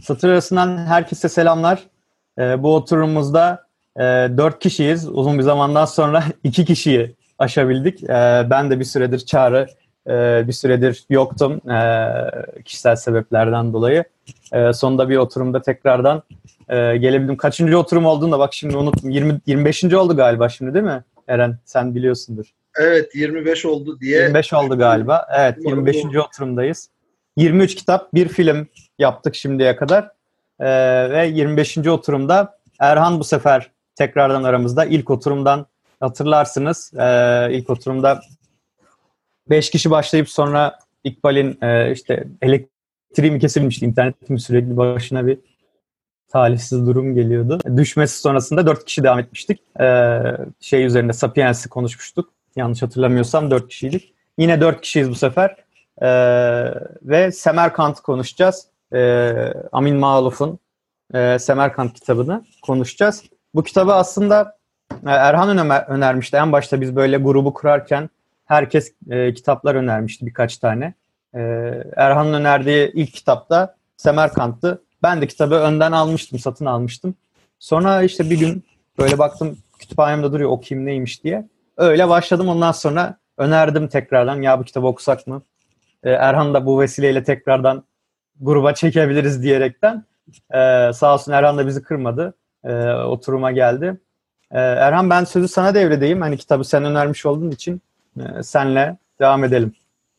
Satır arasından herkese selamlar. Bu oturumumuzda 4 kişiyiz. Uzun bir zamandan sonra 2 kişiyi aşabildik. Ben de bir süredir Çağrı, bir süredir yoktum kişisel sebeplerden dolayı. Sonunda bir oturumda tekrardan gelebildim. Kaçıncı oturum olduğunu da bak şimdi unuttum. 25. oldu galiba şimdi değil mi Eren? Sen biliyorsundur. Evet 25 oldu diye. 25 oldu galiba. Evet 25. oturumdayız. 23 kitap, bir film yaptık şimdiye kadar. Ve 25. oturumda Erhan bu sefer tekrardan aramızda. İlk oturumdan hatırlarsınız. İlk oturumda 5 kişi başlayıp sonra İkbal'in işte elektriği kesilmişti. İnternetim sürekli başına bir talihsiz durum geliyordu. Düşmesi sonrasında 4 kişi devam etmiştik. Şey üzerinde Sapiens'i konuşmuştuk. Yanlış hatırlamıyorsam 4 kişiydik. Yine 4 kişiyiz bu sefer. Ve Semerkant'ı konuşacağız. Amin Maluf'un Semerkant kitabını konuşacağız. Bu kitabı aslında Erhan önermişti. En başta biz böyle grubu kurarken herkes kitaplar önermişti birkaç tane. Erhan'ın önerdiği ilk kitapta Semerkant'tı. Ben de kitabı önden almıştım, satın almıştım. Sonra işte bir gün böyle baktım kütüphanemde duruyor okuyayım neymiş diye. Öyle başladım, ondan sonra önerdim tekrardan ya bu kitabı okusak mı? Erhan da bu vesileyle tekrardan gruba çekebiliriz diyerekten. Sağ olsun Erhan da bizi kırmadı. Oturuma geldi. Erhan ben sözü sana devredeyim. Hani kitabı sen önermiş olduğun için senle devam edelim.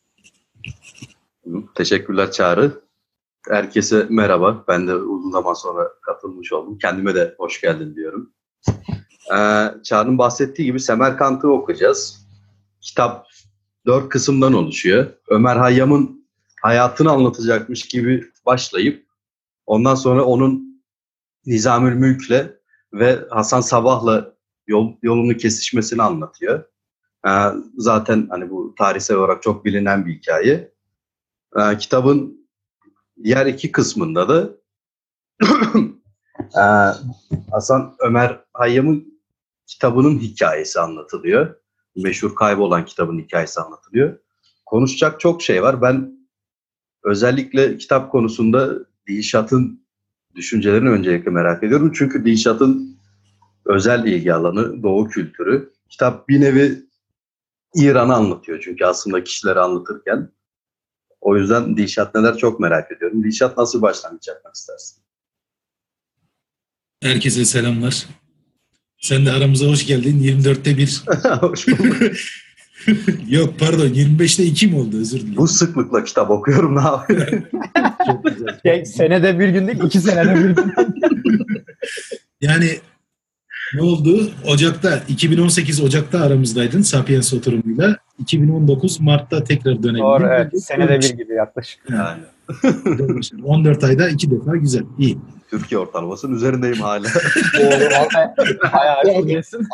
Teşekkürler Çağrı. Herkese merhaba. Ben de uzun zaman sonra katılmış oldum. Kendime de hoş geldin diyorum. Çağrı'nın bahsettiği gibi Semerkant'ı okuyacağız. Kitap 4 kısımdan oluşuyor. Ömer Hayyam'ın hayatını anlatacakmış gibi başlayıp ondan sonra onun Nizamül Mülk'le ve Hasan Sabah'la yolunu kesişmesini anlatıyor. Zaten hani bu tarihsel olarak çok bilinen bir hikaye. Kitabın diğer 2 kısmında da Hasan Ömer Hayyam'ın kitabının hikayesi anlatılıyor. Meşhur Kaybolan kitabın hikayesi anlatılıyor. Konuşacak çok şey var. Ben özellikle kitap konusunda Dilşat'ın düşüncelerini öncelikle merak ediyorum. Çünkü Dilşat'ın özel ilgi alanı Doğu kültürü. Kitap bir nevi İran'ı anlatıyor çünkü aslında kişileri anlatırken. O yüzden Dilşat neler çok merak ediyorum. Dilşat nasıl başlangıç yapmak istersin? Herkese selamlar. Sen de aramıza hoş geldin. 24'te 1. Hoş bulduk. Yok pardon 25'te 2 mi oldu, özür dilerim. Bu sıklıkla kitap okuyorum ne yapayım? Çok güzel. Senede bir gün değil, 2 senede bir gün. Yani ne oldu? 2018 Ocak'ta aramızdaydın Sapiens oturumuyla. 2019 Mart'ta tekrar dönelim. Doğru, evet. Senede bir gibi yaklaşık. Yani. 14 ayda 2 defa, güzel, iyi. Türkiye ortalamasının üzerindeyim hala. Bayağı üstündesin.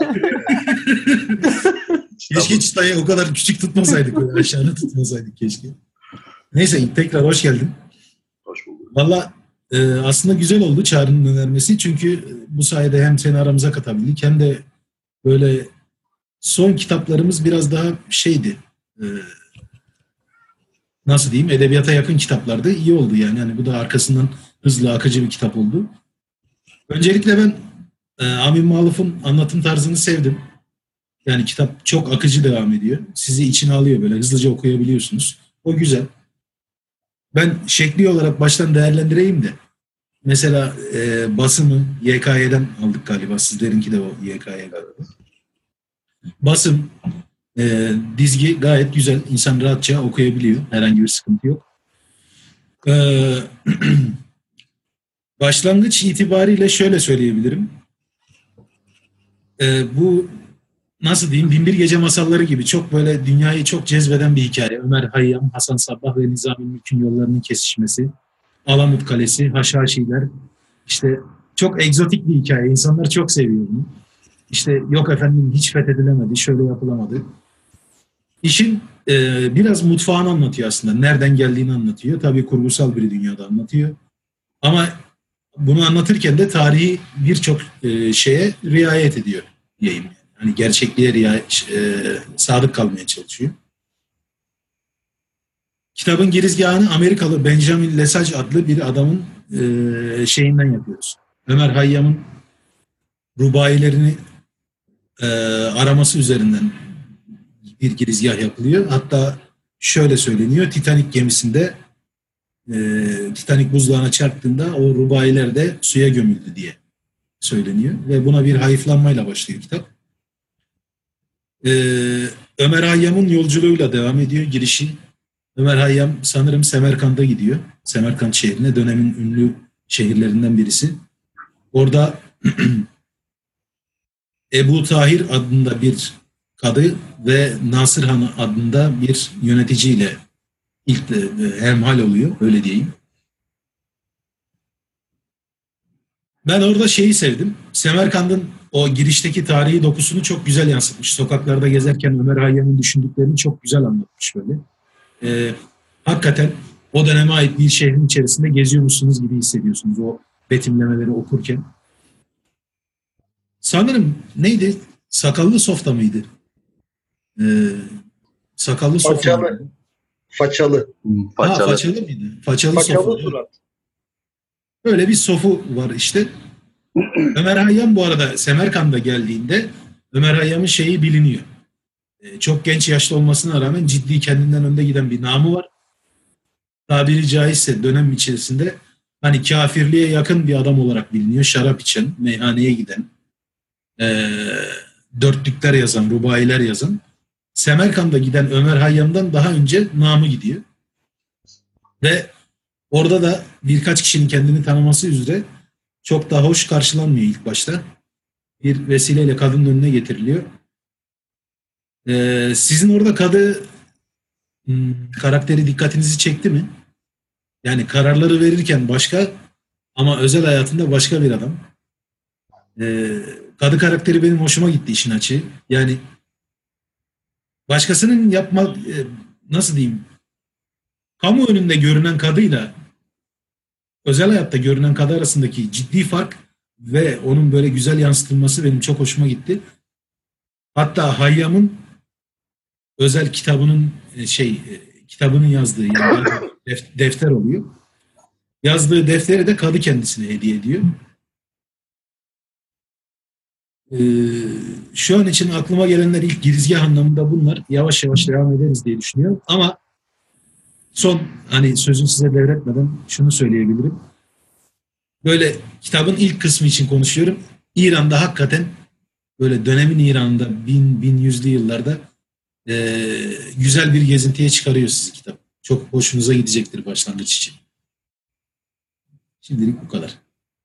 Keşke çıtayı o kadar küçük tutmasaydık. Öyle aşağıda tutmasaydık keşke. Neyse tekrar hoş geldin. Hoş bulduk. Valla aslında güzel oldu Çağrı'nın önermesi. Çünkü bu sayede hem seni aramıza katabildik hem de böyle son kitaplarımız biraz daha şeydi. Nasıl diyeyim? Edebiyata yakın kitaplardı. İyi oldu yani. Yani bu da arkasından hızlı, akıcı bir kitap oldu. Öncelikle ben Amin Maluf'un anlatım tarzını sevdim. Yani kitap çok akıcı devam ediyor. Sizi içine alıyor, böyle hızlıca okuyabiliyorsunuz. O güzel. Ben şekli olarak baştan değerlendireyim de. Mesela basımı YKY'den aldık galiba. Sizlerinki de o YKY galiba. Basım, dizgi gayet güzel. İnsan rahatça okuyabiliyor. Herhangi bir sıkıntı yok. Başlangıç itibariyle şöyle söyleyebilirim. Bu nasıl diyeyim, Binbir Gece Masalları gibi çok böyle dünyayı çok cezbeden bir hikaye. Ömer Hayyam, Hasan Sabbah ve Nizamül Mülk'ün yollarının kesişmesi, Alamut Kalesi, Haşhaşiler. İşte çok egzotik bir hikaye. İnsanlar çok seviyor bunu. İşte yok efendim hiç fethedilemedi, şöyle yapılamadı. İşin biraz mutfağını anlatıyor aslında. Nereden geldiğini anlatıyor. Tabii kurgusal bir dünyada anlatıyor. Ama bunu anlatırken de tarihi birçok şeye riayet ediyor diyeyim. Hani gerçekliğe sadık kalmaya çalışıyor. Kitabın girizgahını Amerikalı Benjamin Lesage adlı bir adamın şeyinden yapıyoruz. Ömer Hayyam'ın rubailerini araması üzerinden bir girizgah yapılıyor. Hatta şöyle söyleniyor. Titanic gemisinde Titanic buzdağına çarptığında o rubailer de suya gömüldü diye söyleniyor. Ve buna bir hayıflanmayla başlıyor kitap. Ömer Hayyam'ın yolculuğuyla devam ediyor girişi. Ömer Hayyam sanırım Semerkant'a gidiyor. Semerkant şehrine, dönemin ünlü şehirlerinden birisi. Orada Ebu Tahir adında bir kadı ve Nasır Han adında bir yöneticiyle ilk hemhal oluyor, öyle diyeyim. Ben orada şeyi sevdim. Semerkant'ın o girişteki tarihi dokusunu çok güzel yansıtmış. Sokaklarda gezerken Ömer Hayyam'ın düşündüklerini çok güzel anlatmış böyle. Hakikaten o döneme ait bir şehrin içerisinde geziyormuşsunuz gibi hissediyorsunuz o betimlemeleri okurken. Sanırım neydi? Sakallı Softa mıydı? Sakallı Softa Façalı. mıydı? Façalı. Façalı. Façalı mıydı? Façalı Façalı Sofu. surat. Böyle bir sofu var işte. Ömer Hayyam bu arada Semerkant'a geldiğinde Ömer Hayyam'ın şeyi biliniyor. Çok genç yaşta olmasına rağmen ciddi, kendinden önde giden bir namı var. Tabiri caizse dönem içerisinde hani kafirliğe yakın bir adam olarak biliniyor. Şarap içen, meyhaneye giden, dörtlükler yazan, rubailer yazan. Semerkant'a giden Ömer Hayyam'dan daha önce namı gidiyor. Ve orada da birkaç kişinin kendini tanıması üzere çok da hoş karşılanmıyor ilk başta. Bir vesileyle kadının önüne getiriliyor. Sizin orada kadı karakteri dikkatinizi çekti mi? Yani kararları verirken başka ama özel hayatında başka bir adam. Kadı karakteri benim hoşuma gitti işin açığı. Yani başkasının nasıl diyeyim, kamu önünde görünen kadıyla özel hayatta görünen kadı arasındaki ciddi fark ve onun böyle güzel yansıtılması benim çok hoşuma gitti. Hatta Hayyam'ın özel kitabının kitabının yazdığı yani defter oluyor. Yazdığı defteri de kadı kendisine hediye ediyor. Şu an için aklıma gelenler ilk girizgah anlamında bunlar. Yavaş yavaş devam ederiz diye düşünüyorum. Ama son hani sözü size devretmeden şunu söyleyebilirim. Böyle kitabın ilk kısmı için konuşuyorum. İran'da hakikaten böyle dönemin İran'da 1100'lü yıllarda güzel bir gezintiye çıkarıyor sizi kitap. Çok hoşunuza gidecektir başlangıç için. Şimdilik bu kadar.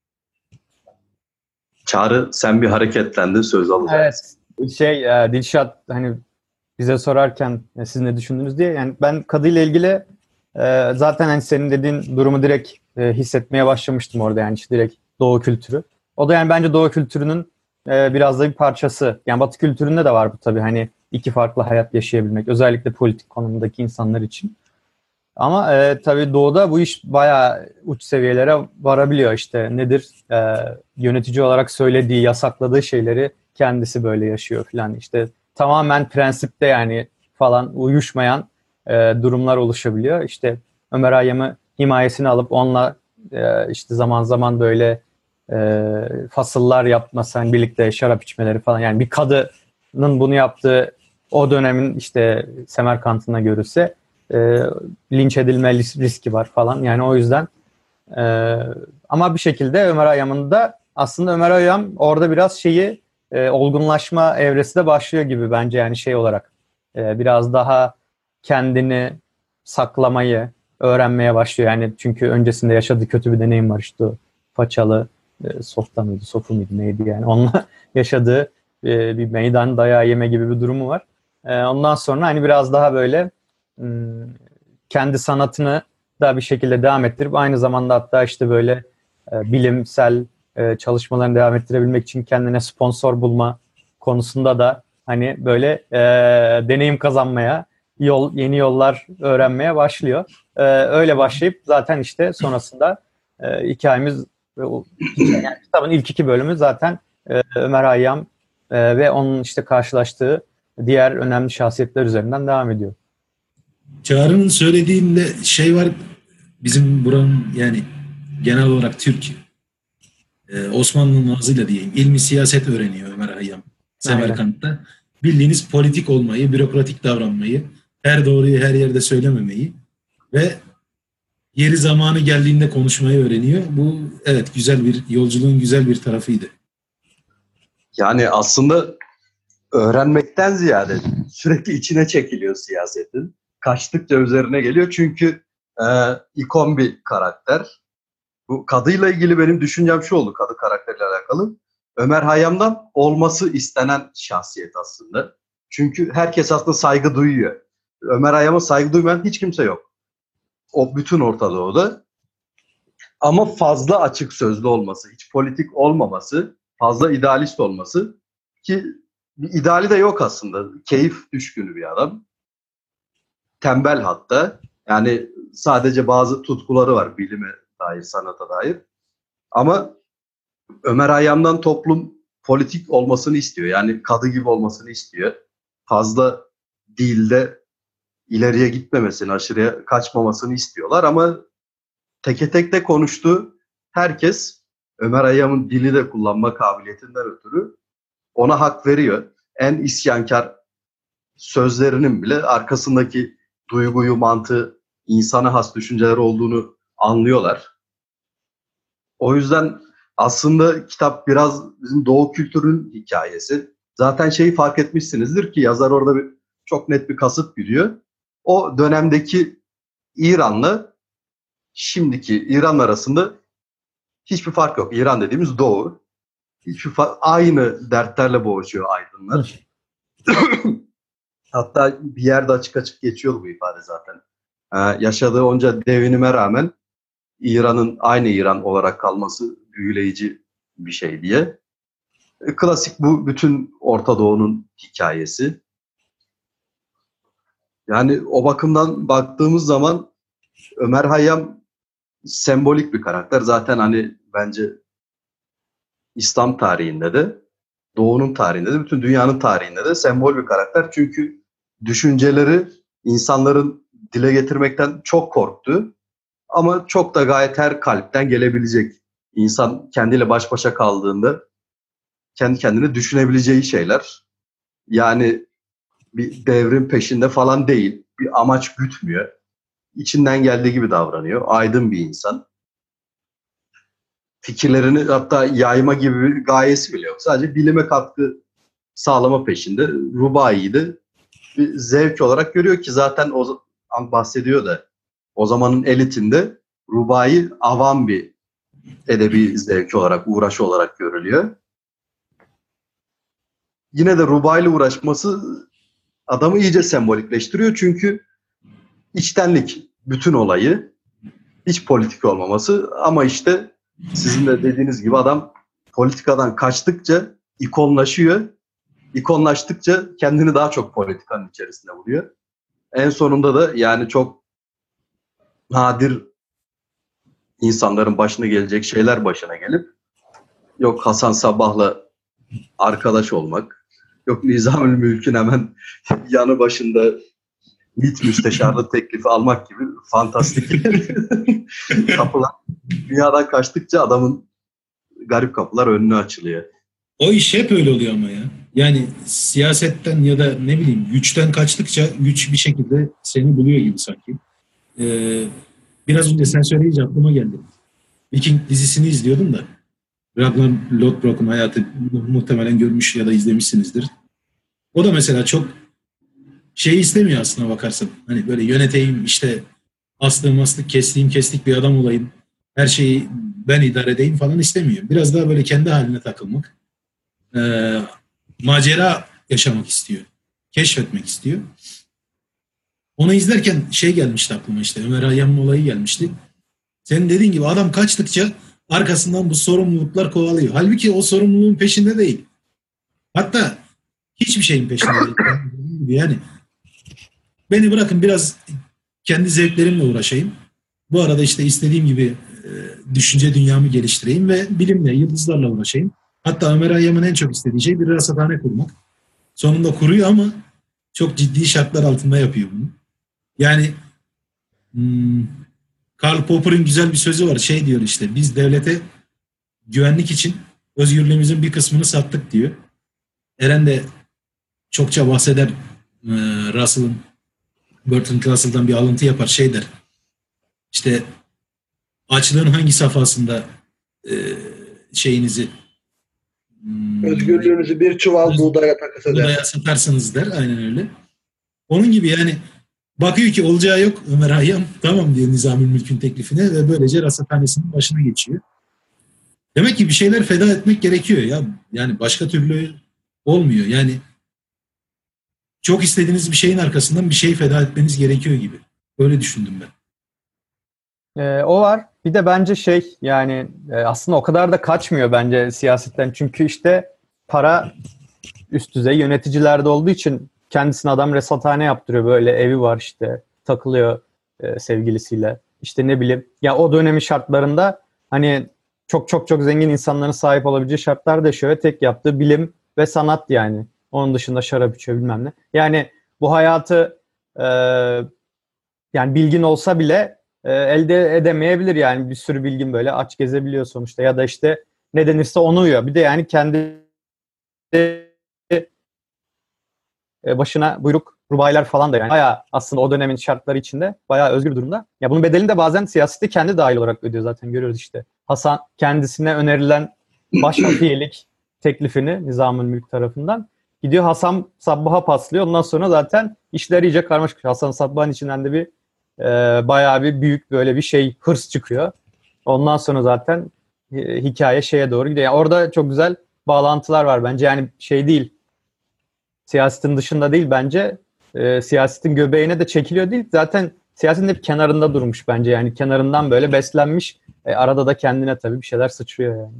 Çağrı, sen bir hareketlendin, söz alacaksın. Evet. Dilşat hani bize sorarken siz ne düşündünüz diye. Yani ben kadıyla ilgili zaten hani senin dediğin durumu direkt hissetmeye başlamıştım orada, yani işte direkt Doğu kültürü. O da yani bence Doğu kültürünün biraz da bir parçası. Yani Batı kültüründe de var bu tabii, hani iki farklı hayat yaşayabilmek. Özellikle politik konumdaki insanlar için. Ama tabii Doğu'da bu iş bayağı uç seviyelere varabiliyor işte. Nedir? Yönetici olarak söylediği, yasakladığı şeyleri kendisi böyle yaşıyor falan. İşte tamamen prensipte yani falan uyuşmayan durumlar oluşabiliyor. İşte Ömer Hayyam'ı himayesine alıp onunla işte zaman zaman böyle fasıllar yapması, hani birlikte şarap içmeleri falan. Yani bir kadının bunu yaptığı o dönemin işte Semerkant'ına görülse linç edilme riski var falan. Yani o yüzden ama bir şekilde Ömer Hayyam'ın da aslında Ömer Hayyam orada biraz olgunlaşma evresi de başlıyor gibi bence, yani şey olarak biraz daha kendini saklamayı öğrenmeye başlıyor. Yani çünkü öncesinde yaşadığı kötü bir deneyim var, işte o façalı Softa mıydı, Sofu muydu neydi, yani onunla yaşadığı bir meydan dayağı yeme gibi bir durumu var. Ondan sonra hani biraz daha böyle kendi sanatını da bir şekilde devam ettirip aynı zamanda hatta işte böyle bilimsel çalışmalarını devam ettirebilmek için kendine sponsor bulma konusunda da hani böyle deneyim kazanmaya, yeni yollar öğrenmeye başlıyor. Öyle başlayıp zaten işte sonrasında hikayemiz, yani kitabın ilk 2 bölümü zaten Ömer Hayyam ve onun işte karşılaştığı diğer önemli şahsiyetler üzerinden devam ediyor. Çağrı'nın söylediğinde şey var, bizim buranın yani genel olarak Türk, Osmanlı'nın ağzıyla diyeyim, ilmi siyaset öğreniyor Ömer Hayyam Semerkant'ta. Bildiğiniz politik olmayı, bürokratik davranmayı, her doğruyu her yerde söylememeyi ve yeri zamanı geldiğinde konuşmayı öğreniyor. Bu evet yolculuğun güzel bir tarafıydı. Yani aslında öğrenmekten ziyade sürekli içine çekiliyor siyasetin. Kaçtıkça üzerine geliyor çünkü ikon bir karakter. Bu kadıyla ilgili benim düşüncem şu oldu, kadı karakteriyle alakalı. Ömer Hayyam'dan olması istenen şahsiyet aslında. Çünkü herkes aslında saygı duyuyor. Ömer Hayyam'a saygı duymayan hiç kimse yok. O bütün Orta Doğu'da. Ama fazla açık sözlü olması, hiç politik olmaması, fazla idealist olması ki bir ideali de yok aslında. Keyif düşkünü bir adam. Tembel hatta. Yani sadece bazı tutkuları var bilime dair, sanata dair. Ama Ömer Hayyam'dan toplum politik olmasını istiyor. Yani kadı gibi olmasını istiyor. Fazla dilde ileriye gitmemesini, aşırıya kaçmamasını istiyorlar ama teke tek de konuştu. Herkes Ömer Hayyam'ın dili de kullanma kabiliyetinden ötürü ona hak veriyor. En isyankar sözlerinin bile arkasındaki duyguyu, mantığı, insana has düşünceler olduğunu anlıyorlar. O yüzden aslında kitap biraz bizim Doğu kültürünün hikayesi. Zaten şeyi fark etmişsinizdir ki yazar orada çok net bir kasıt gidiyor. O dönemdeki İran'la şimdiki İran arasında hiçbir fark yok. İran dediğimiz Doğu. Aynı dertlerle boğuşuyor aydınlar. Hatta bir yerde açık açık geçiyor bu ifade zaten. Yaşadığı onca devinime rağmen İran'ın aynı İran olarak kalması büyüleyici bir şey diye. Klasik bu bütün Orta Doğu'nun hikayesi. Yani o bakımdan baktığımız zaman Ömer Hayyam sembolik bir karakter. Zaten hani bence İslam tarihinde de, Doğu'nun tarihinde de, bütün dünyanın tarihinde de sembol bir karakter. Çünkü düşünceleri insanların dile getirmekten çok korktu. Ama çok da gayet her kalpten gelebilecek. İnsan kendiyle baş başa kaldığında kendi kendine düşünebileceği şeyler. Yani bir devrim peşinde falan değil. Bir amaç gütmüyor. İçinden geldiği gibi davranıyor. Aydın bir insan. Fikirlerini hatta yayma gibi bir gayesi bile yok. Sadece bilime katkı sağlama peşinde. Rubai'yi de bir zevk olarak görüyor ki zaten o bahsediyor da o zamanın elitinde Rubai avam bir edebi zevki olarak, uğraşı olarak görülüyor. Yine de Rubai ile uğraşması adamı iyice sembolikleştiriyor çünkü içtenlik bütün olayı, hiç politik olmaması ama işte sizin de dediğiniz gibi adam politikadan kaçtıkça ikonlaşıyor. İkonlaştıkça kendini daha çok politikanın içerisinde buluyor. En sonunda da yani çok nadir insanların başına gelecek şeyler başına gelip yok Hasan Sabbah'la arkadaş olmak, yok Nizamül Mülk'ün hemen yanı başında MİT müsteşarlık teklifi almak gibi fantastik kapılar dünyadan kaçtıkça adamın garip kapılar önüne açılıyor. O iş hep öyle oluyor ama ya. Yani siyasetten ya da ne bileyim güçten kaçtıkça güç bir şekilde seni buluyor gibi sanki. Biraz önce sen söyleyince aklıma geldi. Viking dizisini izliyordum da. Ragnar Lodbrok'un hayatı muhtemelen görmüş ya da izlemişsinizdir. O da mesela çok şey istemiyor aslına bakarsan. Hani böyle yöneteyim işte astığım astık kestiğim kestik bir adam olayım. Her şeyi ben idare edeyim falan istemiyor. Biraz daha böyle kendi haline takılmak. Macera yaşamak istiyor. Keşfetmek istiyor. Onu izlerken şey gelmişti aklıma işte. Ömer Hayyam'ın olayı gelmişti. Senin dediğin gibi adam kaçtıkça arkasından bu sorumluluklar kovalıyor. Halbuki o sorumluluğun peşinde değil. Hatta hiçbir şeyin peşinde değil. Yani beni bırakın biraz kendi zevklerimle uğraşayım. Bu arada işte istediğim gibi düşünce dünyamı geliştireyim ve bilimle, yıldızlarla uğraşayım. Hatta Ömer Hayyam'ın en çok istediği şey bir rasathane kurmak. Sonunda kuruyor ama çok ciddi şartlar altında yapıyor bunu. Yani Karl Popper'ın güzel bir sözü var. Şey diyor işte, biz devlete güvenlik için özgürlüğümüzün bir kısmını sattık diyor. Eren de çokça bahseder, Bertrand Russell'dan bir alıntı yapar, şey der. İşte açlığın hangi safhasında şeyinizi, Özgürlüğünüzü bir çuval buğdaya takas eder. buğdaya satarsınız der. Aynen öyle. Onun gibi yani, bakıyor ki olacağı yok Ömer Hayyam, tamam diyor Nizamülmülk'ün teklifine ve böylece rasathanesinin başına geçiyor. Demek ki bir şeyler feda etmek gerekiyor ya. Yani başka türlü olmuyor. Yani çok istediğiniz bir şeyin arkasından bir şey feda etmeniz gerekiyor gibi. Öyle düşündüm ben. O var. Bir de bence yani aslında o kadar da kaçmıyor bence siyasetten. Çünkü işte para üst düzey yöneticilerde olduğu için kendisine adam resathane yaptırıyor. Böyle evi var işte, takılıyor sevgilisiyle. İşte ne bileyim ya, o dönemin şartlarında hani çok çok çok zengin insanların sahip olabileceği şartlarda yaşıyor ve tek yaptığı bilim ve sanat yani. Onun dışında şarap içiyor bilmem ne. Yani bu hayatı yani bilgin olsa bile elde edemeyebilir yani, bir sürü bilgin böyle aç gezebiliyor sonuçta, ya da işte ne denirse onu uyuyor. Bir de yani kendi başına buyruk rubaylar falan da yani bayağı aslında o dönemin şartları içinde bayağı özgür durumda. Ya bunun bedelini de bazen siyasette kendi dahil olarak ödüyor, zaten görüyoruz işte. Hasan kendisine önerilen başhafiyelik teklifini Nizamülmülk tarafından gidiyor Hasan Sabbah'a paslıyor. Ondan sonra zaten işler iyice karmaşık. Hasan Sabbah'ın içinden de bir bayağı bir büyük böyle bir hırs çıkıyor. Ondan sonra zaten hikaye şeye doğru gidiyor. Yani orada çok güzel bağlantılar var bence. Yani değil, siyasetin dışında değil bence. Siyasetin göbeğine de çekiliyor değil. Zaten siyasetin hep kenarında durmuş bence. Yani kenarından böyle beslenmiş. Arada da kendine tabii bir şeyler sıçrıyor yani.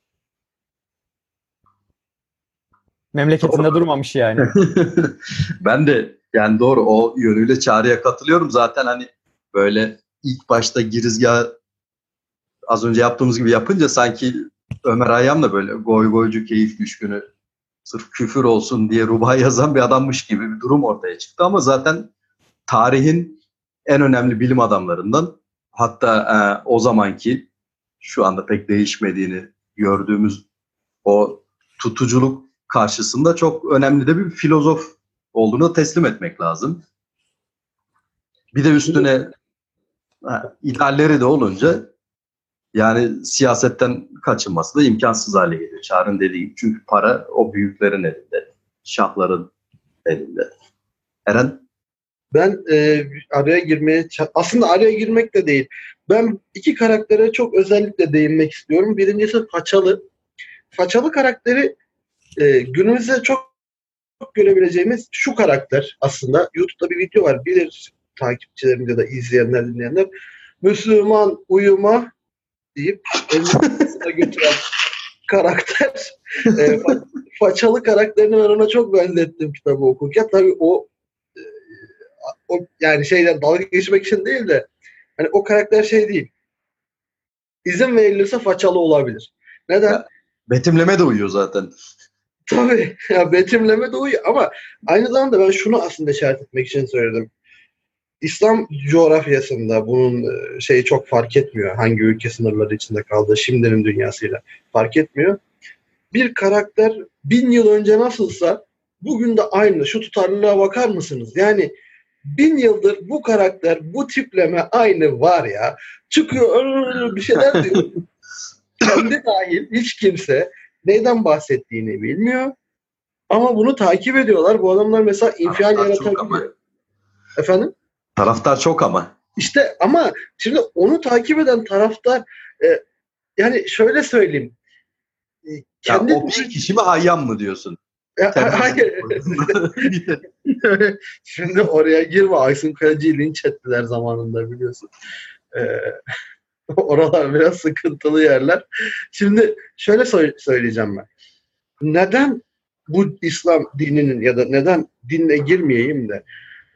Memleketinde durmamış yani. Ben de yani doğru, o yönüyle Çağrı'ya katılıyorum. Zaten hani böyle ilk başta girizgah az önce yaptığımız gibi yapınca sanki Ömer Hayyam da böyle goy goycu, keyif düşkünü, sırf küfür olsun diye rubai yazan bir adammış gibi bir durum ortaya çıktı. Ama zaten tarihin en önemli bilim adamlarından, hatta o zamanki, şu anda pek değişmediğini gördüğümüz o tutuculuk karşısında çok önemli de bir filozof olduğunu teslim etmek lazım. Bir de üstüne idealleri de olunca yani siyasetten kaçınması da imkansız hale geliyor. Çağrı'nın dediği gibi. Çünkü para o büyüklerin elinde, şahların elinde. Eren? Ben aslında araya girmek de değil. Ben iki karaktere çok özellikle değinmek istiyorum. Birincisi Façalı. Façalı karakteri günümüzde çok görebileceğimiz şu karakter aslında. YouTube'da bir video var. Bilir takipçilerimiz ya da izleyenler, dinleyenler. Müslüman uyuma deyip elini götüren karakter. Façalı karakterini ben ona çok benzettim kitabı okurken. Tabii o yani dalga geçmek için değil de hani o karakter değil. İzin verilirse façalı olabilir. Neden? Ya, betimleme de uyuyor zaten. Tabii. Ya betimleme de uyuyor ama aynı zamanda ben şunu aslında işaret etmek için söyledim. İslam coğrafyasında bunun çok fark etmiyor. Hangi ülke sınırları içinde kaldığı şimdinin dünyasıyla fark etmiyor. Bir karakter 1000 yıl önce nasılsa bugün de aynı. Şu tutarlılığa bakar mısınız? Yani 1000 yıldır bu karakter, bu tipleme aynı var ya. Çıkıyor bir şeyler diyor. Kendi dahil hiç kimse neyden bahsettiğini bilmiyor. Ama bunu takip ediyorlar. Bu adamlar mesela infial yaratabiliyor. Efendim? Taraftar çok ama. İşte ama şimdi onu takip eden taraftar yani şöyle söyleyeyim. Kendi o bir kişi mi Hayyam mı diyorsun? Hayır. Şimdi oraya girme. Aysun Kayacı'yı linç ettiler zamanında biliyorsun. Oralar biraz sıkıntılı yerler. Şimdi şöyle söyleyeceğim ben. Neden bu İslam dininin ya da neden dinle girmeyeyim de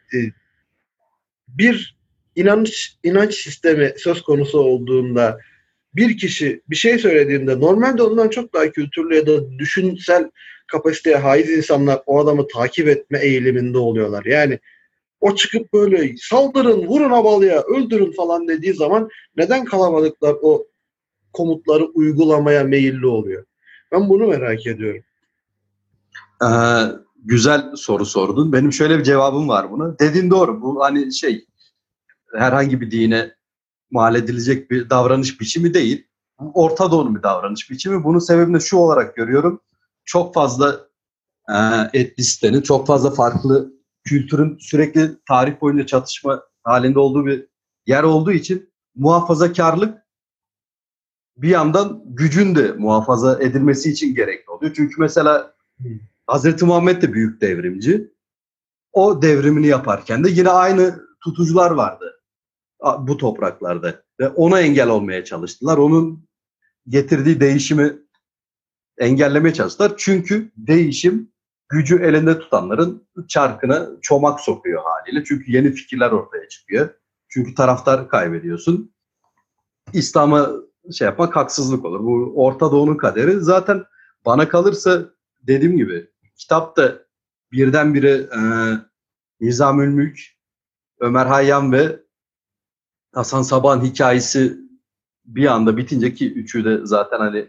bir inanç sistemi söz konusu olduğunda bir kişi bir şey söylediğinde normalde ondan çok daha kültürlü ya da düşünsel kapasiteye haiz insanlar o adamı takip etme eğiliminde oluyorlar. Yani O çıkıp böyle saldırın, vurun Abalı'ya, öldürün falan dediği zaman neden kalabalıklar o komutları uygulamaya meyilli oluyor? Ben bunu merak ediyorum. Ee, Güzel soru sordun. Benim şöyle bir cevabım var buna. Dediğin doğru. Bu hani herhangi bir dine mal edilecek bir davranış biçimi değil. Orta Doğu'nun bir davranış biçimi. Bunun sebebini şu olarak görüyorum. Çok fazla etnisitenin, çok fazla farklı kültürün sürekli tarih boyunca çatışma halinde olduğu bir yer olduğu için muhafazakarlık bir yandan gücün de muhafaza edilmesi için gerekli oluyor. Çünkü mesela Hazreti Muhammed de büyük devrimci. O devrimini yaparken de yine aynı tutucular vardı bu topraklarda. Ve ona engel olmaya çalıştılar. Onun getirdiği değişimi engellemeye çalıştılar. Çünkü değişim gücü elinde tutanların çarkına çomak sokuyor haliyle. Çünkü yeni fikirler ortaya çıkıyor. Çünkü taraftar kaybediyorsun. İslam'a yapmak haksızlık olur. Bu Orta Doğu'nun kaderi. Zaten bana kalırsa dediğim gibi kitapta birdenbire Nizamülmülk, Ömer Hayyam ve Hasan Sabahat'ın hikayesi bir anda bitince, ki üçü de zaten hani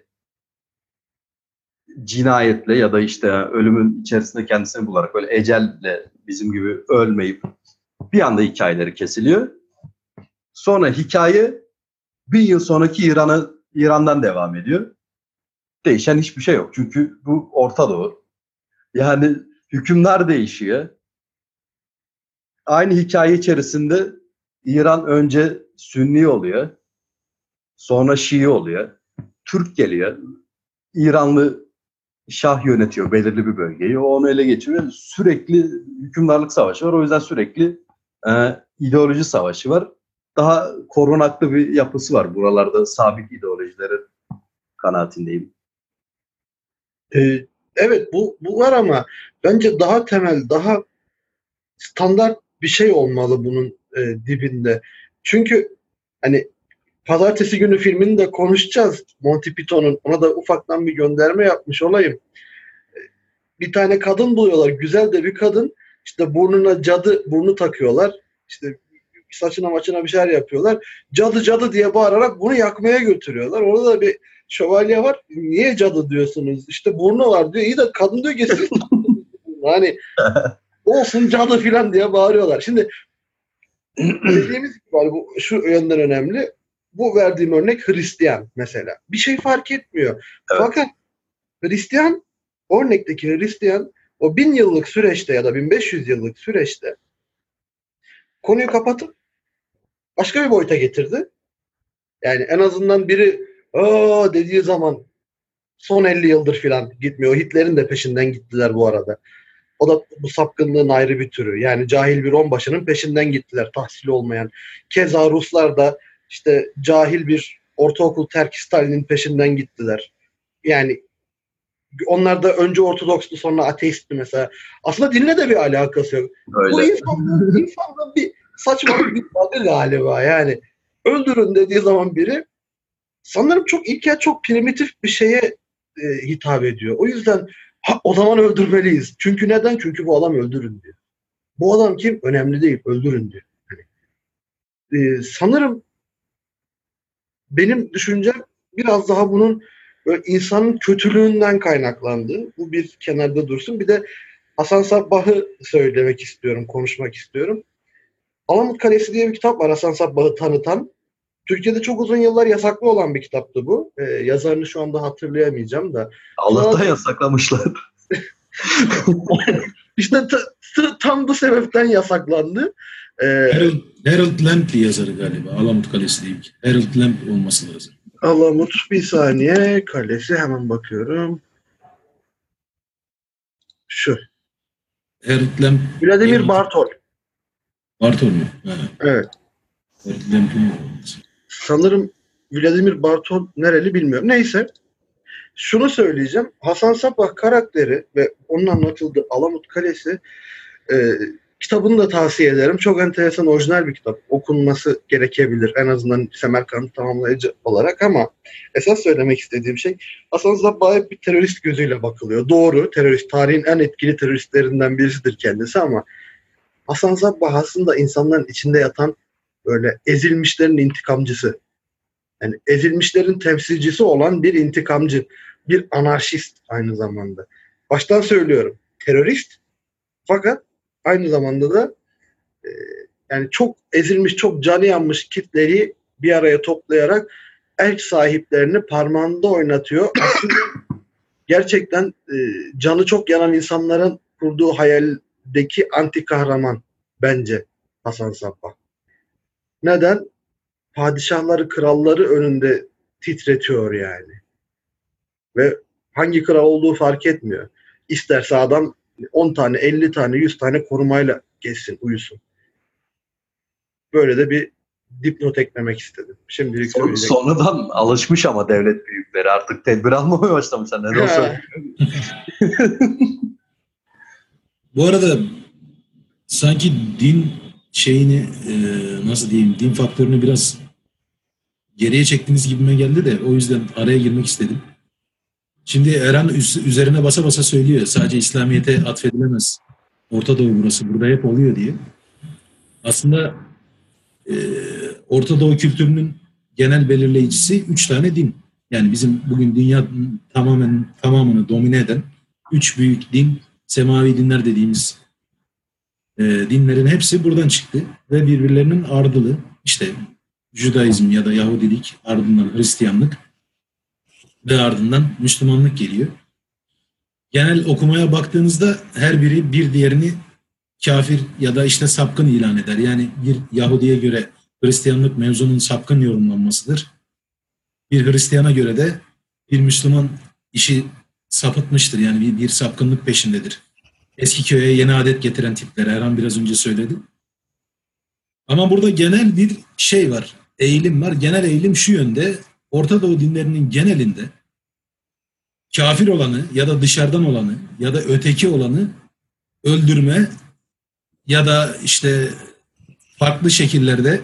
cinayetle ya da ölümün içerisinde kendisini bularak böyle ecelle bizim gibi ölmeyip bir anda hikayeleri kesiliyor. Sonra hikaye 1000 yıl sonraki İran'dan devam ediyor. Değişen hiçbir şey yok. Çünkü bu Orta Doğu. Yani hükümler değişiyor. Aynı hikaye içerisinde İran önce Sünni oluyor. Sonra Şii oluyor. Türk geliyor. İranlı Şah yönetiyor belirli bir bölgeyi. O onu ele geçiriyor. Sürekli hükümdarlık savaşı var. O yüzden sürekli ideoloji savaşı var. Daha korunaklı bir yapısı var. Buralarda sabit ideolojilerin kanaatindeyim. Evet, bu var ama bence daha temel, daha standart bir şey olmalı bunun dibinde. Çünkü hani Pazartesi günü filmini de konuşacağız. Monty Python'un. Ona da ufaktan bir gönderme yapmış olayım. Bir tane kadın buluyorlar. Güzel de bir kadın. İşte burnuna burnu takıyorlar. İşte saçına maçına bir şeyler yapıyorlar. Cadı cadı diye bağırarak bunu yakmaya götürüyorlar. Orada da bir şövalye var. Niye cadı diyorsunuz? İşte burnu var diyor. İyi de kadın diyor ki siz hani olsun cadı filan diye bağırıyorlar. Şimdi dediğimiz gibi bu şu yönden önemli. Bu verdiğim örnek Hristiyan mesela. Bir şey fark etmiyor. Evet. Fakat Hristiyan, örnekteki Hristiyan o 1000 yıllık süreçte ya da 1500 yıllık süreçte konuyu kapatıp başka bir boyuta getirdi. Yani en azından biri dediği zaman son 50 yıldır filan gitmiyor. Hitler'in de peşinden gittiler bu arada. O da bu sapkınlığın ayrı bir türü. Yani cahil bir onbaşının peşinden gittiler, tahsili olmayan. Keza Ruslar da işte cahil bir ortaokul terki Stalin'in peşinden gittiler. Yani onlar da önce Ortodokstu, sonra ateistti mesela. Aslında dinle de bir alakası yok. Öyle. Bu insanın bir saçmalık bir adı galiba. Yani öldürün dediği zaman biri sanırım çok ilkel, çok primitif bir şeye hitap ediyor. O yüzden o zaman öldürmeliyiz. Çünkü neden? Çünkü bu adam öldürün diyor. Bu adam kim? Önemli değil. Öldürün diyor. Yani, sanırım benim düşüncem biraz daha bunun böyle insanın kötülüğünden kaynaklandığı. Bu bir kenarda dursun. Bir de Hasan Sabbah'ı söylemek istiyorum, konuşmak istiyorum. Alamut Kalesi diye bir kitap var Hasan Sabbah'ı tanıtan. Türkiye'de çok uzun yıllar yasaklı olan bir kitaptı bu. Yazarını şu anda hatırlayamayacağım da. Allah'tan yasaklamışlar. İşte tam bu sebepten yasaklandı. Harold Lamp yazarı galiba. Alamut Kalesi değil ki. Harold Lamp olması lazım. Alamut, bir saniye. Kalesi, hemen bakıyorum. Şu. Harold Lamp. Vladimir Bartol. Bartol mu? Ha. Evet. Harold Lamp'in olması. Sanırım Vladimir Bartol nereli bilmiyorum. Neyse. Şunu söyleyeceğim. Hasan Sabbah karakteri ve onun anlatıldığı Alamut Kalesi kitabını da tavsiye ederim. Çok enteresan, orijinal bir kitap. Okunması gerekebilir. En azından Semerkant'ı tamamlayıcı olarak, ama esas söylemek istediğim şey, Hasan Sabbah'a hep bir terörist gözüyle bakılıyor. Doğru, terörist. Tarihin en etkili teröristlerinden birisidir kendisi, ama Hasan Sabbah aslında insanların içinde yatan böyle ezilmişlerin intikamcısı. Yani ezilmişlerin temsilcisi olan bir intikamcı, bir anarşist aynı zamanda. Baştan söylüyorum, terörist, fakat aynı zamanda da yani çok ezilmiş, çok canı yanmış kitleyi bir araya toplayarak erk sahiplerini parmağında oynatıyor. Aslında gerçekten canı çok yanan insanların kurduğu hayaldeki anti kahraman bence Hasan Sabbah. Neden? Padişahları, kralları önünde titretiyor yani. Ve hangi kral olduğu fark etmiyor. İsterse adam 10 tane, 50 tane, 100 tane korumayla geçsin, uyusun. Böyle de bir dipnot eklemek istedim. Şimdilik söyleyecek. Sonradan alışmış ama devlet büyükleri artık tedbir almamaya başlamışlar. Neden söylüyorum? Bu arada sanki din şeyini nasıl diyeyim, din faktörünü biraz geriye çektiğiniz gibime geldi de o yüzden araya girmek istedim. Şimdi Erhan üzerine basa basa söylüyor. Sadece İslamiyet'e atfedilemez. Orta Doğu burası. Burada hep oluyor diye. Aslında Orta Doğu kültürünün genel belirleyicisi 3 tane din. Yani bizim bugün dünya tamamını domine eden 3 büyük din, semavi dinler dediğimiz dinlerin hepsi buradan çıktı ve birbirlerinin ardılı. İşte Judaizm ya da Yahudilik, ardından Hristiyanlık ve ardından Müslümanlık geliyor. Genel okumaya baktığınızda her biri bir diğerini kafir ya da işte sapkın ilan eder. Yani bir Yahudi'ye göre Hristiyanlık mevzunun sapkın yorumlanmasıdır. Bir Hristiyana göre de bir Müslüman işi sapıtmıştır. Yani bir sapkınlık peşindedir. Eski köye yeni adet getiren tipler. Erhan biraz önce söyledi. Ama burada genel bir şey var. Eğilim var. Genel eğilim şu yönde. Orta Doğu dinlerinin genelinde kafir olanı ya da dışarıdan olanı ya da öteki olanı öldürme ya da işte farklı şekillerde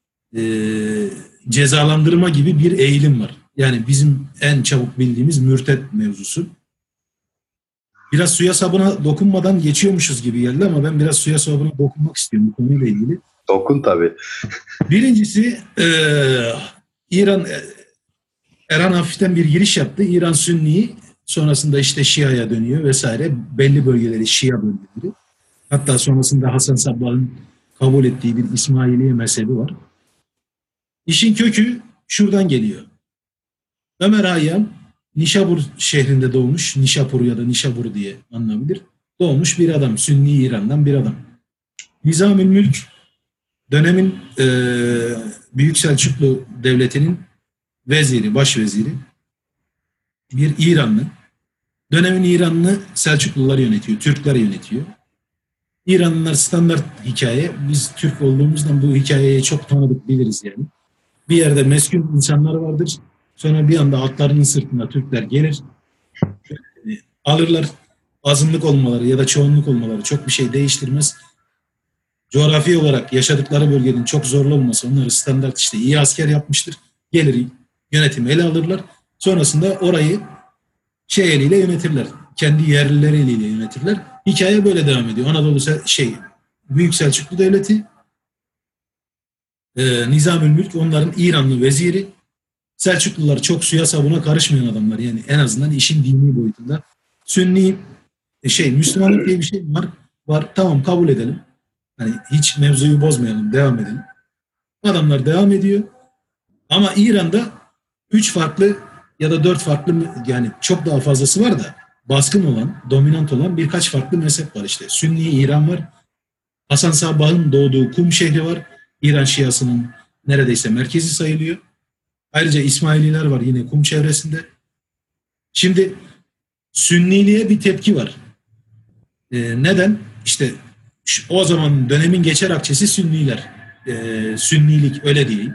cezalandırma gibi bir eğilim var. Yani bizim en çabuk bildiğimiz mürted mevzusu. Biraz suya sabuna dokunmadan geçiyormuşuz gibi geldi ama ben biraz suya sabuna dokunmak istiyorum bu konuyla ilgili. Dokun tabii. Birincisi İran, Erhan hafiften bir giriş yaptı. İran Sünni, sonrasında işte Şia'ya dönüyor vesaire. Belli bölgeleri Şia bölgeleri. Hatta sonrasında Hasan Sabbah'ın kabul ettiği bir İsmailiye mezhebi var. İşin kökü şuradan geliyor. Ömer Hayyam Nişabur şehrinde doğmuş. Nişapur ya da Nişabur diye anılabilir. Doğmuş bir adam. Sünni İran'dan bir adam. Nizam-ül Mülk dönemin Büyük Selçuklu Devleti'nin veziri, başveziri. Bir İranlı. Dönemin İran'ını Selçuklular yönetiyor. Türkler yönetiyor. İranlılar standart hikaye. Biz Türk olduğumuzdan bu hikayeyi çok tanıdık, biliriz yani. Bir yerde meskun insanlar vardır. Sonra bir anda atlarının sırtında Türkler gelir. Alırlar. Azınlık olmaları ya da çoğunluk olmaları çok bir şey değiştirmez. Coğrafi olarak yaşadıkları bölgenin çok zorlu olması onları standart işte iyi asker yapmıştır. Gelir yönetimi ele alırlar. Sonrasında orayı eliyle yönetirler. Kendi yerlileri eliyle yönetirler. Hikaye böyle devam ediyor. Anadolu Büyük Selçuklu Devleti, Nizam-ül Mülk onların İranlı veziri. Selçuklular çok suya sabuna karışmayan adamlar. Yani en azından işin dini boyutunda. Sünni Müslümanlık diye bir şey var. Tamam, kabul edelim. Hani hiç mevzuyu bozmayalım, devam edelim. Adamlar devam ediyor. Ama İran'da 3 farklı ya da 4 farklı, yani çok daha fazlası var da baskın olan, dominant olan birkaç farklı mezhep var işte. Sünni İran var. Hasan Sabbah'ın doğduğu Kum şehri var. İran Şiasının neredeyse merkezi sayılıyor. Ayrıca İsmaililer var yine Kum çevresinde. Şimdi Sünniliğe bir tepki var. Neden? İşte o zaman dönemin geçer akçesi Sünniler. Sünnilik öyle diyeyim.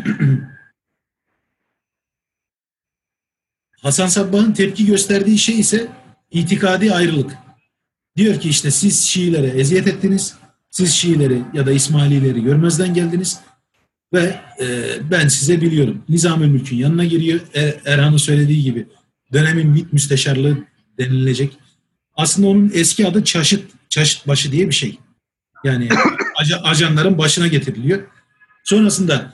Hasan Sabbah'ın tepki gösterdiği şey ise itikadi ayrılık. Diyor ki işte siz Şiilere eziyet ettiniz. Siz Şiileri ya da İsmailileri görmezden geldiniz. Ve ben size biliyorum. Nizam-ül Mülk'ün yanına giriyor. Erhan'ın söylediği gibi dönemin MİT müsteşarlığı denilecek. Aslında onun eski adı Çaşıtbaşı diye bir şey. Yani ajanların başına getiriliyor. Sonrasında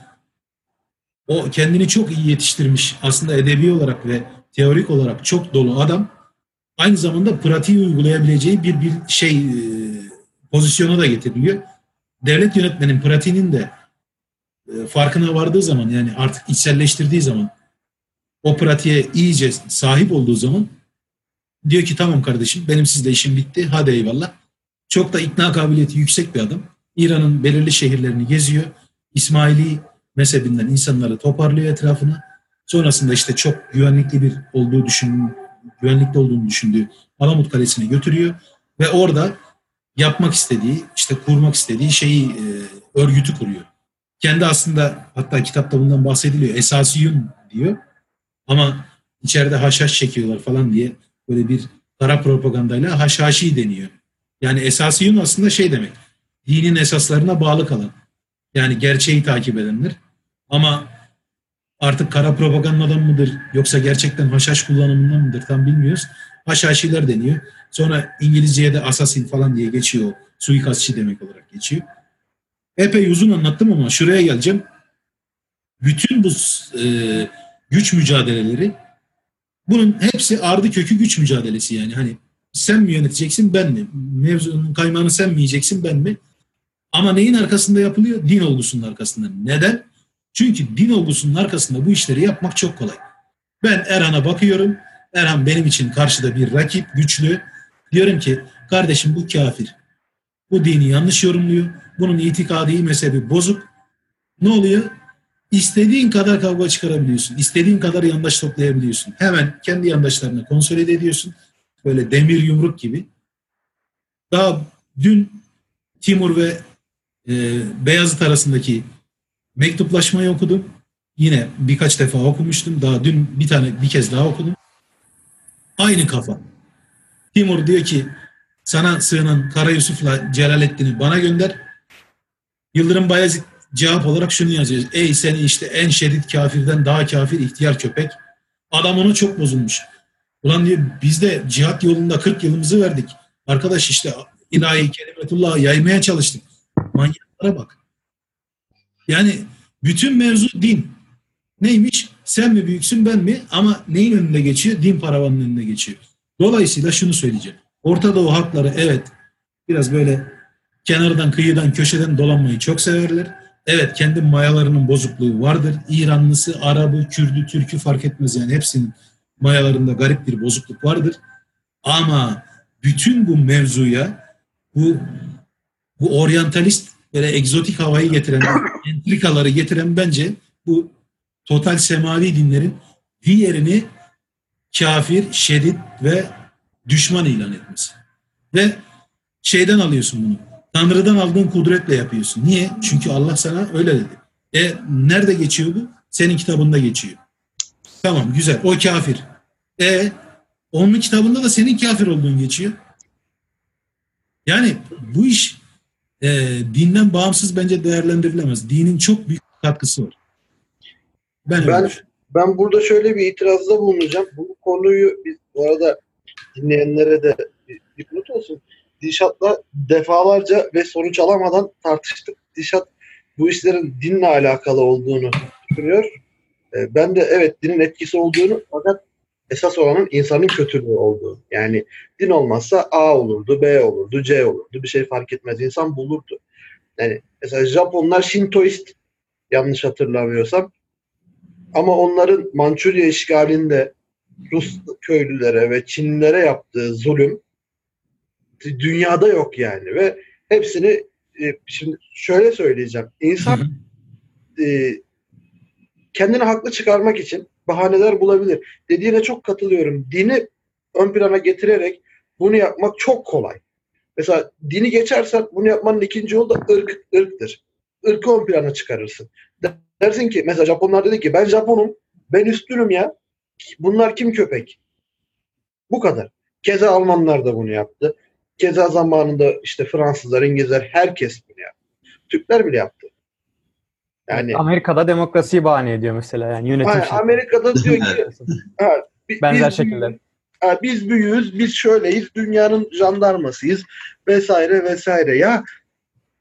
o kendini çok iyi yetiştirmiş, aslında edebi olarak ve teorik olarak çok dolu adam aynı zamanda pratiği uygulayabileceği bir pozisyona da getiriliyor. Devlet yönetmenin pratiğinin de farkına vardığı zaman, yani artık içselleştirdiği zaman, o pratiğe iyice sahip olduğu zaman diyor ki tamam kardeşim, benim sizle işim bitti, hadi eyvallah. Çok da ikna kabiliyeti yüksek bir adam. İran'ın belirli şehirlerini geziyor. İsmaili mezhebinden insanları toparlıyor etrafına. Sonrasında işte çok güvenlikli olduğunu düşündüğü Alamut Kalesi'ne götürüyor ve orada yapmak istediği, işte kurmak istediği örgütü kuruyor. Kendi aslında, hatta kitapta bundan bahsediliyor, Esasiyun diyor ama içeride haşhaş çekiyorlar falan diye böyle bir kara propagandayla haşhaşi deniyor. Yani Esasiyun aslında demek, dinin esaslarına bağlı kalan, yani gerçeği takip edenler. Ama artık kara propagandadan mıdır yoksa gerçekten haşhaş kullanımından mıdır tam bilmiyoruz. Haşhaşiler deniyor. Sonra İngilizceye de assassin falan diye geçiyor. Suikastçı demek olarak geçiyor. Epey uzun anlattım ama şuraya geleceğim. Bütün bu güç mücadeleleri, bunun hepsi ardı kökü güç mücadelesi yani. Hani sen mi yöneteceksin, ben mi? Mevzunun kaymağını sen mi yiyeceksin, ben mi? Ama neyin arkasında yapılıyor? Din olgusunun arkasında. Neden? Çünkü din olgusunun arkasında bu işleri yapmak çok kolay. Ben Erhan'a bakıyorum. Erhan benim için karşıda bir rakip, güçlü. Diyorum ki kardeşim bu kafir. Bu dini yanlış yorumluyor. Bunun itikadi mezhebi bozuk. Ne oluyor? İstediğin kadar kavga çıkarabiliyorsun. İstediğin kadar yandaş toplayabiliyorsun. Hemen kendi yandaşlarını konsolide ediyorsun. Böyle demir yumruk gibi. Daha dün Timur ve Beyazıt arasındaki mektuplaşmayı okudum. Yine birkaç defa okumuştum. Daha dün bir kez daha okudum. Aynı kafa. Timur diyor ki sana sığınan Kara Yusuf'la Celalettin'i bana gönder. Yıldırım Bayezid cevap olarak şunu yazıyor. Ey seni işte en şiddet kafirden daha kafir ihtiyar köpek. Adam ona çok bozulmuş. Ulan diyor biz de cihat yolunda 40 yılımızı verdik. Arkadaş işte ilahi kelimetullah'ı yaymaya çalıştık. Manyaklara bak. Yani bütün mevzu din. Neymiş? Sen mi büyüksün ben mi? Ama neyin önünde geçiyor? Din paravanın önünde geçiyor. Dolayısıyla şunu söyleyeceğim. Orta Doğu halkları evet biraz böyle kenardan, kıyıdan, köşeden dolanmayı çok severler. Evet kendi mayalarının bozukluğu vardır. İranlısı, Arabı, Kürdü, Türk'ü fark etmez yani hepsinin mayalarında garip bir bozukluk vardır. Ama bütün bu mevzuya bu oryantalist böyle egzotik havayı getiren, entrikaları getiren bence bu total semavi dinlerin diğerini kafir, şiddet ve düşman ilan etmesi. Ve şeyden alıyorsun bunu. Tanrı'dan aldığın kudretle yapıyorsun. Niye? Çünkü Allah sana öyle dedi. Nerede geçiyor bu? Senin kitabında geçiyor. Tamam güzel. O kafir. Onun kitabında da senin kafir olduğun geçiyor. Yani bu iş dinden bağımsız bence değerlendirilemez. Dinin çok büyük katkısı var. Ben burada şöyle bir itirazda bulunacağım. Bu konuyu biz bu arada dinleyenlere de bir not olsun. Dilşat'la defalarca ve sonuç alamadan tartıştık. Dilşat bu işlerin dinle alakalı olduğunu düşünüyor. Ben de evet dinin etkisi olduğunu fakat esas olanın insanın kötülüğü olduğu. Yani din olmazsa A olurdu, B olurdu, C olurdu. Bir şey fark etmez. İnsan bulurdu. Yani mesela Japonlar Şintoist yanlış hatırlamıyorsam. Ama onların Mançurya işgalinde Rus köylülere ve Çinlilere yaptığı zulüm dünyada yok yani ve hepsini şimdi şöyle söyleyeceğim. İnsan kendini haklı çıkarmak için bahaneler bulabilir. Dediğine çok katılıyorum. Dini ön plana getirerek bunu yapmak çok kolay. Mesela dini geçersen bunu yapmanın ikinci yolu da ırktır. Irkı ön plana çıkarırsın. Dersin ki mesela Japonlar dedi ki ben Japonum, ben üstünüm ya. Bunlar kim köpek? Bu kadar. Keza Almanlar da bunu yaptı. Keza zamanında işte Fransızlar, İngilizler herkes bunu yaptı. Türkler bile yaptı. Yani Amerika'da demokrasiyi bahane ediyor mesela yani yönetim şekli. Amerika'da diyor ki benzer şekilde. Biz büyüğüz, biz şöyleyiz, dünyanın jandarmasıyız vesaire vesaire. Ya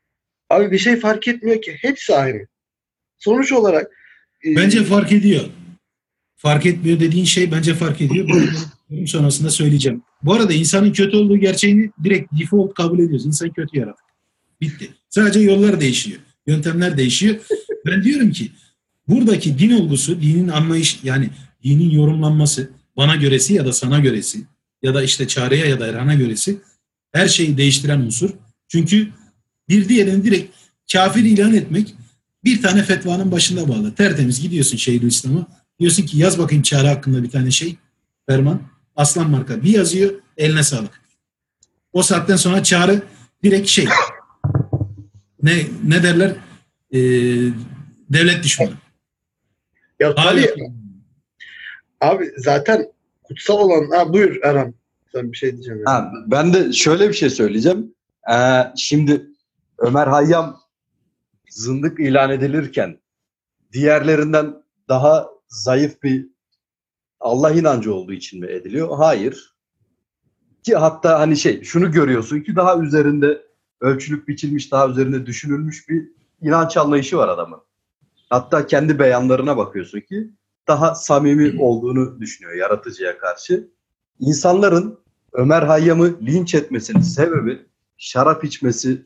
Abi bir şey fark etmiyor ki. Hepsi aynı. Sonuç olarak Bence fark ediyor. Fark etmiyor dediğin şey bence fark ediyor. Bunu sonrasında söyleyeceğim. Bu arada insanın kötü olduğu gerçeğini direkt default kabul ediyoruz. İnsan kötü yaratık. Bitti. Sadece yollar değişiyor. Yöntemler değişiyor. Ben diyorum ki buradaki din olgusu, dinin anlayış, yani dinin yorumlanması, bana göresi ya da sana göresi ya da işte Çağrı'ya ya da Erhan'a göresi her şeyi değiştiren unsur. Çünkü bir diğerini direkt kafir ilan etmek bir tane fetvanın başında bağlı. Tertemiz gidiyorsun Şeyhülislam'a. Diyorsun ki yaz bakayım Çağrı hakkında bir tane şey. Ferman. Aslan marka. Bir yazıyor. Eline sağlık. O saatten sonra Çağrı direkt şey. Ne derler? Devlet düşmanı. ya tabii abi zaten kutsal olan buyur Erhan. Sen bir şey diyeceğim. Yani. Ben de şöyle bir şey söyleyeceğim. Şimdi Ömer Hayyam zındık ilan edilirken diğerlerinden daha zayıf bir Allah inancı olduğu için mi ediliyor? Hayır. Ki hatta hani şunu görüyorsun ki daha üzerinde ölçülüp biçilmiş, daha üzerinde düşünülmüş bir inanç anlayışı var adamın. Hatta kendi beyanlarına bakıyorsun ki daha samimi olduğunu düşünüyor yaratıcıya karşı. İnsanların Ömer Hayyam'ı linç etmesinin sebebi şarap içmesi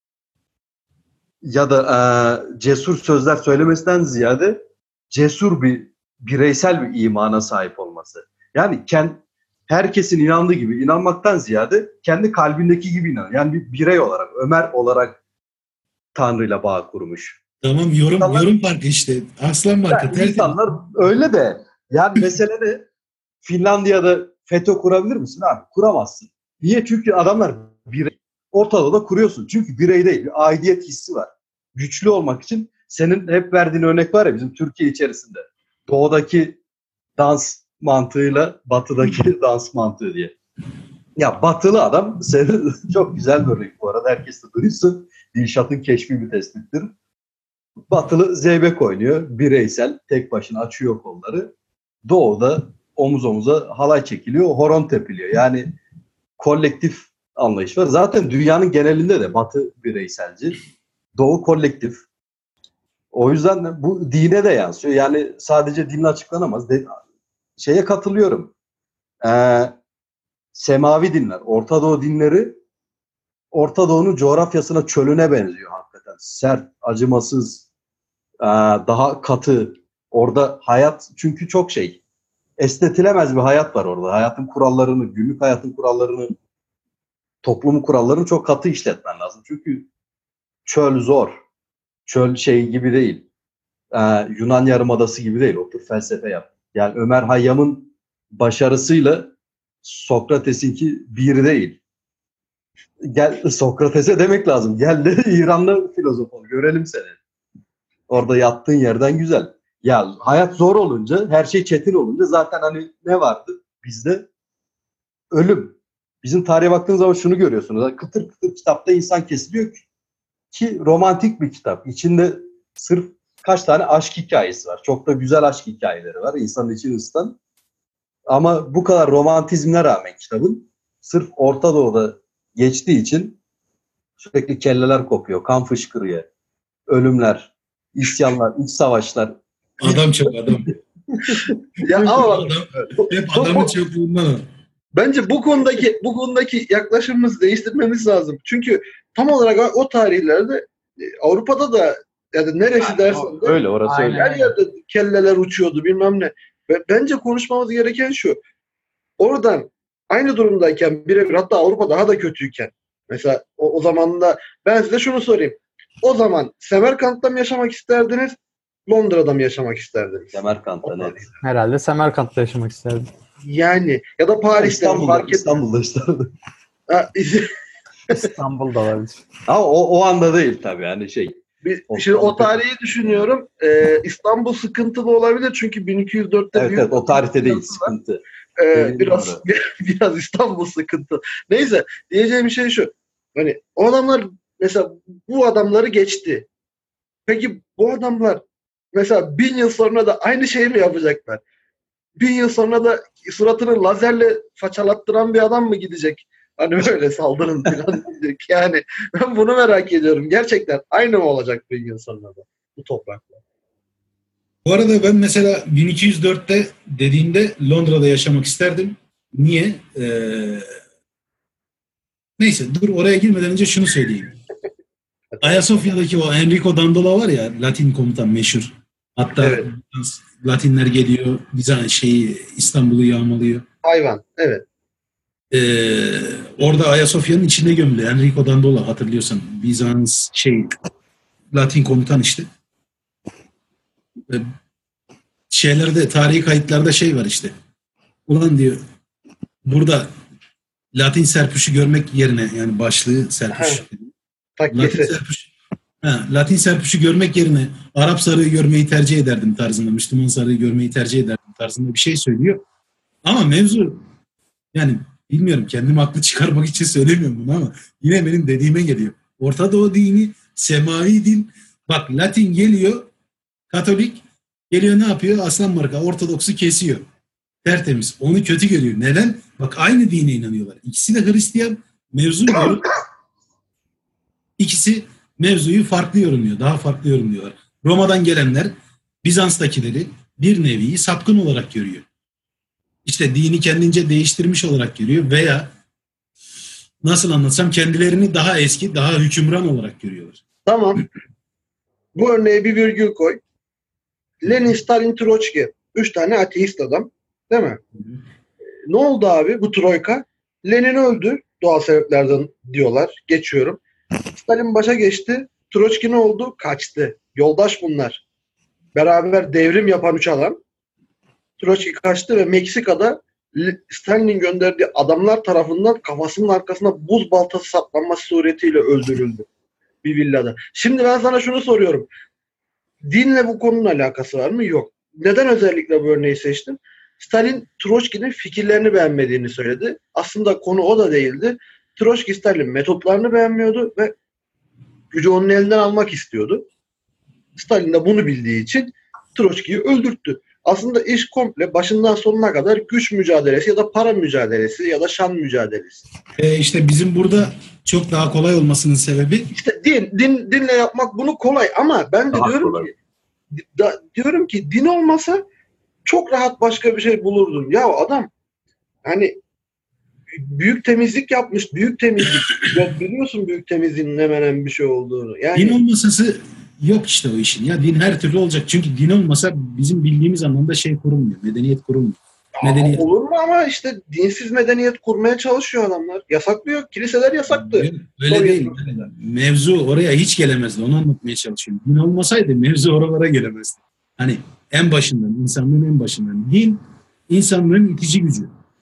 ya da cesur sözler söylemesinden ziyade cesur bir bireysel bir imana sahip olması. Yani herkesin inandığı gibi inanmaktan ziyade kendi kalbindeki gibi inanıyor. Yani bir birey olarak, Ömer olarak Tanrı'yla bağ kurmuş. Tamam yorum farkı işte. Aslan marka. Yani insanlar öyle de. Yani mesele ne? Finlandiya'da FETÖ kurabilir misin abi? Kuramazsın. Niye? Çünkü adamlar birey. Ortadoğu'da kuruyorsun. Çünkü birey değil. Bir aidiyet hissi var. Güçlü olmak için senin hep verdiğin örnek var ya bizim Türkiye içerisinde. Doğudaki dans mantığıyla batıdaki dans mantığı diye. Ya batılı adam senin çok güzel bir örnek bu arada. Herkes de duysun. Dilşat'ın keşfi bir tespittir. Batılı zeybek oynuyor. Bireysel. Tek başına açıyor kolları. Doğuda omuz omuza halay çekiliyor. Horon tepiliyor. Yani kolektif anlayış var. Zaten dünyanın genelinde de Batı bireyselci. Doğu kolektif. O yüzden bu dine de yansıyor. Yani sadece dinle açıklanamaz. Şeye katılıyorum. Semavi dinler, Orta Doğu dinleri Orta Doğu'nun coğrafyasına, çölüne benziyor hakikaten. Sert, acımasız, daha katı. Orada hayat çünkü çok estetilemez bir hayat var orada. Hayatın kurallarını, günlük hayatın kurallarını, toplumun kurallarını çok katı işletmen lazım. Çünkü çöl zor. Çöl gibi değil. Yunan Yarımadası gibi değil. Otur felsefe yap. Yani Ömer Hayyam'ın başarısıyla Sokrates'inki bir değil. Gel Sokrates'e demek lazım. Gel de İranlı filozof ol. Görelim seni. Orada yattığın yerden güzel. Ya hayat zor olunca, her şey çetin olunca zaten hani ne vardı bizde? Ölüm. Bizim tarihe baktığınız zaman şunu görüyorsunuz. Kıtır kıtır kitapta insan kesiliyor ki romantik bir kitap. İçinde sırf kaç tane aşk hikayesi var. Çok da güzel aşk hikayeleri var. İnsanın içini ısıtan. Ama bu kadar romantizmine rağmen kitabın sırf Orta Doğu'da geçtiği için sürekli kelleler kopuyor, kan fışkırıyor, ölümler, isyanlar, iç savaşlar. Adam çok adam. Ya ama Hep adamın çöplüğünden. Bence bu konudaki yaklaşımımızı değiştirmemiz lazım. Çünkü tam olarak o tarihlerde Avrupa'da da yani neresi dersen de Öyle orası öyle. her yerde kelleler uçuyordu bilmem ne. Ve bence konuşmamız gereken şu. Oradan aynı durumdayken birebir hatta Avrupa daha da kötüyken mesela o zamanında ben size şunu sorayım. O zaman Semerkant'ta mı yaşamak isterdiniz? Londra'da mı yaşamak isterdiniz? Semerkant'ta net. Herhalde Semerkant'ta yaşamak isterdim. Yani ya da Paris'te İstanbul'da isterdim. İstanbul'da olabilir. Ama o anda değil tabii yani Şimdi o tarihi düşünüyorum. İstanbul sıkıntılı olabilir çünkü 1204'te evet o tarihte değil sıkıntı. Biraz İstanbul sıkıntı. Neyse diyeceğim şey şu. Hani o adamlar mesela bu adamları geçti. Peki bu adamlar mesela 1000 yıl sonra da aynı şeyi mi yapacaklar? 1000 yıl sonra da suratını lazerle façalattıran bir adam mı gidecek? Hani böyle saldırın falan dedik. Yani ben bunu merak ediyorum. Gerçekten aynı mı olacak bir gün sonra da bu topraklar? Bu arada ben mesela 1204'te dediğinde Londra'da yaşamak isterdim. Niye? Neyse dur oraya girmeden önce şunu söyleyeyim. Ayasofya'daki o Enrico Dandola var ya, Latin komutan meşhur. Hatta Evet. Latinler geliyor, İstanbul'u yağmalıyor. Hayvan. Evet. Orada Ayasofya'nın içinde gömülü Enrico Dandola, hatırlıyorsan. Bizans Latin komutan işte. Şeylerde, tarihi kayıtlarda şey var işte. Ulan diyor, burada Latin serpüşü görmek yerine, yani başlığı serpüş. Takkesi. Latin serpüşü görmek yerine Arap sarığı görmeyi tercih ederdim tarzında, Müslüman sarığı görmeyi tercih ederdim tarzında bir şey söylüyor. Ama mevzu, yani bilmiyorum, kendimi haklı çıkarmak için söylemiyorum bunu ama yine benim dediğime geliyor. Orta Doğu dini, semavi din, bak Latin geliyor, Katolik geliyor, ne yapıyor? Aslan marka Ortodoks'u kesiyor. Tertemiz. Onu kötü görüyor. Neden? Bak aynı dine inanıyorlar. İkisi de Hristiyan. Mevzu görüp ikisi mevzuyu farklı yorumluyor. Daha farklı yorumluyorlar. Roma'dan gelenler Bizans'takileri bir nevi sapkın olarak görüyor. İşte dini kendince değiştirmiş olarak görüyor veya nasıl anlatsam, kendilerini daha eski, daha hükümran olarak görüyorlar. Tamam. Bu örneğe bir virgül koy. Lenin, Stalin, Troçki. 3 tane ateist adam. Değil mi? Ne oldu abi bu troika? Lenin öldü. Doğal sebeplerden diyorlar. Geçiyorum. Stalin başa geçti. Troçki ne oldu? Kaçtı. Yoldaş bunlar. Beraber devrim yapan 3 adam. Troçki kaçtı ve Meksika'da Stalin'in gönderdiği adamlar tarafından kafasının arkasına buz baltası saplanması suretiyle öldürüldü. Bir villada. Şimdi ben sana şunu soruyorum. Dinle bu konunun alakası var mı? Yok. Neden özellikle bu örneği seçtim? Stalin, Troçki'nin fikirlerini beğenmediğini söyledi. Aslında konu o da değildi. Troçki, Stalin metotlarını beğenmiyordu ve gücü onun elinden almak istiyordu. Stalin de bunu bildiği için Troçki'yi öldürttü. Aslında iş komple başından sonuna kadar güç mücadelesi ya da para mücadelesi ya da şan mücadelesi. İşte bizim burada çok daha kolay olmasının sebebi İşte dinle yapmak bunu kolay ama ben de Daha diyorum kolay. ki diyorum ki din olmasa çok rahat başka bir şey bulurdun. Ya adam hani büyük temizlik yapmış. Büyük temizlik. Ya biliyorsun büyük temizliğin ne menen bir şey olduğunu. Yani din olmasası yok işte o işin. Ya din her türlü olacak. Çünkü din olmasa bizim bildiğimiz anlamda şey kurulmuyor. Medeniyet kurulmuyor. Medeniyet. olur mu ama işte dinsiz medeniyet kurmaya çalışıyor adamlar. Yasaklıyor. Kiliseler yasaktı. Öyle değil. Mevzu oraya hiç gelemezdi. Onu anlatmaya çalışıyorum. Din olmasaydı mevzu oralara gelemezdi. Hani en başından, insanlığın en başından. Din, insanlığın itici gücü.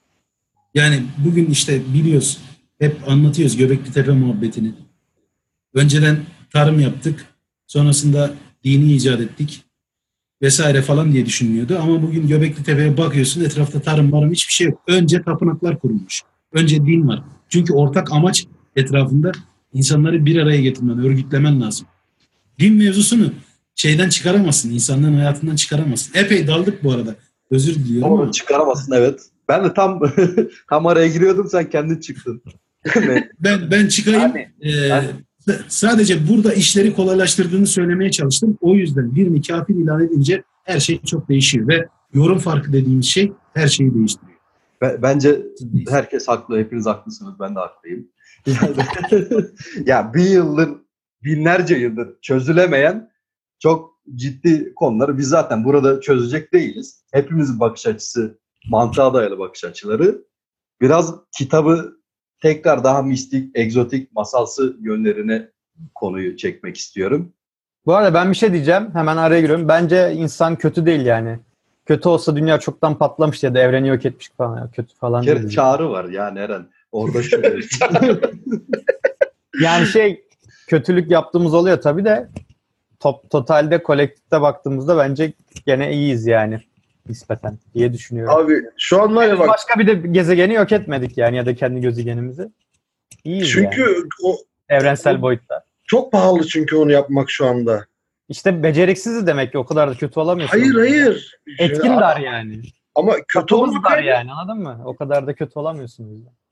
Yani bugün işte biliyoruz, hep anlatıyoruz Göbekli Tepe muhabbetini. Önceden tarım yaptık, sonrasında dini icat ettik vesaire falan diye düşünülüyordu. Ama bugün Göbekli Tepe'ye bakıyorsun, etrafta tarım hiçbir şey yok. Önce tapınaklar kurulmuş. Önce din var. Çünkü ortak amaç etrafında insanları bir araya getirmen, örgütlemen lazım. Din mevzusunu şeyden çıkaramazsın, insanlığın hayatından çıkaramazsın. Epey daldık bu arada. Özür diliyorum ama. Onu çıkaramazsın, evet. Ben de tam araya giriyordum, sen kendin çıktın. Ben çıkayım. Sadece burada işleri kolaylaştırdığını söylemeye çalıştım. O yüzden birini kafir ilan edince her şey çok değişiyor ve yorum farkı dediğimiz şey her şeyi değiştiriyor. Bence herkes haklı, hepiniz haklısınız, ben de haklıyım. Ya binlerce yıldır çözülemeyen çok ciddi konuları biz zaten burada çözecek değiliz. Hepimizin bakış açısı, mantığa dayalı bakış açıları. Biraz kitabı tekrar daha mistik, egzotik, masalsı yönlerine konuyu çekmek istiyorum. Bu arada ben bir şey diyeceğim. Hemen araya giriyorum. Bence insan kötü değil yani. Kötü olsa dünya çoktan patlamış ya da evreni yok etmiş falan. Ya. Kötü falan Bir kere değil. çağrı var yani Eren. Orada şu Yani kötülük yaptığımız oluyor tabii de totalde, kolektifte baktığımızda bence gene iyiyiz yani nispeten diye düşünüyorum. abi şu an var ya bak. Başka bir de gezegeni yok etmedik yani ya da kendi gezegenimizi. İyiyiz Çünkü yani. o Evrensel boyutta. çok pahalı çünkü onu yapmak şu anda. İşte beceriksiziz demek ki, o kadar da kötü olamıyorsun. Hayır. Etkin dar yani. Ama kötü Kapımız olmak dar yani, anladın mı? O kadar da kötü olamıyorsun o yüzden.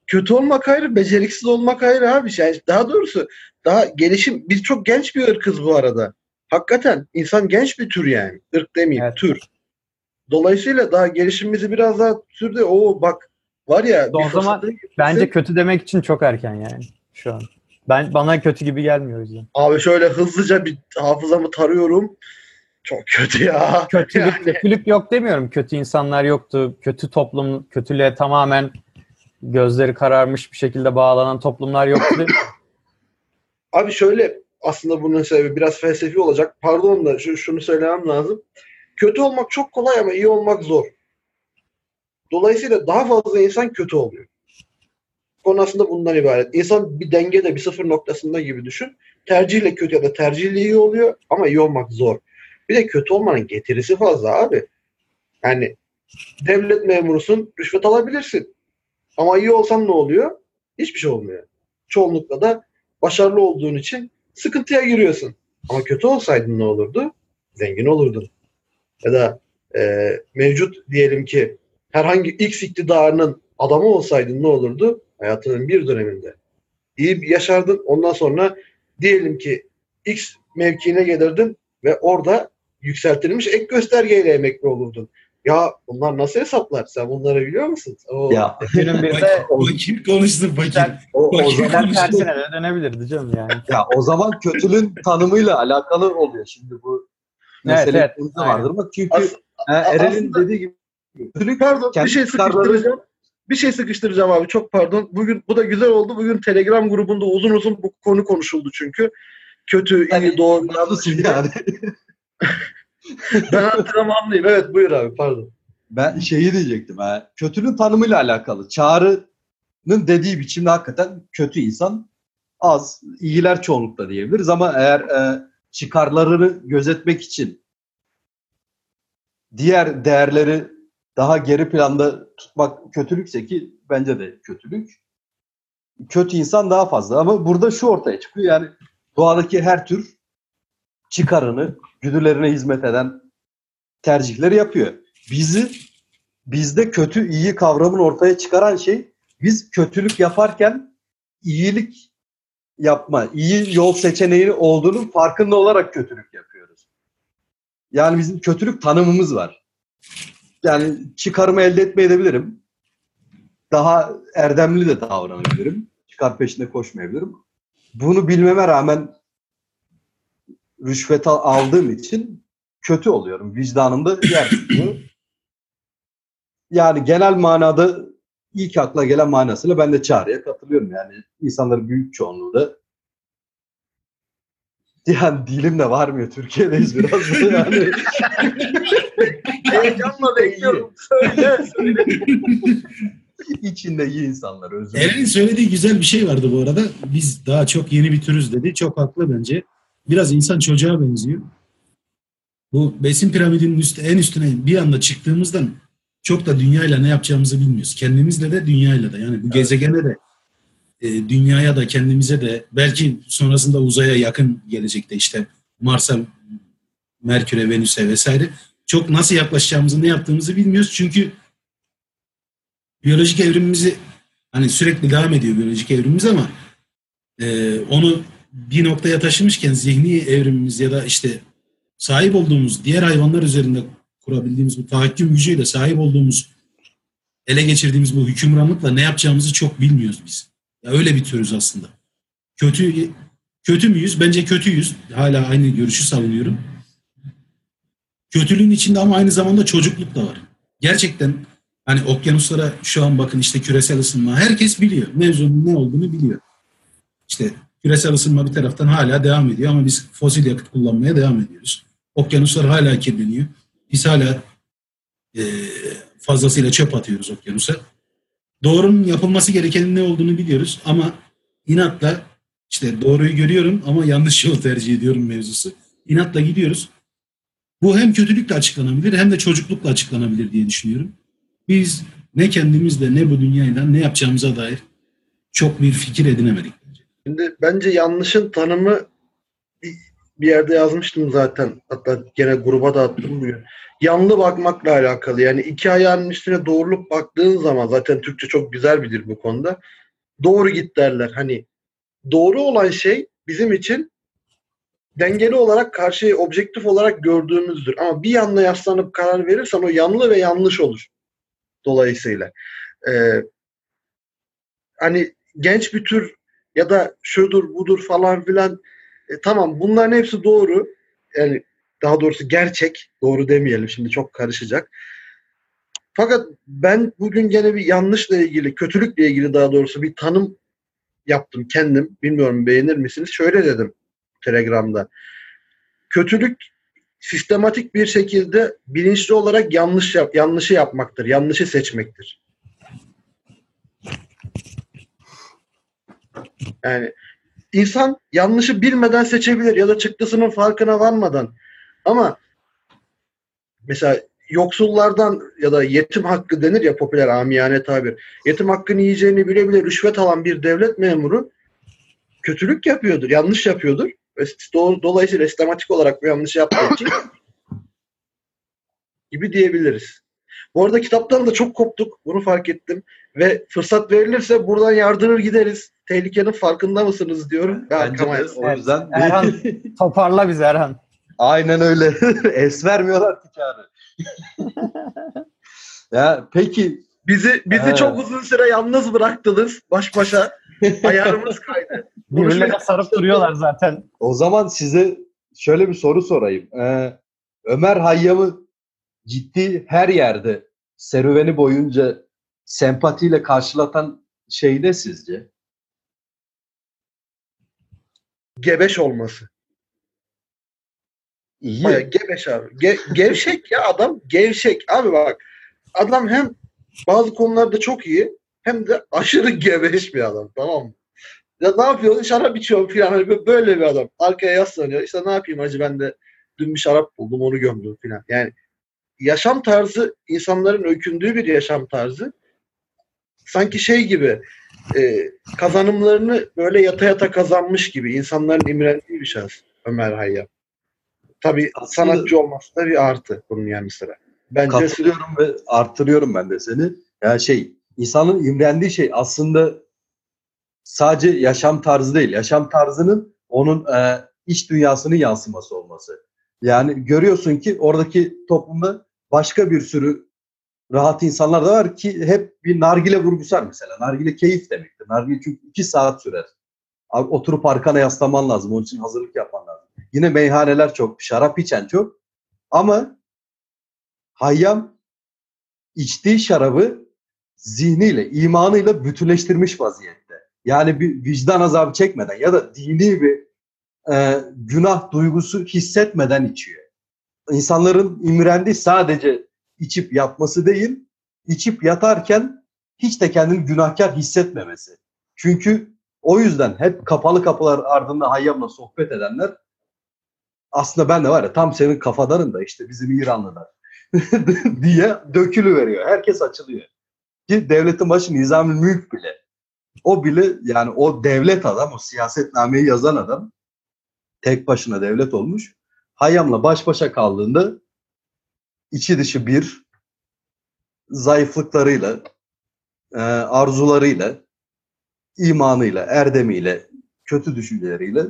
kötü olmak ayrı, beceriksiz olmak ayrı abi. Yani daha doğrusu daha gelişim, biz çok genç bir ırkız bu arada. Hakikaten insan genç bir tür yani. Irk demeyeyim, Evet. tür. Dolayısıyla daha gelişimimizi biraz daha sürdü. O bak var ya O zaman bence kötü demek için çok erken yani şu an. Bana kötü gibi gelmiyor o yüzden. abi şöyle hızlıca bir hafızamı tarıyorum. Çok kötü ya. Kötülük yok demiyorum. Kötü insanlar yoktu. Kötü toplum, kötülüğe tamamen gözleri kararmış bir şekilde bağlanan toplumlar yoktu. Abi şöyle aslında bunun sebebi biraz felsefi olacak. Pardon da şunu söylemem lazım. Kötü olmak çok kolay ama iyi olmak zor. Dolayısıyla daha fazla insan kötü oluyor. Konu aslında bundan ibaret. İnsan bir dengede, bir sıfır noktasında gibi düşün. Tercihle kötü ya da tercihle iyi oluyor ama iyi olmak zor. Bir de kötü olmanın getirisi fazla abi. Yani devlet memurusun, rüşvet alabilirsin. Ama iyi olsan ne oluyor? Hiçbir şey olmuyor. Çoğunlukla da başarılı olduğun için sıkıntıya giriyorsun. Ama kötü olsaydın ne olurdu? Zengin olurdun. Ya da mevcut diyelim ki herhangi X iktidarının adamı olsaydın ne olurdu? Hayatının bir döneminde. İyi yaşardın. Ondan sonra diyelim ki X mevkiine gelirdin ve orada yükseltilmiş ek göstergeyle emekli olurdun. Ya bunlar nasıl hesaplar? Sen bunları biliyor musun? Ya Günün bir de Fakir konuştu fakir. o Fakir zaman işler konuştu. tersine de dönebilirdi canım yani. ya o zaman kötülüğün tanımıyla alakalı oluyor şimdi bu mesele Evet, vardır ama çünkü As- Eren'in aslında- dediği gibi kötülük Pardon kendi bir şey çıkarları- sıkıştıracağım. Bir şey sıkıştıracağım abi çok pardon. Bugün bu da güzel oldu. Bugün Telegram grubunda uzun uzun bu konu konuşuldu çünkü. Kötü, iyi, doğru. haklısın yani. Ben antrenmanlıyım. Evet buyur abi pardon. Ben şeyi diyecektim kötülüğün tanımıyla alakalı. Çağrı'nın dediği biçimde hakikaten kötü insan az, iyiler çoğunlukla diyebiliriz ama eğer çıkarlarını gözetmek için diğer değerleri daha geri planda tutmak kötülükse ki bence de kötülük. Kötü insan daha fazla ama burada şu ortaya çıkıyor yani doğadaki her tür çıkarını, güdülerine hizmet eden tercihleri yapıyor. Bizde kötü iyi kavramını ortaya çıkaran şey biz kötülük yaparken iyilik yapma, iyi yol seçeneği olduğunun farkında olarak kötülük yapıyoruz. Yani bizim kötülük tanımımız var. Yani çıkarımı elde etmeyebilirim. Daha erdemli de davranabilirim. Çıkar peşinde koşmayabilirim. Bunu bilmeme rağmen rüşvet aldığım için kötü oluyorum. Vicdanımda yer tutuyor. Yani genel manada ilk akla gelen manasıyla ben de Çağrı'ya katılıyorum. Yani insanların büyük çoğunluğu da yani dilim de varmıyor. Türkiye'deyiz biraz da yani. Heyecanla bekliyorum. Söyle. İçinde iyi insanlar. Özür Eren'in söylediği güzel bir şey vardı bu arada. Biz daha çok yeni bir türüz dedi. Çok haklı bence. Biraz insan çocuğa benziyor. Bu besin piramidinin en üstüne bir anda çıktığımızdan çok da dünyayla ne yapacağımızı bilmiyoruz. Kendimizle de dünyayla da. Yani bu gezegene de dünyaya da kendimize de belki sonrasında uzaya yakın gelecekte işte Mars'a, Merkür'e, Venüs'e vesaire çok nasıl yaklaşacağımızı ne yaptığımızı bilmiyoruz. Çünkü biyolojik evrimimizi hani sürekli devam ediyor biyolojik evrimimiz ama onu bir noktaya taşımışken zihni evrimimiz ya da işte sahip olduğumuz diğer hayvanlar üzerinde kurabildiğimiz bu tahakküm gücüyle sahip olduğumuz ele geçirdiğimiz bu hükümranlıkla ne yapacağımızı çok bilmiyoruz biz. Ya öyle bir türüz aslında. Kötü müyüz? Bence kötüyüz. Hala aynı görüşü savunuyorum. Kötülüğün içinde ama aynı zamanda çocukluk da var. Gerçekten hani okyanuslara şu an bakın işte küresel ısınma. Herkes biliyor. Mevzunun ne olduğunu biliyor. İşte küresel ısınma bir taraftan hala devam ediyor ama biz fosil yakıt kullanmaya devam ediyoruz. Okyanuslar hala kirleniyor. Biz hala fazlasıyla çöp atıyoruz okyanusa. Doğrunun yapılması gerekenin ne olduğunu biliyoruz ama inatla işte doğruyu görüyorum ama yanlış yol tercih ediyorum mevzusu. İnatla gidiyoruz. Bu hem kötülükle açıklanabilir hem de çocuklukla açıklanabilir diye düşünüyorum. Biz ne kendimizle ne bu dünyayla ne yapacağımıza dair çok bir fikir edinemedik. Şimdi bence yanlışın tanımı bir yerde yazmıştım zaten. Hatta gene gruba da attım bugün. Yanlı bakmakla alakalı. Yani iki ayağının üstüne doğrulup baktığın zaman zaten Türkçe çok güzel bilir bu konuda. Doğru git derler. Hani doğru olan şey bizim için dengeli olarak karşıyı objektif olarak gördüğümüzdür. Ama bir yanına yaslanıp karar verirsen o yanlı ve yanlış olur. Dolayısıyla. Hani genç bir tür ya da şudur budur falan filan tamam bunların hepsi doğru. Yani daha doğrusu gerçek. Doğru demeyelim şimdi çok karışacak. Fakat ben bugün gene bir yanlışla ilgili, kötülükle ilgili daha doğrusu bir tanım yaptım kendim. Bilmiyorum beğenir misiniz? Şöyle dedim Telegram'da. Kötülük sistematik bir şekilde bilinçli olarak yanlışı yapmaktır. Yanlışı seçmektir. Yani insan yanlışı bilmeden seçebilir ya da çıktısının farkına varmadan. Ama mesela yoksullardan ya da yetim hakkı denir ya popüler amiyane tabir. Yetim hakkını yiyeceğini bile bile rüşvet alan bir devlet memuru kötülük yapıyordur, yanlış yapıyordur. Dolayısıyla sistematik olarak bu yanlış yaptığı için gibi diyebiliriz. Bu arada kitaptan da çok koptuk. Bunu fark ettim. Ve fırsat verilirse buradan yardırır gideriz. Tehlikenin farkında mısınız diyorum. Bence de o yüzden. Erhan toparla bizi Erhan. Aynen öyle. Es vermiyorlar ki Çağrı. Ya peki. Bizi çok uzun süre yalnız bıraktınız. Baş başa. Ayarımız kaydı. Birbirlerine sarıp duruyorlar zaten. O zaman size şöyle bir soru sorayım. Ömer Hayyam'ı ciddi her yerde serüveni boyunca sempatiyle karşılatan şey ne sizce? Gebeş olması. İyi. Bayağı gebeş abi. Gevşek ya adam. Gevşek. Abi bak. Adam hem bazı konularda çok iyi hem de aşırı gebeş bir adam. Tamam mı? Ya ne yapıyor? Şarap içiyor falan. Hani böyle bir adam. Arkaya yaslanıyor. İşte ne yapayım hacı ben de dün bir şarap buldum onu gömdüm falan. Yani yaşam tarzı insanların öykündüğü bir yaşam tarzı. Sanki şey gibi kazanımlarını böyle yata yata kazanmış gibi insanların imrendiği bir şahıs Ömer Hayyam. Tabii aslında, sanatçı olması da bir artı bunun yanı sıra. Bence katılıyorum ve artırıyorum ben de seni. Yani insanın imrendiği şey aslında sadece yaşam tarzı değil. Yaşam tarzının onun iç dünyasının yansıması olması. Yani görüyorsun ki oradaki toplumda başka bir sürü rahat insanlar da var ki hep bir nargile vurgusu var mesela. Nargile keyif demektir. Nargile çünkü 2 saat sürer. Abi, oturup arkana yaslaman lazım. Onun için hazırlık yapman lazım. Yine meyhaneler çok, şarap içen çok. Ama Hayyam içtiği şarabı zihniyle, imanıyla bütünleştirmiş vaziyette. Yani bir vicdan azabı çekmeden ya da dini bir günah duygusu hissetmeden içiyor. İnsanların imrendiği sadece içip yatması değil, içip yatarken hiç de kendini günahkar hissetmemesi. Çünkü o yüzden hep kapalı kapılar ardında Hayyam'la sohbet edenler aslında ben de var ya tam senin kafadarın da işte bizim İranlılar diye dökülüveriyor. Herkes açılıyor. Ki devletin başı Nizam-ı Mülk bile. O bile yani o devlet adam, o siyasetnameyi yazan adam tek başına devlet olmuş. Hayyam'la baş başa kaldığında içi dışı bir zayıflıklarıyla, arzularıyla, imanıyla, erdemiyle, kötü düşünceleriyle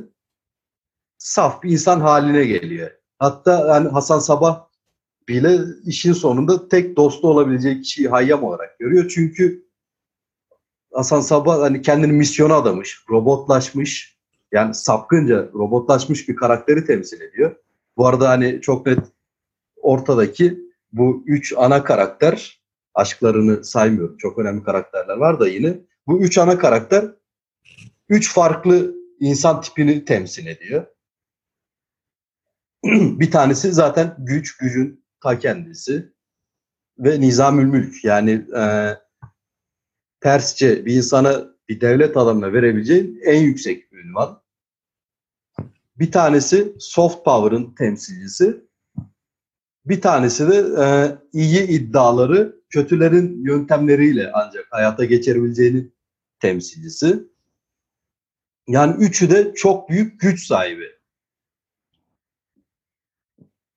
saf bir insan haline geliyor. Hatta yani Hasan Sabah bile işin sonunda tek dostu olabileceği kişiyi Hayyam olarak görüyor. Çünkü Hasan Sabah hani kendini misyona adamış, robotlaşmış, yani sapkınca robotlaşmış bir karakteri temsil ediyor. Bu arada hani çok net ortadaki bu 3 ana karakter, aşklarını saymıyorum, çok önemli karakterler var da yine bu 3 ana karakter 3 farklı insan tipini temsil ediyor. Bir tanesi zaten gücün ta kendisi ve Nizamül Mülk. Yani tersçe bir insana, bir devlet adamına verebileceğin en yüksek bir ünvan. Bir tanesi soft power'ın temsilcisi. Bir tanesi de iyi iddiaları kötülerin yöntemleriyle ancak hayata geçirebileceğinin temsilcisi. Yani üçü de çok büyük güç sahibi.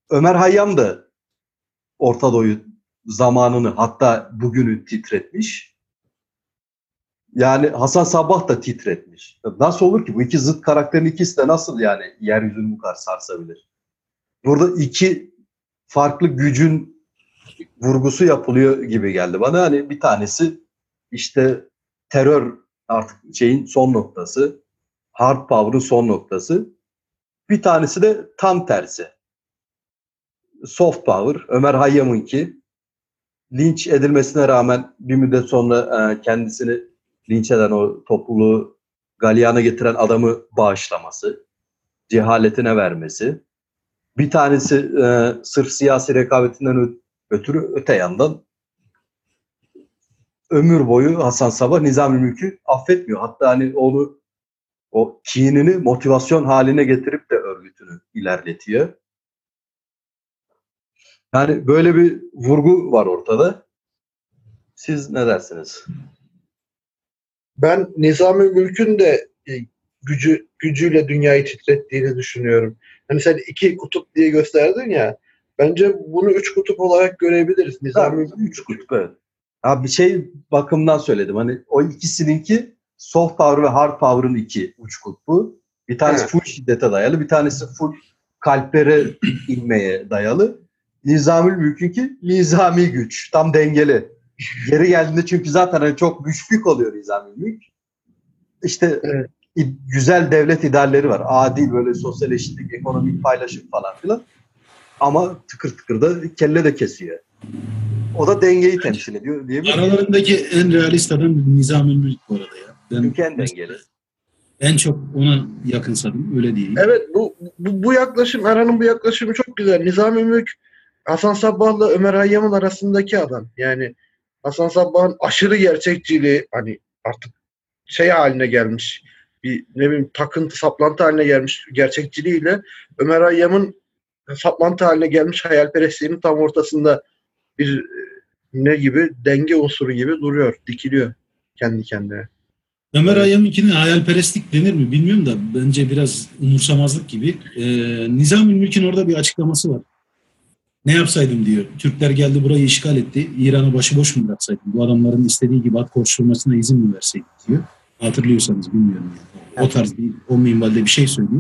Ömer Hayyam da Orta Doğu zamanını, hatta bugünü titretmiş. Yani Hasan Sabbah da titretmiş. Nasıl olur ki bu iki zıt karakterin ikisi de nasıl yani yeryüzünü bu kadar sarsabilir? Burada iki farklı gücün vurgusu yapılıyor gibi geldi bana. Hani bir tanesi işte terör, artık şeyin son noktası, hard power'ın son noktası. Bir tanesi de tam tersi. Soft power, Ömer Hayyam'ınki. Linç edilmesine rağmen bir müddet sonra kendisini linç eden, o topluluğu galyana getiren adamı bağışlaması, cehaletine vermesi. Bir tanesi sırf siyasi rekabetinden ötürü, öte yandan ömür boyu Hasan Sabbah Nizami Mülk'ü affetmiyor. Hatta hani onu, o kinini motivasyon haline getirip de örgütünü ilerletiyor. Yani böyle bir vurgu var ortada. Siz ne dersiniz? Ben Nizami Mülk'ün de gücüyle dünyayı titrettiğini düşünüyorum. Hani sen iki kutup diye gösterdin ya. Bence bunu üç kutup olarak görebiliriz. Nizami Mülk Üç kutup, evet. Ha, bir şey bakımdan söyledim. Hani o ikisininki soft power ve hard power'ın iki uç kutbu. Bir tanesi Evet. full şiddete dayalı, bir tanesi full kalplere inmeye dayalı. Nizami Mülk'ünki nizami güç. Tam dengeli. Geri geldiğinde çünkü zaten hani çok müşfik oluyor Nizami Mülk. İşte Evet. güzel devlet idealleri var. Adil, böyle sosyal eşitlik, ekonomik paylaşım falan filan. Ama tıkır tıkır da kelle de kesiyor. O da dengeyi temsil ediyor diyebilir miyim? Aralarındaki en realist adam Nizami Mülk bu arada ya. Ben Çünkü en dengeli. en çok ona yakınsadım, öyle diyeyim. Evet, bu yaklaşım, Erhan'ın bu yaklaşımı çok güzel. Nizami Mülk, Hasan Sabbah'la Ömer Hayyam'ın arasındaki adam. Yani Hasan Sabbah'ın aşırı gerçekçiliği, hani artık şey haline gelmiş, bir ne bileyim takıntı, saplantı haline gelmiş gerçekçiliğiyle Ömer Hayyam'ın saplantı haline gelmiş hayalperestliğinin tam ortasında bir ne gibi, denge unsuru gibi duruyor, dikiliyor kendi kendine. Ömer Evet. Hayyam'ınkine hayalperestlik denir mi bilmiyorum da bence biraz umursamazlık gibi. Nizami Mülk'ün orada bir açıklaması var. Ne yapsaydım diyor. Türkler geldi burayı işgal etti. İran'ı başıboş mu bıraksaydım? Bu adamların istediği gibi at koşturmasına izin mi verseydik diyor. Hatırlıyorsanız bilmiyorum. Yani. O tarz bir, o minvalde bir şey söylüyor.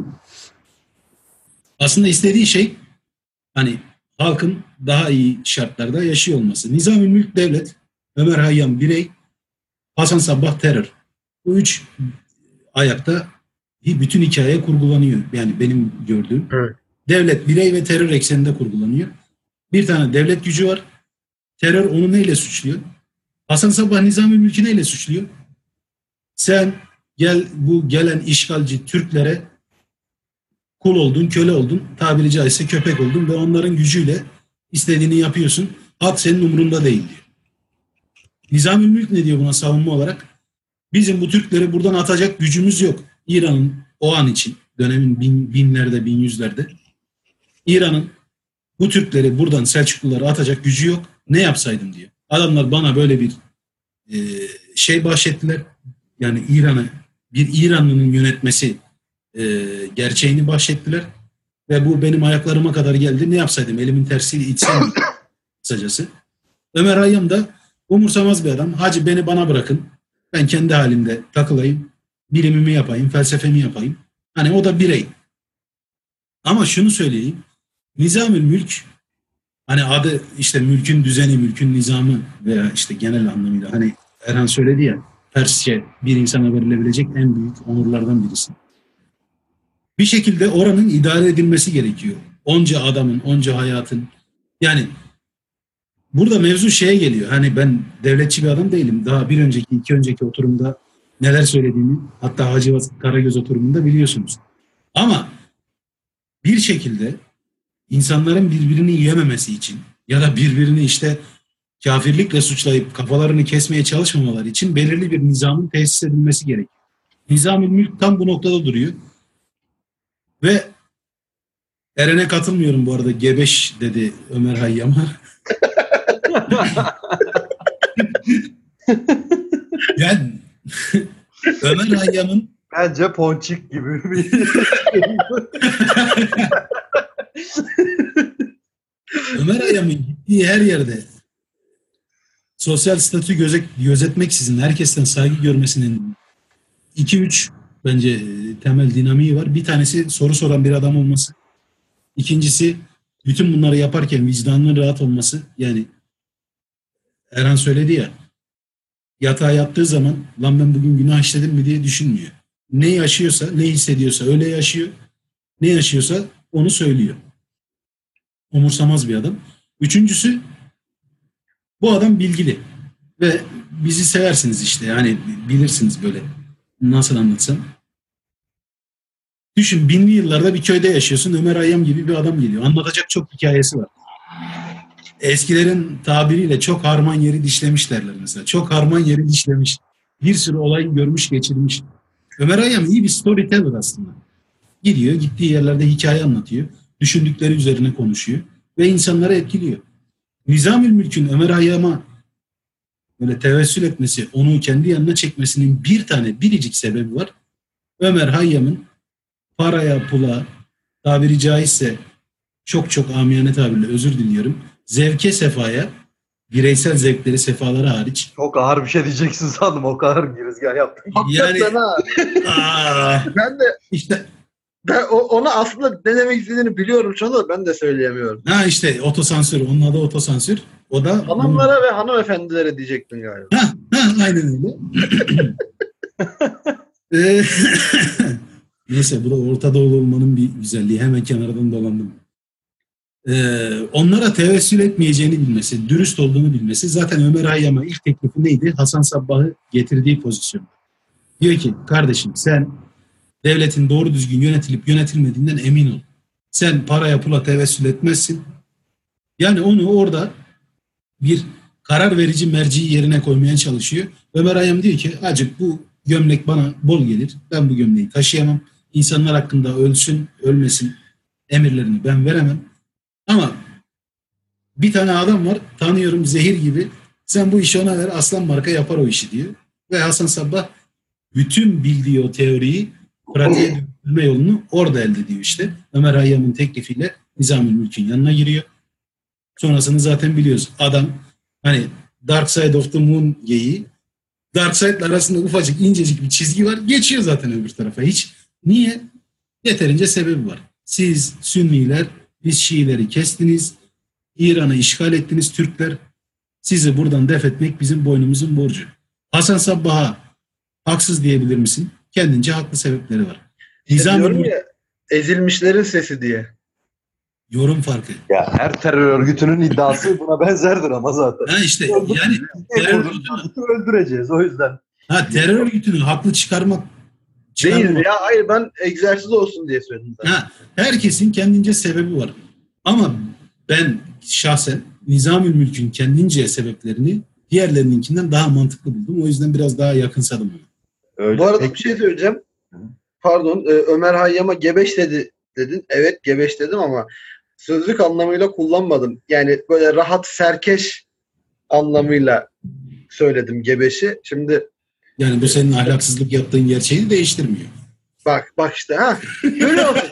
Aslında istediği şey hani halkın daha iyi şartlarda yaşıyor olması. Nizami Mülk devlet, Ömer Hayyam birey, Hasan Sabbah terör. Bu üç ayakta bütün hikaye kurgulanıyor. Yani benim gördüğüm. Evet. Devlet, birey ve terör ekseninde kurgulanıyor. Bir tane devlet gücü var. Terör onu neyle suçluyor? Hasan Sabbah Nizami Mülk'ü neyle suçluyor? Sen bu gelen işgalci Türklere kul oldun, köle oldun, tabiri caizse köpek oldun ve onların gücüyle istediğini yapıyorsun. At senin umurunda değil diyor. Nizami Mülk ne diyor buna savunma olarak? Bizim bu Türkleri buradan atacak gücümüz yok. İran'ın o an için, dönemin binlerde, 1100'lerde İran'ın bu Türkleri buradan Selçukluları atacak gücü yok. Ne yapsaydım diyor. Adamlar bana böyle bir şey bahşettiler. Yani İran'ı bir İranlı'nın yönetmesi gerçeğini bahşettiler. Ve bu benim ayaklarıma kadar geldi. Ne yapsaydım? Elimin tersiyle itsem kısacası. Ömer Hayyam da umursamaz bir adam. Hacı beni bana bırakın. Ben kendi halimde takılayım. Bilimimi yapayım, felsefemi yapayım. Hani o da birey. Ama şunu söyleyeyim. Nizamül Mülk, hani adı işte mülkün düzeni, mülkün nizamı veya işte genel anlamıyla hani Erhan söyledi ya, Persçe bir insana verilebilecek en büyük onurlardan birisi. Bir şekilde oranın idare edilmesi gerekiyor. Onca adamın, onca hayatın. Yani burada mevzu şeye geliyor. Hani ben devletçi bir adam değilim. Daha iki önceki oturumda neler söylediğimi, hatta Hacivat Karagöz oturumunda biliyorsunuz. Ama bir şekilde insanların birbirini yiyememesi için ya da birbirini işte kafirlikle suçlayıp kafalarını kesmeye çalışmamaları için belirli bir nizamın tesis edilmesi gerekiyor. Nizam-ı Mülk tam bu noktada duruyor. Ve Eren'e katılmıyorum bu arada. Gebeş dedi Ömer Hayyam'a. Yani Ömer Hayyam'ın Bence ponçik gibi bir Ömer Hayyam'ın gittiği her yerde sosyal statü gözetmeksizin herkesten saygı görmesinin 2-3 bence temel dinamiği var. Bir tanesi soru soran bir adam olması. İkincisi bütün bunları yaparken vicdanının rahat olması. Yani Erhan söyledi ya, yatağa yattığı zaman lan ben bugün günah işledim mi diye düşünmüyor. Ne yaşıyorsa, ne hissediyorsa öyle yaşıyor. Ne yaşıyorsa onu söylüyor. Umursamaz bir adam. Üçüncüsü, bu adam bilgili. Ve bizi seversiniz işte. Yani bilirsiniz böyle. Nasıl anlatsam. Düşün, binli yıllarda bir köyde yaşıyorsun. Ömer Hayyam gibi bir adam geliyor. Anlatacak çok hikayesi var. Eskilerin tabiriyle çok harman yeri dişlemiş derler mesela. Çok harman yeri dişlemiş. Bir sürü olay görmüş, geçirmiş. Ömer Hayyam iyi bir storyteller aslında. Gidiyor, gittiği yerlerde hikaye anlatıyor. Düşündükleri üzerine konuşuyor. Ve insanları etkiliyor. Nizamül Mülk'ün Ömer Hayyam'a böyle tevessül etmesi, onu kendi yanına çekmesinin biricik sebebi var. Ömer Hayyam'ın paraya, pula, tabiri caizse çok amiyane tabirle özür diliyorum, zevke, sefaya, bireysel zevkleri, sefaları hariç. Çok ağır bir şey diyeceksin sandım. O kadar girizgah yaptın. Yani Ben de işte ona aslında ne demek istediğini biliyorum şu anda da ben de söyleyemiyorum. işte otosansür. Onun adı otosansür. O da Hanımlara ve hanımefendilere diyecektin galiba. aynen öyle. Neyse, bu da Orta Doğulu olmanın bir güzelliği. Hemen kenardan dolandım. Onlara tevessül etmeyeceğini bilmesi, dürüst olduğunu bilmesi. Zaten Ömer Hayyam'a ilk teklifi neydi? Hasan Sabbah'ı getirdiği pozisyon. Diyor ki, kardeşim sen devletin doğru düzgün yönetilip yönetilmediğinden emin ol. Sen paraya pula tevessül etmezsin. Yani onu orada bir karar verici merci yerine koymaya çalışıyor. Ömer Hayyam diyor ki, acık bu gömlek bana bol gelir. Ben bu gömleği taşıyamam. İnsanlar hakkında ölsün, ölmesin emirlerini ben veremem. Ama bir tane adam var, tanıyorum zehir gibi. Sen bu işi ona ver, aslan marka yapar o işi diyor. Ve Hasan Sabbah bütün bildiği o teoriyi pratiğe dönüştürme yolunu orada elde ediyor işte. Ömer Hayyam'ın teklifiyle Nizamül Mülk'ün yanına giriyor. Sonrasını zaten biliyoruz. Adam hani Dark Side of the Moon geyiği. Dark Side'la arasında ufacık incecik bir çizgi var. Geçiyor zaten öbür tarafa. Hiç. Niye? Yeterince sebebi var. Siz Sünniler, biz Şiileri kestiniz. İran'ı işgal ettiniz Türkler. Sizi buradan def etmek bizim boynumuzun borcu. Hasan Sabbah'a haksız diyebilir misin? Kendince haklı sebepleri var. Diyorum ya, ezilmişlerin sesi diye. Yorum farkı. Ya her terör örgütünün iddiası buna benzerdir ama zaten. Ha işte yani terör örgütünü, öldüreceğiz o yüzden. terör örgütünü haklı çıkarmak Değil ya, hayır, ben egzersiz olsun diye söyledim zaten. Herkesin kendince sebebi var. Ama ben şahsen Nizamül Mülk'ün kendince sebeplerini diğerlerininkinden daha mantıklı buldum. O yüzden biraz daha yakınsadım ona. Öyle. Bu arada bir şey söyleyeceğim. Pardon, Ömer Hayyam'a gebeş dedin. Evet, gebeş dedim ama sözlük anlamıyla kullanmadım. Yani böyle rahat, serkeş anlamıyla söyledim gebeşi. Şimdi Yani bu senin ahlaksızlık yaptığın gerçeğini değiştirmiyor. bak işte ha. Görüyor musun?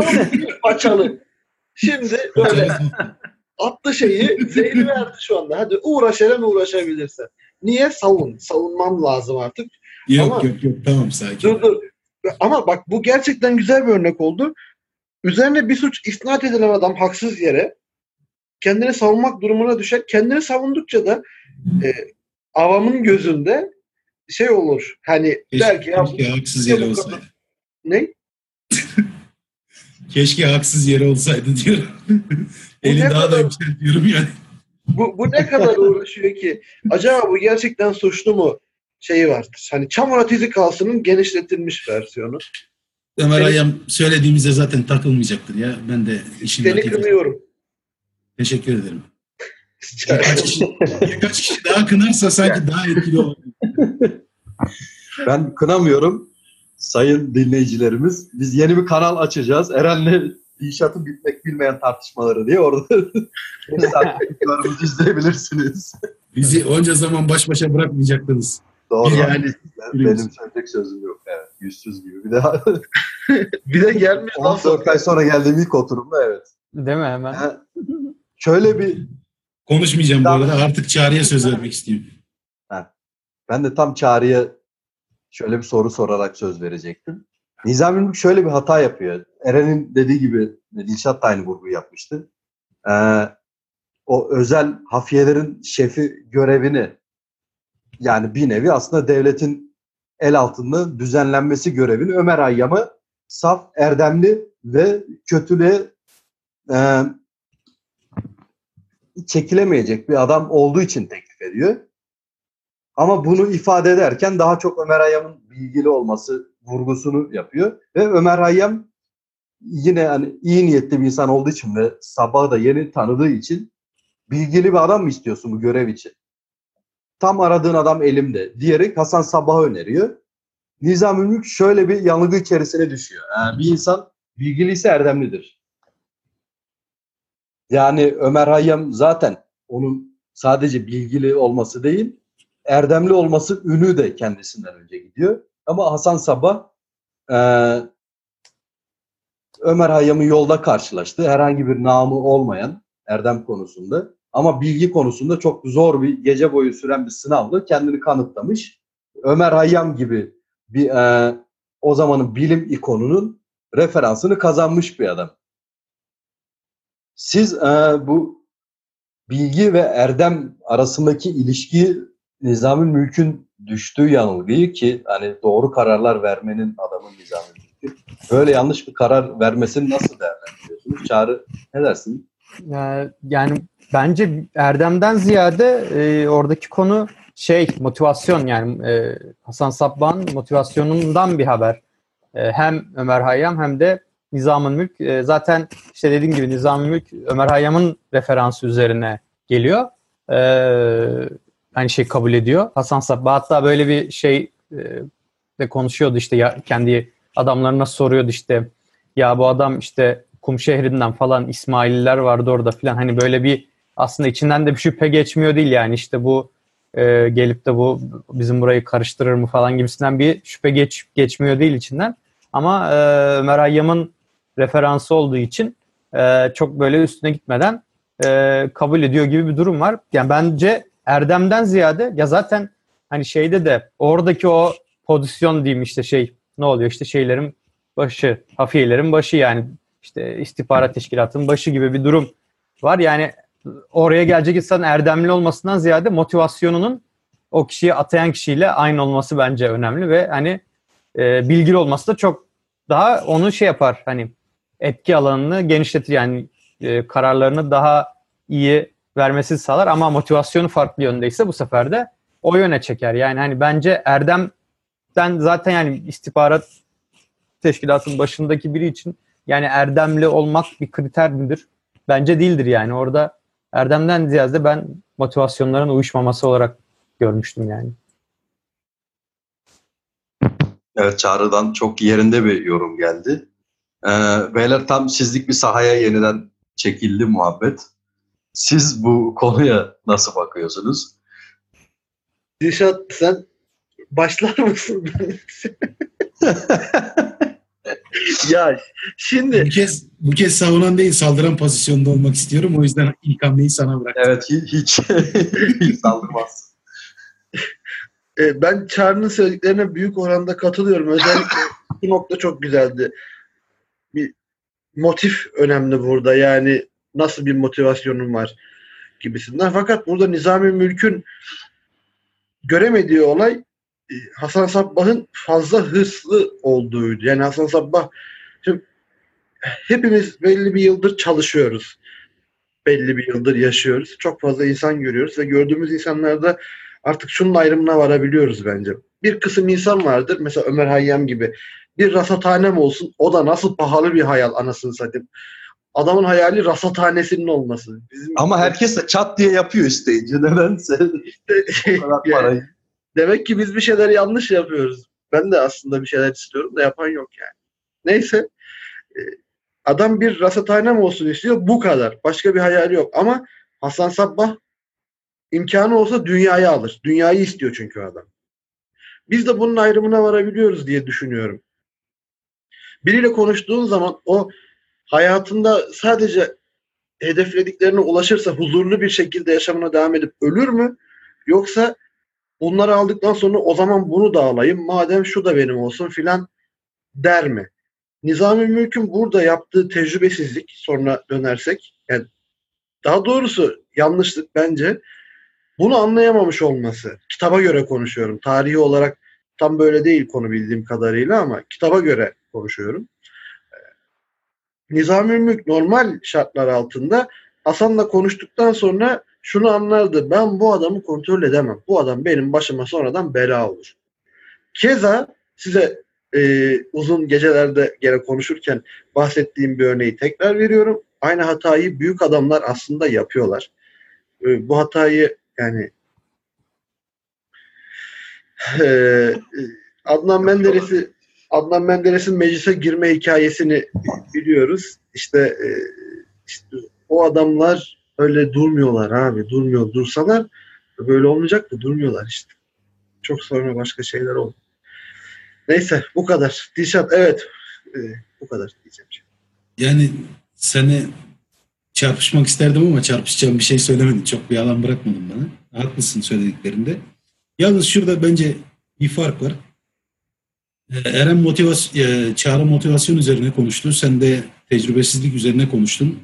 Paçalı. Şimdi böyle attı şeyi, zehri verdi şu anda. Hadi uğraş Eren, uğraşabilirse. Niye? Savunmam lazım artık. Yok tamam, sakin. Dur. Ama bak, bu gerçekten güzel bir örnek oldu. Üzerine bir suç isnat edilen adam haksız yere kendini savunmak durumuna düşer. Kendini savundukça da avamın gözünde şey olur. Hani der ki ya, keşke haksız yere olsaydı. Ne? Keşke haksız yere olsaydı diyorum. Eli daha da yükseltiyorum yani. Bu ne kadar uğraşıyor ki? Acaba bu gerçekten suçlu mu? Şeyi vardır. Hani Çamura Tizikalsı'nın genişletilmiş versiyonu. Ömer Hayyam söylediğimizde zaten takılmayacaktır ya. Ben de işin seni kınıyorum. Teşekkür ederim. Birkaç kişi daha kınarsa sanki daha etkili olur. Ben kınamıyorum. Sayın dinleyicilerimiz, biz yeni bir kanal açacağız. Eren'le inşaatın bitmek bilmeyen tartışmaları diye orada videolarımızı izleyebilirsiniz. Bizi onca zaman baş başa bırakmayacaktınız. Doğru. Yani benim söyleyecek sözüm yok. Evet, yüzsüz gibi. Bir de gelmiş. 14 ay sonra geldiğim ilk oturumda evet. Değil mi hemen? şöyle bir Konuşmayacağım bu arada. Artık Çağrı'ya söz vermek istiyorum. ben de tam Çağrı'ya şöyle bir soru sorarak söz verecektim. Nizami Mülk şöyle bir hata yapıyor. Eren'in dediği gibi Dilşat da aynı vurguyu yapmıştı. O özel hafiyelerin şefi görevini, yani bir nevi aslında devletin el altında düzenlenmesi görevini Ömer Hayyam'a saf, erdemli ve kötülüğe çekilemeyecek bir adam olduğu için teklif ediyor. Ama bunu ifade ederken daha çok Ömer Hayyam'ın bilgili olması vurgusunu yapıyor. Ve Ömer Hayyam yine hani iyi niyetli bir insan olduğu için ve Sabah'ı da yeni tanıdığı için bilgili bir adam mı istiyorsun bu görev için? Tam aradığın adam elimde diyerek Hasan Sabbah'ı öneriyor. Nizami Mülk şöyle bir yanılgı içerisine düşüyor. Yani bir insan bilgiliyse erdemlidir. Yani Ömer Hayyam zaten onun sadece bilgili olması değil, erdemli olması ünü de kendisinden önce gidiyor. Ama Hasan Sabbah Ömer Hayyam'ı yolda karşılaştı. Herhangi bir namı olmayan erdem konusunda. Ama bilgi konusunda çok zor bir gece boyu süren bir sınavla kendini kanıtlamış. Ömer Hayyam gibi bir o zamanın bilim ikonunun referansını kazanmış bir adam. Siz bu bilgi ve erdem arasındaki ilişkiyi Nizami Mülk'ün düştüğü yanılgıyı, ki hani doğru kararlar vermenin adamın Nizami Mülk'ü, böyle yanlış bir karar vermesini nasıl değerlendiriyorsunuz? Çağrı, ne dersin? Yani bence erdemden ziyade oradaki konu motivasyon, yani Hasan Sabbah'ın motivasyonundan bir haber. Hem Ömer Hayyam hem de Nizami Mülk. Zaten işte dediğim gibi Nizami Mülk Ömer Hayyam'ın referansı üzerine geliyor. Aynı şeyi kabul ediyor. Hasan Sabbah hatta böyle bir de konuşuyordu işte, ya kendi adamlarına soruyordu işte, ya bu adam işte Kum şehrinden falan, İsmaililer vardı orada falan, hani böyle bir aslında içinden de bir şüphe geçmiyor değil, yani işte bu gelip de bu bizim burayı karıştırır mı falan gibisinden bir şüphe geçmiyor değil içinden. Ama Ömer Hayyam'ın referansı olduğu için çok böyle üstüne gitmeden kabul ediyor gibi bir durum var. Yani bence erdemden ziyade, ya zaten hani şeyde de oradaki o pozisyon diyeyim işte ne oluyor işte, şeylerin başı, hafiyelerin başı, yani işte istihbarat teşkilatının başı gibi bir durum var. Yani oraya gelecek insanın erdemli olmasından ziyade motivasyonunun o kişiyi atayan kişiyle aynı olması bence önemli ve hani bilgili olması da çok daha onu yapar, hani etki alanını genişletir, yani kararlarını daha iyi vermesini sağlar, ama motivasyonu farklı yöndeyse bu sefer de o yöne çeker. Yani hani bence erdemden zaten, yani istihbarat teşkilatının başındaki biri için yani erdemli olmak bir kriter midir? Bence değildir yani. Orada erdemden ziyade ben motivasyonların uyuşmaması olarak görmüştüm yani. Evet, Çağrı'dan çok yerinde bir yorum geldi. Beyler, tam sizlik bir sahaya yeniden çekildi muhabbet. Siz bu konuya nasıl bakıyorsunuz? Dilşat, sen başlar mısın? Ya şimdi Bu kez savunan değil, saldıran pozisyonda olmak istiyorum. O yüzden ilk hamleyi sana bıraktım. Evet, hiç saldırmaz. ben Çağrı'nın söylediklerine büyük oranda katılıyorum. Özellikle bu nokta çok güzeldi. Bir motif önemli burada. Yani nasıl bir motivasyonun var gibisinden. Fakat burada Nizami Mülk'ün göremediği olay Hasan Sabbah'ın fazla hırslı olduğuydu. Yani Hasan Sabbah, şimdi hepimiz belli bir yıldır çalışıyoruz. Belli bir yıldır yaşıyoruz. Çok fazla insan görüyoruz ve gördüğümüz insanlarda artık şunun ayrımına varabiliyoruz bence. Bir kısım insan vardır. Mesela Ömer Hayyam gibi. Bir rasathanem olsun. O da nasıl pahalı bir hayal, anasını satayım. Adamın hayali rasathanesinin olması. Ama herkes de çat diye yapıyor isteyince. Nedense. Yani, demek ki biz bir şeyler yanlış yapıyoruz. Ben de aslında bir şeyler istiyorum da yapan yok yani. Neyse. Adam bir rasathanem olsun istiyor. Bu kadar. Başka bir hayali yok. Ama Hasan Sabbah imkanı olsa dünyayı alır. Dünyayı istiyor çünkü adam. Biz de bunun ayrımına varabiliyoruz diye düşünüyorum. Biriyle konuştuğun zaman o hayatında sadece hedeflediklerine ulaşırsa huzurlu bir şekilde yaşamına devam edip ölür mü? Yoksa bunları aldıktan sonra o zaman bunu da alayım, madem şu da benim olsun filan der mi? Nizami Mülk'ün burada yaptığı tecrübesizlik, sonra dönersek, yani daha doğrusu yanlışlık bence, bunu anlayamamış olması. Kitaba göre konuşuyorum. Tarihi olarak tam böyle değil konu bildiğim kadarıyla ama kitaba göre konuşuyorum. Nizami Mülk normal şartlar altında Hasan'la konuştuktan sonra şunu anlardı. Ben bu adamı kontrol edemem. Bu adam benim başıma sonradan bela olur. Keza size uzun gecelerde gene konuşurken bahsettiğim bir örneği tekrar veriyorum. Aynı hatayı büyük adamlar aslında yapıyorlar. Bu hatayı yani Adnan Menderes'in meclise girme hikayesini biliyoruz. İşte o adamlar öyle durmuyorlar abi. Dursalar böyle olmayacak da durmuyorlar işte. Çok sonra başka şeyler oldu. Neyse bu kadar. Dilşat evet bu kadar diyeceğim. Yani seni çarpışmak isterdim ama çarpışacağım bir şey söylemedin. Çok bir alan bırakmadın bana. Haklısın söylediklerinde. Yalnız şurada bence bir fark var. Eren Çağrı motivasyon üzerine konuştu. Sen de tecrübesizlik üzerine konuştun.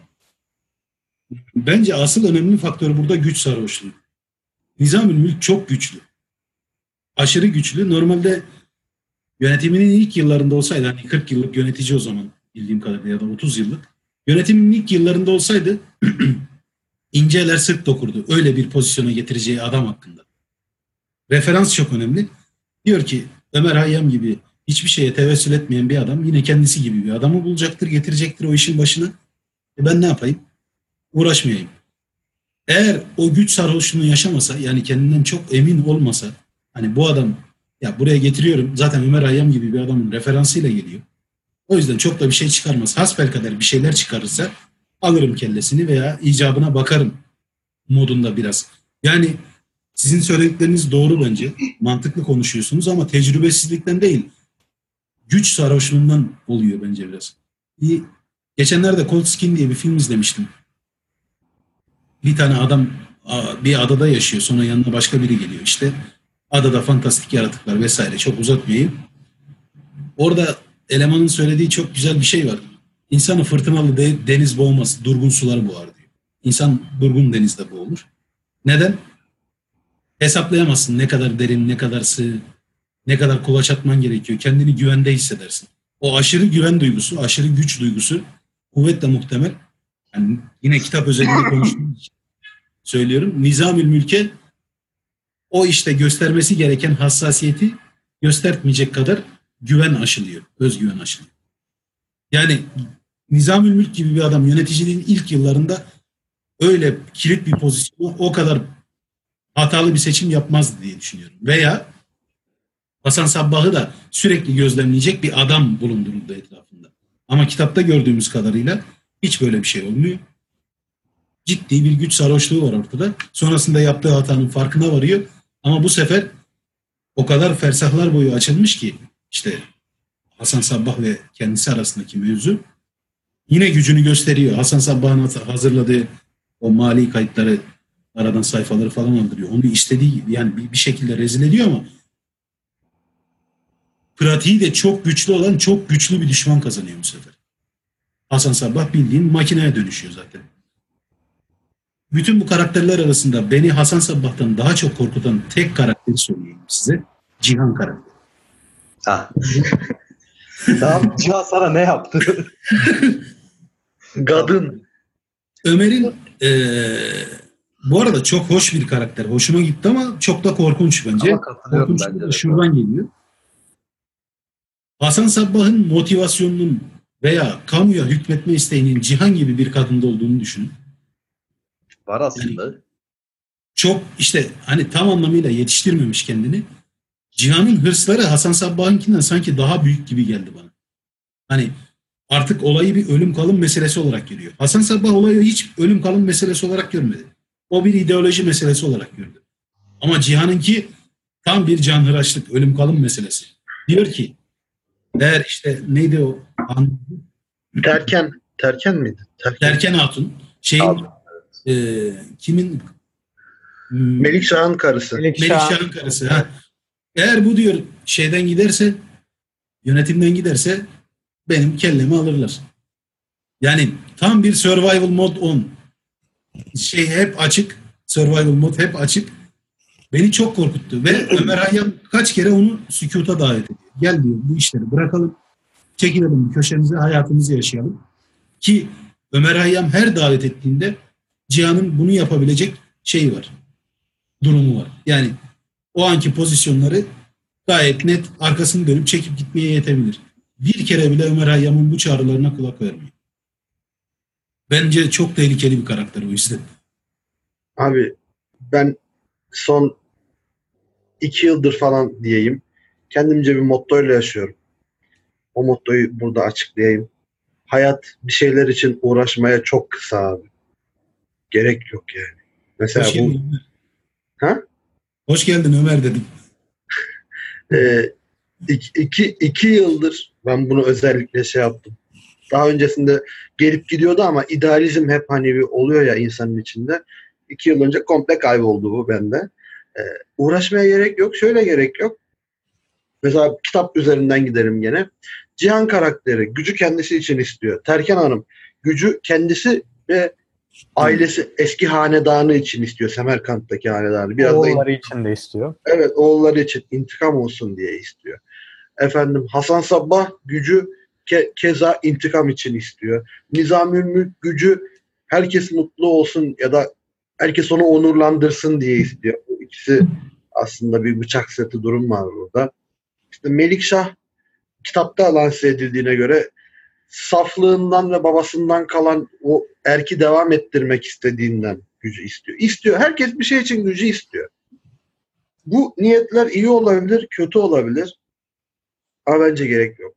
Bence asıl önemli faktör burada güç sarhoşluğu. Nizami Mülk çok güçlü. Aşırı güçlü. Normalde yönetiminin ilk yıllarında olsaydı, hani 40 yıllık yönetici o zaman bildiğim kadarıyla ya da 30 yıllık. Yönetimin ilk yıllarında olsaydı inceler sık dokurdu. Öyle bir pozisyona getireceği adam hakkında. Referans çok önemli. Diyor ki Ömer Hayyam gibi hiçbir şeye tevessül etmeyen bir adam yine kendisi gibi bir adamı bulacaktır, getirecektir o işin başına. Ben ne yapayım? Uğraşmayayım. Eğer o güç sarhoşluğunu yaşamasa, yani kendinden çok emin olmasa, hani bu adam ya buraya getiriyorum zaten Ömer Hayyam gibi bir adamın referansıyla geliyor. O yüzden çok da bir şey çıkarmaz. Hasbelkader bir şeyler çıkarırsa alırım kellesini veya icabına bakarım modunda biraz. Yani sizin söyledikleriniz doğru bence. Mantıklı konuşuyorsunuz ama tecrübesizlikten değil, güç sarhoşluğundan oluyor bence biraz. Geçenlerde Cold Skin diye bir film izlemiştim. Bir tane adam bir adada yaşıyor. Sonra yanına başka biri geliyor. İşte adada fantastik yaratıklar vesaire. Çok uzatmayayım. Orada elemanın söylediği çok güzel bir şey var. İnsanı fırtınalı deniz boğmaz, durgun sular boğar diyor. İnsan durgun denizde boğulur. Neden? Hesaplayamazsın ne kadar derin, ne kadar sığ, ne kadar kulaç atman gerekiyor. Kendini güvende hissedersin. O aşırı güven duygusu, aşırı güç duygusu kuvvetle muhtemel. Yani yine kitap özelinde konuştuğum için söylüyorum. Nizamül Mülk'e o işte göstermesi gereken hassasiyeti göstermeyecek kadar güven aşılıyor. Özgüven aşılıyor. Yani Nizamül Mülk gibi bir adam yöneticiliğin ilk yıllarında öyle kilit bir pozisyonu o kadar hatalı bir seçim yapmazdı diye düşünüyorum. Veya Hasan Sabbah'ı da sürekli gözlemleyecek bir adam bulunduruldu etrafında. Ama kitapta gördüğümüz kadarıyla hiç böyle bir şey olmuyor. Ciddi bir güç sarhoşluğu var ortada. Sonrasında yaptığı hatanın farkına varıyor. Ama bu sefer o kadar fersahlar boyu açılmış ki işte Hasan Sabbah ve kendisi arasındaki mevzu yine gücünü gösteriyor. Hasan Sabbah'ın hazırladığı o mali kayıtları, aradan sayfaları falan aldırıyor. Onu istediği gibi yani bir şekilde rezil ediyor ama pratiği de çok güçlü olan çok güçlü bir düşman kazanıyor bu sefer. Hasan Sabbah bildiğin makineye dönüşüyor zaten. Bütün bu karakterler arasında beni Hasan Sabbah'tan daha çok korkutan tek karakteri söyleyeyim size. Cihan karakteri. Ha. Tamam, Cihan sana ne yaptı? Kadın. Ömer'in bu arada çok hoş bir karakter. Hoşuma gitti ama çok da korkunç bence. Ama katılıyorum Korkunç bence da de. şuradan geliyor. Hasan Sabbah'ın motivasyonunun veya kamuya hükmetme isteğinin Cihan gibi bir kadında olduğunu düşünün. Var aslında. Çok işte hani tam anlamıyla yetiştirmemiş kendini. Cihan'ın hırsları Hasan Sabbah'ınkinden sanki daha büyük gibi geldi bana. Hani artık olayı bir ölüm kalım meselesi olarak görüyor. Hasan Sabbah olayı hiç ölüm kalım meselesi olarak görmedi. O bir ideoloji meselesi olarak gördü. Ama Cihan'ınki tam bir canhıraşlık, ölüm kalım meselesi. Diyor ki eğer işte neydi o? Terken miydi? Derken Hatun Şeyin kimin Melikşah'ın karısı. Melikşah'ın karısı. Ha. Eğer bu diyor şeyden giderse, yönetimden giderse benim kellemi alırlar. Yani tam bir survival mod on. Şey hep açık. Survival mod hep açık. Beni çok korkuttu. Ve Ömer Hayyam kaç kere onu sükuta davet ediyor. Gel diyor bu işleri bırakalım. Çekilelim köşemize, hayatımızı yaşayalım. Ki Ömer Hayyam her davet ettiğinde Cihan'ın bunu yapabilecek şeyi var. Durumu var. Yani o anki pozisyonları gayet net arkasını dönüp çekip gitmeye yetebilir. Bir kere bile Ömer Hayyam'ın bu çağrılarına kulak vermiyor. Bence çok tehlikeli bir karakter o yüzden. Abi ben son 2 yıldır falan diyeyim. Kendimce bir mottoyla yaşıyorum. O mottoyu burada açıklayayım. Hayat bir şeyler için uğraşmaya çok kısa abi. Gerek yok yani. Mesela Hoş geldin Ömer. Ha? Hoş geldin Ömer dedim. İki yıldır ben bunu özellikle şey yaptım. Daha öncesinde gelip gidiyordu ama idealizm hep hani bir oluyor ya insanın içinde. 2 yıl önce komple kayboldu bu bende. Uğraşmaya gerek yok. Şöyle gerek yok. Mesela kitap üzerinden giderim gene. Cihan karakteri gücü kendisi için istiyor. Terken Hanım gücü kendisi ve ailesi eski hanedanı için istiyor. Semerkant'taki hanedanı. Biraz Oğulları için de istiyor. Evet, oğulları için intikam olsun diye istiyor. Efendim Hasan Sabbah gücü keza intikam için istiyor. Nizami Mülk gücü herkes mutlu olsun ya da herkes onu onurlandırsın diye istiyor. Bu ikisi aslında bir bıçak sırtı durum var burada. İşte Melikşah kitapta lanse edildiğine göre saflığından ve babasından kalan o erki devam ettirmek istediğinden gücü istiyor. İstiyor. Herkes bir şey için gücü istiyor. Bu niyetler iyi olabilir, kötü olabilir. Ama bence gerek yok.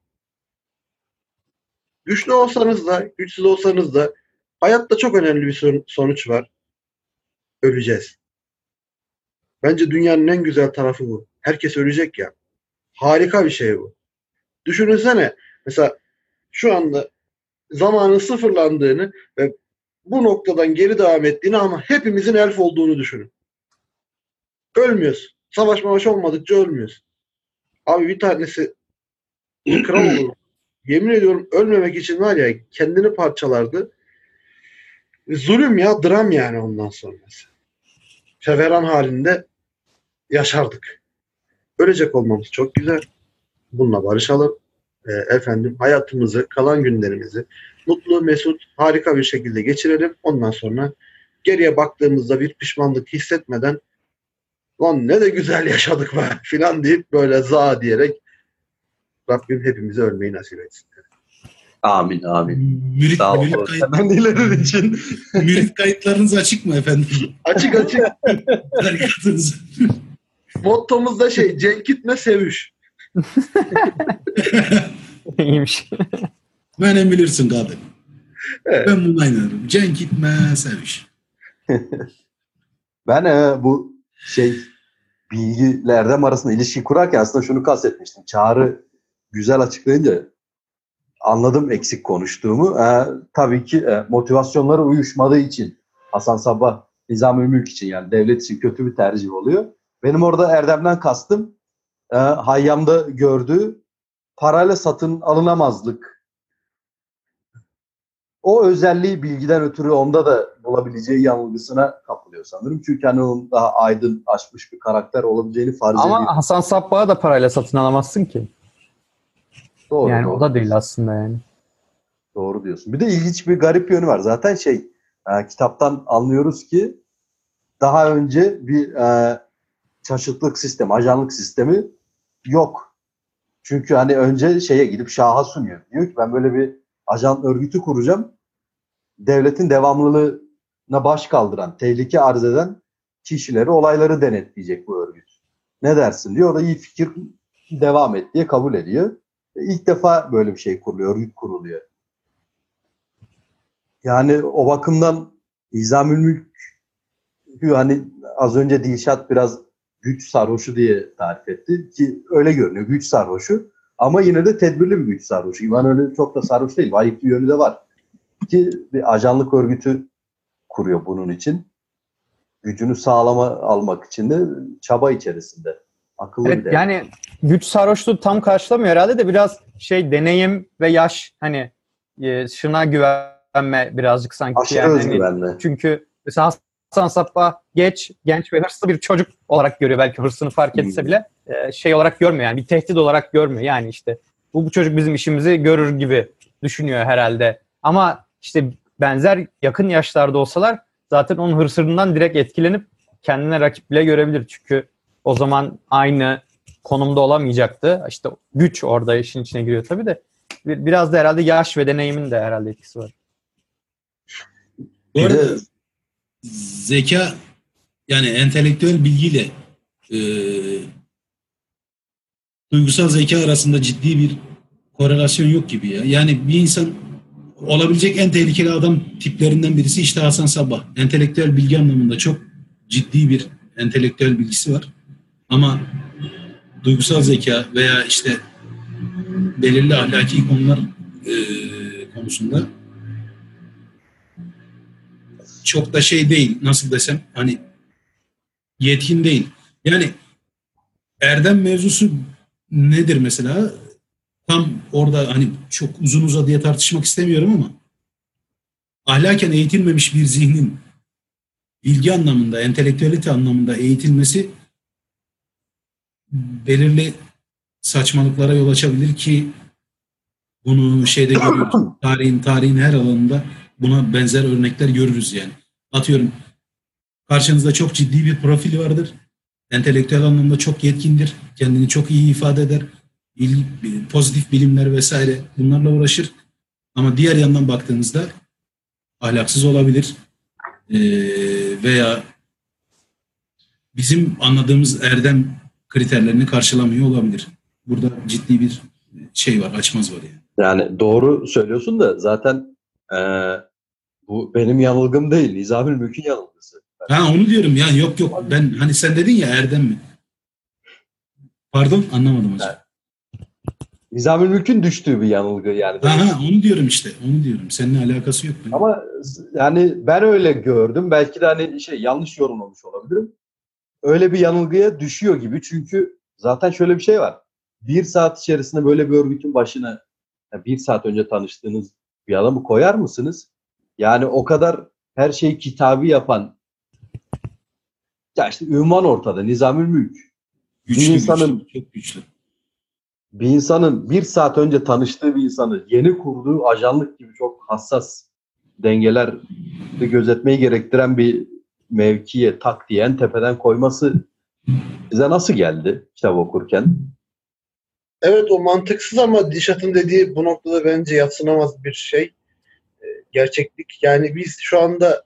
Güçlü olsanız da, güçsüz olsanız da hayatta çok önemli bir sonuç var. Öleceğiz. Bence dünyanın en güzel tarafı bu. Herkes ölecek ya. Harika bir şey bu. Düşünsene mesela şu anda zamanın sıfırlandığını ve bu noktadan geri devam ettiğini ama hepimizin elf olduğunu düşünün. Ölmüyoruz. Savaş olmadıkça ölmüyoruz. Abi bir tanesi kral olur. Yemin ediyorum ölmemek için var ya kendini parçalardı. Zulüm ya, dram yani ondan sonrası. Feveran halinde yaşardık. Ölecek olmamız çok güzel. Bununla barışalım. Efendim hayatımızı, kalan günlerimizi mutlu, mesut, harika bir şekilde geçirelim. Ondan sonra geriye baktığımızda bir pişmanlık hissetmeden lan ne de güzel yaşadık be filan deyip böyle za diyerek Rabbim hepimize ölmeyi nasip etsin. Amin, amin. Mürit, Sağ mürit, olun. kayıt, Temennilerin için. mürit kayıtlarınız açık mı efendim? Açık. Tarikatınız. Mottomuz da cenk gitme sevüş. İyiymiş. Beni bilirsin kadın. Evet. Ben buna inanırım. Cenk gitme seviş. Ben bu bilgilerden arasında ilişki kurarken aslında şunu kastetmiştim. Çağrı güzel açıklayınca anladım eksik konuştuğumu. Tabii ki motivasyonları uyuşmadığı için Hasan Sabbah Nizami Mülk için yani devlet için kötü bir tercih oluyor. Benim orada Erdem'den kastım Hayyam'da gördüğü parayla satın alınamazlık. O özelliği bilgiden ötürü onda da bulabileceği yanılgısına kapılıyor sanırım. Çünkü hani onun daha aydın, aşmış bir karakter olabileceğini farz ediyor. Ama Hasan Sabbah'ı da parayla satın alamazsın ki. Doğru, Yani doğru. o da değil aslında yani. Doğru diyorsun. Bir de ilginç bir garip yönü var. Zaten kitaptan anlıyoruz ki daha önce bir çaşıtlık sistemi, ajanlık sistemi yok. Çünkü hani önce gidip Şah'a sunuyor. Diyor ki ben böyle bir ajan örgütü kuracağım. Devletin devamlılığına baş kaldıran, tehlike arz eden kişileri, olayları denetleyecek bu örgüt. Ne dersin diyor. O da iyi fikir, devam et diye kabul ediyor. İlk defa böyle bir şey kuruluyor, örgüt kuruluyor. Yani o bakımdan Nizamül Mülk hani az önce Dilşat biraz güç sarhoşu diye tarif etti ki öyle görünüyor, güç sarhoşu. Ama yine de tedbirli bir güç sarhoşu. İvan öyle çok da sarhoş değil. Ayıp bir yönü de var. Ki bir ajanlık örgütü kuruyor bunun için. Gücünü sağlama almak için de çaba içerisinde. Akıllı bir Evet, devlet. yani güç sarhoşluğu tam karşılamıyor herhalde de biraz deneyim ve yaş, hani şuna güvenme birazcık sanki. Aşırı Yani özgüvenli. çünkü mesela Hasan Sabbah genç ve hırslı bir çocuk olarak görüyor, belki hırsını fark etse bile olarak görmüyor, yani bir tehdit olarak görmüyor. Yani işte bu çocuk bizim işimizi görür gibi düşünüyor herhalde. Ama işte benzer yakın yaşlarda olsalar zaten onun hırsından direkt etkilenip kendine rakip bile görebilir. Çünkü o zaman aynı konumda olamayacaktı. İşte güç orada işin içine giriyor tabii de. Biraz da herhalde yaş ve deneyimin de herhalde etkisi var. Bu arada zeka, yani entelektüel bilgiyle duygusal zeka arasında ciddi bir korelasyon yok gibi ya. Yani bir insan, olabilecek en tehlikeli adam tiplerinden birisi işte Hasan Sabbah. Entelektüel bilgi anlamında çok ciddi bir entelektüel bilgisi var. Ama duygusal zeka veya işte belirli ahlaki konular konusunda çok da değil, nasıl desem, hani yetkin değil. Yani erdem mevzusu nedir mesela? Tam orada hani çok uzun uzadıya tartışmak istemiyorum ama ahlaken eğitilmemiş bir zihnin bilgi anlamında, entelektüelite anlamında eğitilmesi belirli saçmalıklara yol açabilir ki bunu görüyoruz. Tarihin her alanında buna benzer örnekler görürüz yani. Atıyorum, karşınızda çok ciddi bir profil vardır. Entelektüel anlamda çok yetkindir. Kendini çok iyi ifade eder. Pozitif bilimler vesaire bunlarla uğraşır. Ama diğer yandan baktığınızda ahlaksız olabilir. Veya bizim anladığımız erdem kriterlerini karşılamıyor olabilir. Burada ciddi bir var, açmaz var yani. Yani doğru söylüyorsun da zaten bu benim yanılgım değil. Nizamül Mülk'ün yanılgısı. Ha, onu diyorum ya, yok ben hani sen dedin ya erdem mi? Pardon, anlamadım hocam. Nizamül Mülk'ün düştüğü bir yanılgı yani. Ha, onu diyorum işte. Onu diyorum. Seninle alakası yok. Ama yani ben öyle gördüm. Belki de hani yanlış yorumlamış olabilirim. Öyle bir yanılgıya düşüyor gibi. Çünkü zaten şöyle bir şey var. 1 saat içerisinde böyle bir örgütün başına 1 saat önce tanıştığınız bir adamı koyar mısınız? Yani o kadar her şeyi kitabi yapan, ya işte ünvan ortada. Nizamül Mülk. Güçlü, çok güçlü. Bir insanın 1 saat önce tanıştığı bir insanı yeni kurduğu ajanlık gibi çok hassas dengeler gözetmeyi gerektiren bir mevkiye tak diye en tepeden koyması size nasıl geldi kitap okurken? Evet, o mantıksız ama Dişat'ın dediği bu noktada bence yadsınamaz bir şey. Gerçeklik. Yani biz şu anda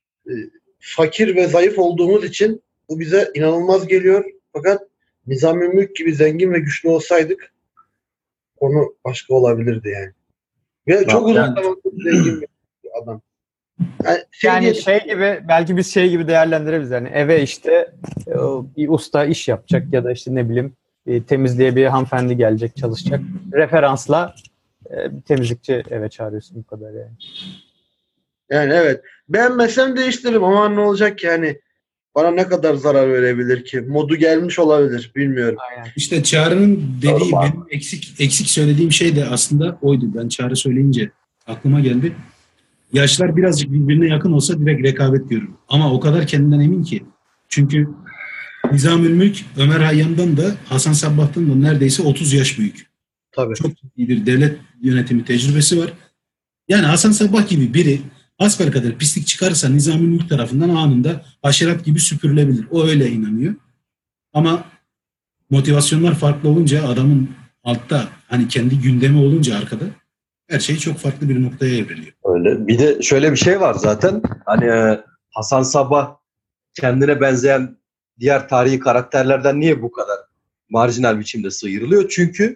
fakir ve zayıf olduğumuz için bu bize inanılmaz geliyor. Fakat Nizami Mülk gibi zengin ve güçlü olsaydık konu başka olabilirdi yani. Ve çok uzun zamandır zengin bir adam. Yani gibi, belki biz gibi değerlendirebiliriz. Yani eve işte bir usta iş yapacak ya da işte ne bileyim temizliğe bir hanımefendi gelecek, çalışacak. Referansla bir temizlikçi eve çağırıyorsun, bu kadar yani. Yani evet. Beğenmezsem değiştiririm ama ne olacak ki, yani bana ne kadar zarar verebilir ki? Modu gelmiş olabilir, bilmiyorum. Aynen. İşte Çağrı'nın dediği, benim eksik söylediğim şey de aslında oydu. Ben Çağrı söyleyince aklıma geldi. Yaşlar birazcık birbirine yakın olsa direkt rekabet görürüm. Ama o kadar kendinden emin ki. Çünkü Nizamül Mülk, Ömer Hayyam'dan da Hasan Sabbah'tan da neredeyse 30 yaş büyük. Tabii. Çok iyi bir devlet yönetimi tecrübesi var. Yani Hasan Sabbah gibi biri asbelkader pislik çıkarsa Nizamül Mülk tarafından anında haşerat gibi süpürülebilir. O öyle inanıyor. Ama motivasyonlar farklı olunca, adamın altta hani kendi gündemi olunca arkada, her şey çok farklı bir noktaya evriliyor. Öyle. Bir de şöyle bir şey var zaten. Hani Hasan Sabbah kendine benzeyen diğer tarihi karakterlerden niye bu kadar marjinal biçimde sıyrılıyor? Çünkü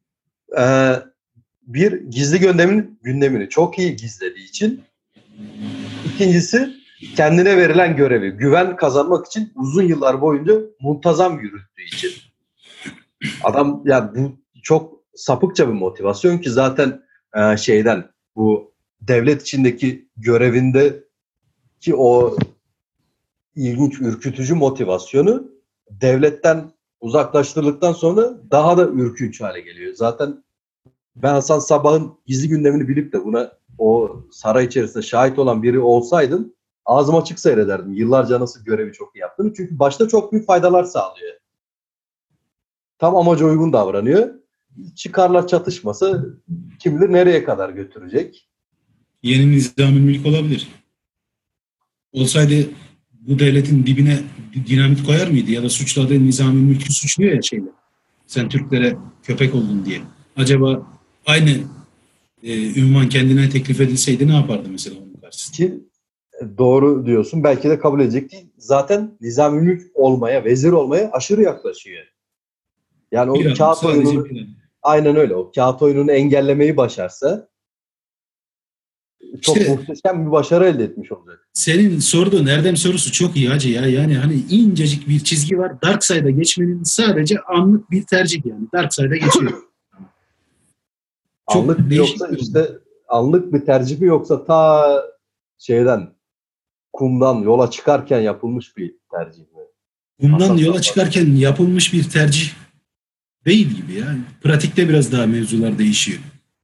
bir, gizli gündemini çok iyi gizlediği için. İkincisi, kendine verilen görevi güven kazanmak için uzun yıllar boyunca muntazam yürüttüğü için. Adam ya, bu çok sapıkça bir motivasyon ki zaten bu devlet içindeki görevinde Ki o ilginç, ürkütücü motivasyonu devletten uzaklaştırıldıktan sonra daha da ürkünç hale geliyor. Zaten ben Hasan Sabbah'ın gizli gündemini bilip de buna o saray içerisinde şahit olan biri olsaydım ağzım açık seyrederdim. Yıllarca nasıl görevi çok iyi yaptığını. Çünkü başta çok büyük faydalar sağlıyor. Tam amaca uygun davranıyor. Çıkarlar çatışması kim bilir nereye kadar götürecek. Yeni Nizami Mülk olabilir. Olsaydı bu devletin dibine dinamit koyar mıydı? Ya da suçladığı Nizami Mülk'ü suçluyor ya şeyle. Sen Türklere köpek oldun diye. Acaba aynı ünvan kendine teklif edilseydi ne yapardı mesela onun karşısında? Ki doğru diyorsun. Belki de kabul edecek değil. Zaten Nizami Mülk olmaya, vezir olmaya aşırı yaklaşıyor. Yani o Bir adam, kağıt sadece oyununu, bir adam. aynen öyle. O kağıt oyununu engellemeyi başarsa çok İşte- muhteşem bir başarı elde etmiş olacak. Senin sorduğun Erdem sorusu çok iyi hacı ya. Yani hani incecik bir çizgi var. Dark Side'a geçmenin sadece anlık bir tercih yani. Dark Side'a geçiyor. Çok Anlık mı değişik yoksa bir işte anlık bir tercih mi yoksa ta şeyden kumdan yola çıkarken yapılmış bir tercih mi? Bundan Hasan yola Sabbah. çıkarken yapılmış bir tercih değil gibi ya. Pratikte biraz daha mevzular değişiyor.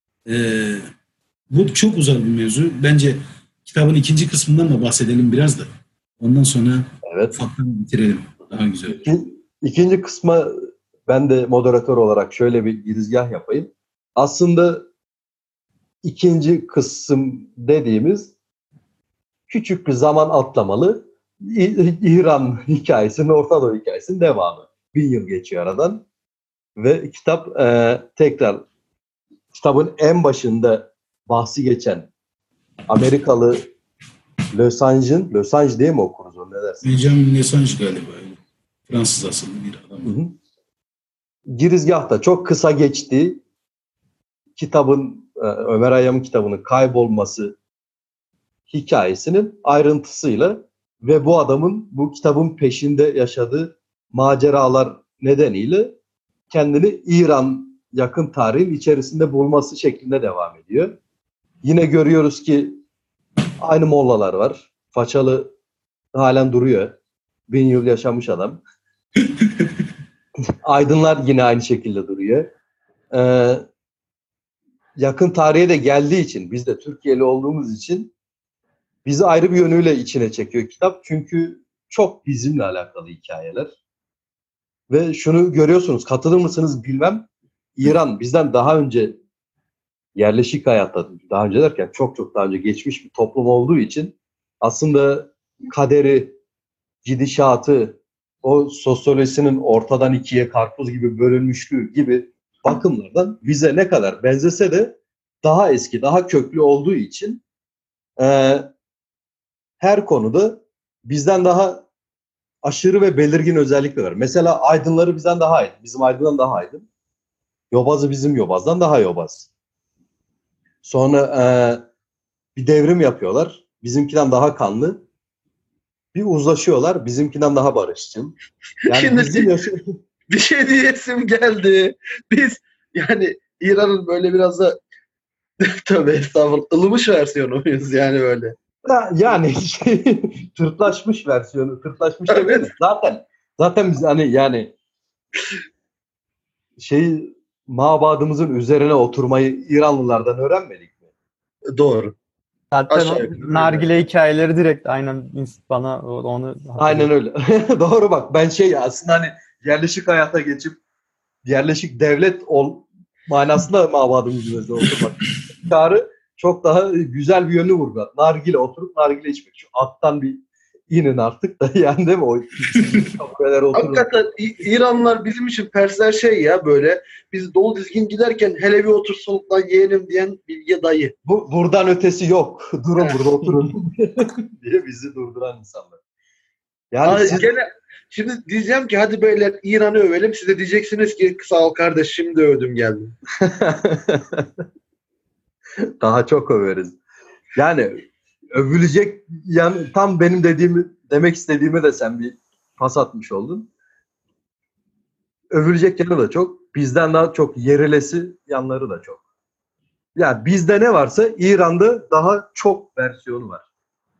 Bu çok uzun bir mevzu. Bence kitabın ikinci kısmından da bahsedelim biraz da. Ondan sonra Evet. ufaktan bitirelim. Daha güzel olur. İkinci kısma ben de moderatör olarak şöyle bir girizgah yapayım. Aslında ikinci kısım dediğimiz küçük bir zaman atlamalı İran hikayesinin, Orta Doğu hikayesinin devamı. 1000 yıl geçiyor aradan ve kitap tekrar kitabın en başında bahsi geçen Amerikalı Los Angeles diye mi okuruz onu, ne dersin? Benjamin Lessange galiba. Fransız asıllı bir adam. Hı hı. Girizgahta çok kısa geçti. Kitabın, Ömer Hayyam'ın kitabının kaybolması hikayesinin ayrıntısıyla ve bu adamın bu kitabın peşinde yaşadığı maceralar nedeniyle kendini İran yakın tarihin içerisinde bulması şeklinde devam ediyor. Yine görüyoruz ki aynı mollalar var. Façalı halen duruyor. 1000 yıl yaşamış adam. Aydınlar yine aynı şekilde duruyor. Yakın tarihe de geldiği için, biz de Türkiye'li olduğumuz için bizi ayrı bir yönüyle içine çekiyor kitap. Çünkü çok bizimle alakalı hikayeler. Ve şunu görüyorsunuz, katılır mısınız bilmem. İran bizden daha önce yerleşik hayatta, daha önce derken çok çok daha önce geçmiş bir toplum olduğu için aslında kaderi, gidişatı, o sosyolojisinin ortadan ikiye karpuz gibi bölünmüşlüğü gibi bakımlardan bize ne kadar benzese de daha eski, daha köklü olduğu için her konuda bizden daha aşırı ve belirgin özellikler var. Mesela aydınları bizden daha aydın. Bizim aydından daha aydın. Yobazı bizim yobazdan daha yobaz. Sonra bir devrim yapıyorlar. Bizimkinden daha kanlı. Bir uzlaşıyorlar. Bizimkinden daha barışçıl. Yani Şimdi bizim bir şey diyesim geldi. Biz yani İran'ın böyle biraz da tövbe estağfurullah ılımış versiyonu muyuz yani böyle? yani tırtlaşmış versiyonu. Tırtlaşmış Evet. demeyelim. Zaten biz hani yani mabadımızın üzerine oturmayı İranlılardan öğrenmedik mi? Doğru. Zaten Aşağı o yukarı nargile hikayeleri direkt aynen bana onu Aynen öyle. Doğru bak. Ben aslında hani yerleşik hayata geçip yerleşik devlet manasında mabadımızın üzerinde oturmak. Çağrı çok daha güzel bir yönü vurgular. Nargile, oturup nargile içmek. Şu attan bir inin artık da yani, değil mi? O kafeler oturun. Hakikaten İranlılar bizim için Persler şey ya böyle biz dolu dizgin giderken hele bir otur soluklan yeğenim diyen bilge dayı. Buradan ötesi yok. Durun burada oturun diye bizi durduran insanlar. Yani Aa, siz şimdi diyeceğim ki hadi beyler İran'ı övelim. Siz de diyeceksiniz ki sağ ol kardeş şimdi övdüm geldim. daha çok överiz. Yani övülecek, yani tam benim demek istediğimi de sen bir pas atmış oldun. Övülecek yanı da çok. Bizden daha çok yerilesi yanları da çok. Yani bizde ne varsa İran'da daha çok versiyonu var.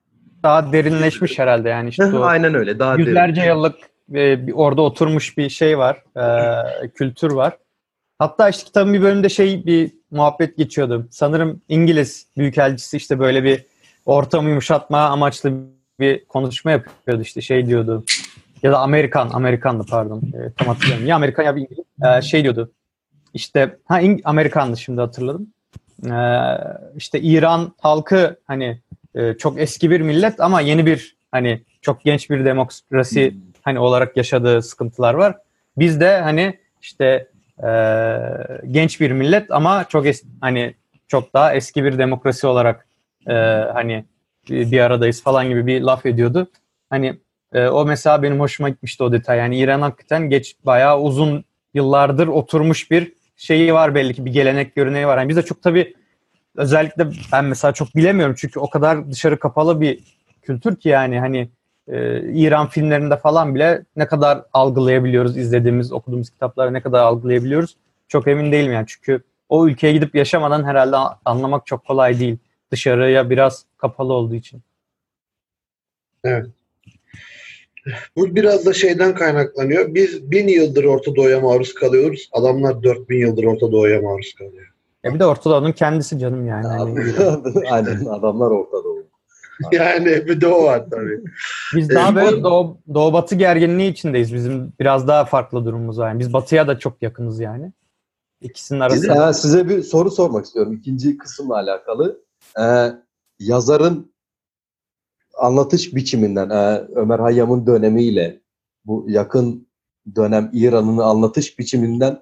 daha derinleşmiş herhalde yani işte o Aynen öyle. Daha yüzlerce derin. yıllık orada oturmuş bir şey var, kültür var. Hatta işte kitabın bir bölümünde bir muhabbet geçiyordu. Sanırım İngiliz büyükelçisi işte böyle bir ortamı yumuşatma amaçlı bir konuşma yapıyordu, işte diyordu. Ya da Amerikanlı pardon. Tam hatırlamıyorum. Ya Amerikan ya bir İngiliz. Diyordu. İşte Amerikanlı, şimdi hatırladım. İşte İran halkı hani çok eski bir millet ama yeni bir hani çok genç bir demokrasi hani olarak yaşadığı sıkıntılar var. Biz de hani işte genç bir millet ama hani çok daha eski bir demokrasi olarak hani bir aradayız falan gibi bir laf ediyordu. Hani o mesela benim hoşuma gitmişti, o detay. Yani İran hakikaten bayağı uzun yıllardır oturmuş bir şeyi var, belli ki bir gelenek göreneği var. Yani biz de çok tabii, özellikle ben mesela çok bilemiyorum çünkü o kadar dışarı kapalı bir kültür ki yani hani İran filmlerinde falan bile ne kadar algılayabiliyoruz, izlediğimiz, okuduğumuz kitapları ne kadar algılayabiliyoruz çok emin değilim yani. Çünkü o ülkeye gidip yaşamadan herhalde anlamak çok kolay değil. Dışarıya biraz kapalı olduğu için. Evet. Bu biraz da şeyden kaynaklanıyor. Biz 1000 yıldır Orta Doğu'ya maruz kalıyoruz. Adamlar 4000 yıldır Orta Doğu'ya maruz kalıyor. Ya bir de Orta Doğu'nun kendisi canım yani. Hani Aynen, adamlar ortada oldu. Yani bir de o var tabii. biz daha böyle Bu doğu batı gerginliği içindeyiz. Bizim biraz daha farklı durumumuz var. Yani biz batıya da çok yakınız yani. İkisinin arasında. Size bir soru sormak istiyorum. İkinci kısımla alakalı. Yazarın anlatış biçiminden, Ömer Hayyam'ın dönemiyle bu yakın dönem İran'ın anlatış biçiminden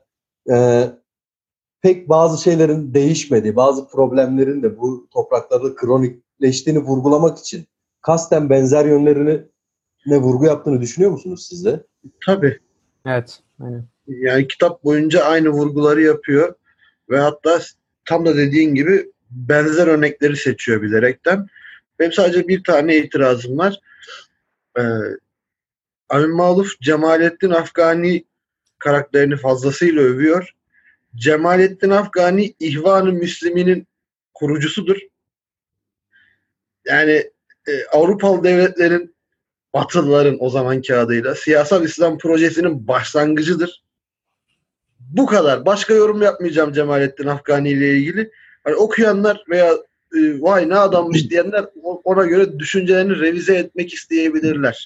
pek bazı şeylerin değişmediği, bazı problemlerin de bu topraklarda kronikleştiğini vurgulamak için kasten benzer yönlerini vurgu yaptığını düşünüyor musunuz siz de? tabii. Evet. Aynen. Yani kitap boyunca aynı vurguları yapıyor ve hatta tam da dediğin gibi benzer örnekleri seçiyor bilerekten. Benim sadece bir tane itirazım var. Amin Maluf Cemalettin Afgani karakterini fazlasıyla övüyor. Cemalettin Afgani İhvan-ı Müslümin'in kurucusudur. Yani Avrupalı devletlerin, Batılıların o zamanki adıyla siyasal İslam projesinin başlangıcıdır. Bu kadar. Başka yorum yapmayacağım Cemalettin Afgani ile ilgili. Hani okuyanlar veya vay ne adammış diyenler ona göre düşüncelerini revize etmek isteyebilirler.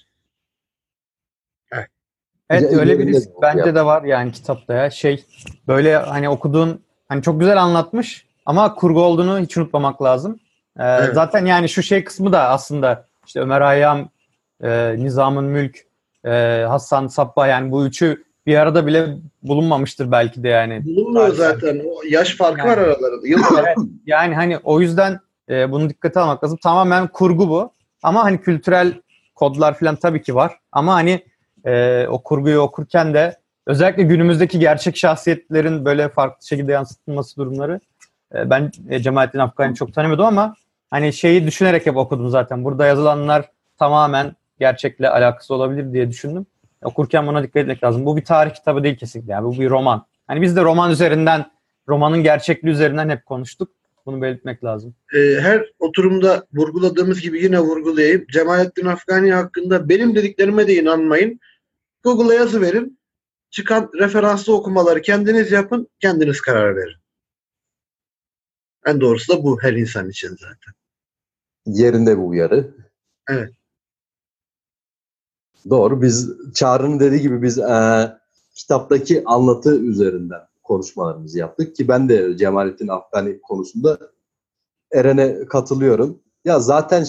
Evet, öyle bir Yerinde risk bence de var yani kitapta ya. Böyle hani okuduğun, hani çok güzel anlatmış ama kurgu olduğunu hiç unutmamak lazım. Evet. Zaten yani şu kısmı da aslında işte Ömer Hayyam, Nizamül Mülk, Hasan Sabbah, yani bu üçü bir arada bile bulunmamıştır belki de yani. Bulunmuyor zaten. O yaş farkı var aralarında. Yıl farkı. Evet, yani hani o yüzden bunu dikkate almak lazım. Tamamen kurgu bu. Ama hani kültürel kodlar falan tabii ki var. Ama hani o kurguyu okurken de özellikle günümüzdeki gerçek şahsiyetlerin böyle farklı şekilde yansıtılması durumları. Ben Cemalettin Afgani'yi çok tanımıyordum ama hani düşünerek hep okudum zaten. Burada yazılanlar tamamen gerçekle alakası olabilir diye düşündüm. Okurken buna dikkat etmek lazım. Bu bir tarih kitabı değil kesinlikle. Yani bu bir roman. Hani biz de romanın gerçekliği üzerinden hep konuştuk. Bunu belirtmek lazım. Her oturumda vurguladığımız gibi yine vurgulayayım. Cemalettin Afgani hakkında benim dediklerime de inanmayın. Google'a yazı verin. Çıkan referanslı okumaları kendiniz yapın. Kendiniz karar verin. En doğrusu da bu her insan için zaten. Yerinde bu uyarı. Evet. Doğru. Biz Çağrı'nın dediği gibi biz kitaptaki anlatı üzerinden konuşmalarımızı yaptık ki ben de Cemalettin Afgani konusunda Eren'e katılıyorum. Ya zaten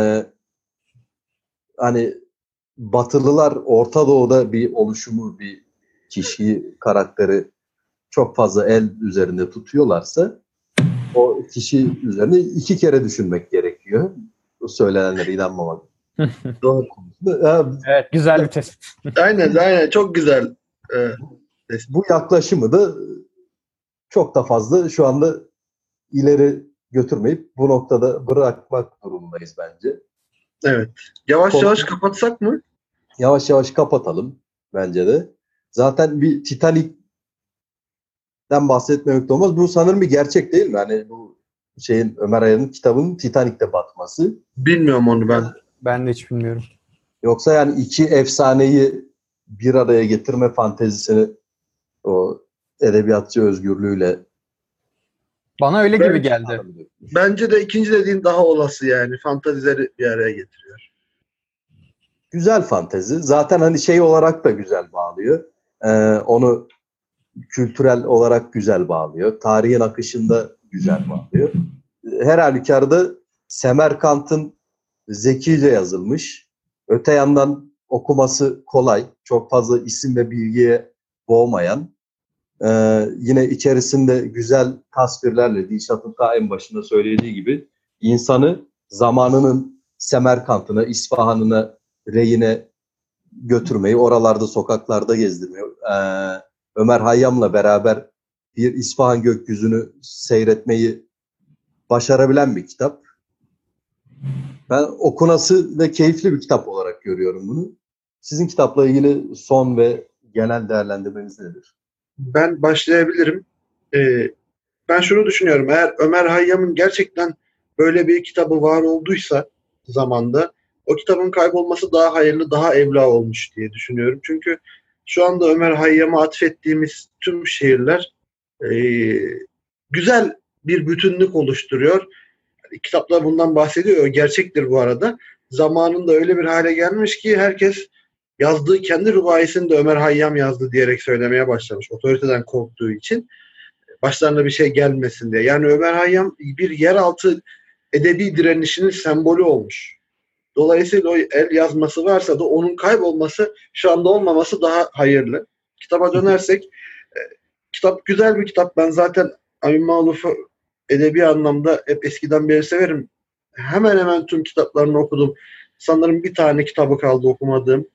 hani Batılılar Orta Doğu'da bir oluşumu, bir kişiyi, karakteri çok fazla el üzerinde tutuyorlarsa o kişi üzerine 2 kere düşünmek gerekiyor. Bu söylenenlere inanmamak. Doğru. Evet, güzel bir tespit. Aynen. Çok güzel. Bu yaklaşımı da çok da fazla şu anda ileri götürmeyip bu noktada bırakmak durumundayız bence. Evet. Yavaş yavaş kapatsak mı? Yavaş yavaş kapatalım bence de. Zaten bir Titanic'ten bahsetmemek de olmaz. Bu sanırım bir gerçek değil mi? Hani bu Ömer Hayyam'ın kitabının Titanic'te batması. Bilmiyorum onu ben. Ben de hiç bilmiyorum. Yoksa yani iki efsaneyi bir araya getirme fantezisini o edebiyatçı özgürlüğüyle Bana öyle gibi Ben- geldi. Bence de ikinci dediğin daha olası yani. Fantazileri bir araya getiriyor. Güzel fantezi. Zaten hani şey olarak da güzel bağlıyor. Onu kültürel olarak güzel bağlıyor. Tarihin akışında güzel bağlıyor. Her halükarda Semerkant'ın zekice yazılmış. Öte yandan okuması kolay. Çok fazla isim ve bilgiye boğmayan. Yine içerisinde güzel tasvirlerle, Dilşat'ın ta en başında söylediği gibi insanı zamanının Semerkant'ına, İsfahan'ına, Rey'ine götürmeyi, oralarda sokaklarda gezdirmeyi, Ömer Hayyam'la beraber bir İsfahan gökyüzünü seyretmeyi başarabilen bir kitap. Ben okunası ve keyifli bir kitap olarak görüyorum bunu. Sizin kitapla ilgili son ve genel değerlendirmeniz nedir? Ben başlayabilirim. Ben şunu düşünüyorum. Eğer Ömer Hayyam'ın gerçekten böyle bir kitabı var olduysa zamanda o kitabın kaybolması daha hayırlı, daha evla olmuş diye düşünüyorum. Çünkü şu anda Ömer Hayyam'a atfettiğimiz tüm şiirler e, güzel bir bütünlük oluşturuyor. Kitaplar bundan bahsediyor. O gerçektir bu arada. Zamanında öyle bir hale gelmiş ki herkes yazdığı kendi rivayesini de Ömer Hayyam yazdı diyerek söylemeye başlamış. Otoriteden korktuğu için. Başlarına bir şey gelmesin diye. Yani Ömer Hayyam bir yeraltı edebi direnişinin sembolü olmuş. Dolayısıyla o el yazması varsa da onun kaybolması, şu anda olmaması daha hayırlı. Kitaba dönersek, kitap güzel bir kitap. Ben zaten Amin Maluf'u edebi anlamda hep eskiden beri severim. Hemen hemen tüm kitaplarını okudum. Sanırım bir tane kitabı kaldı okumadığım.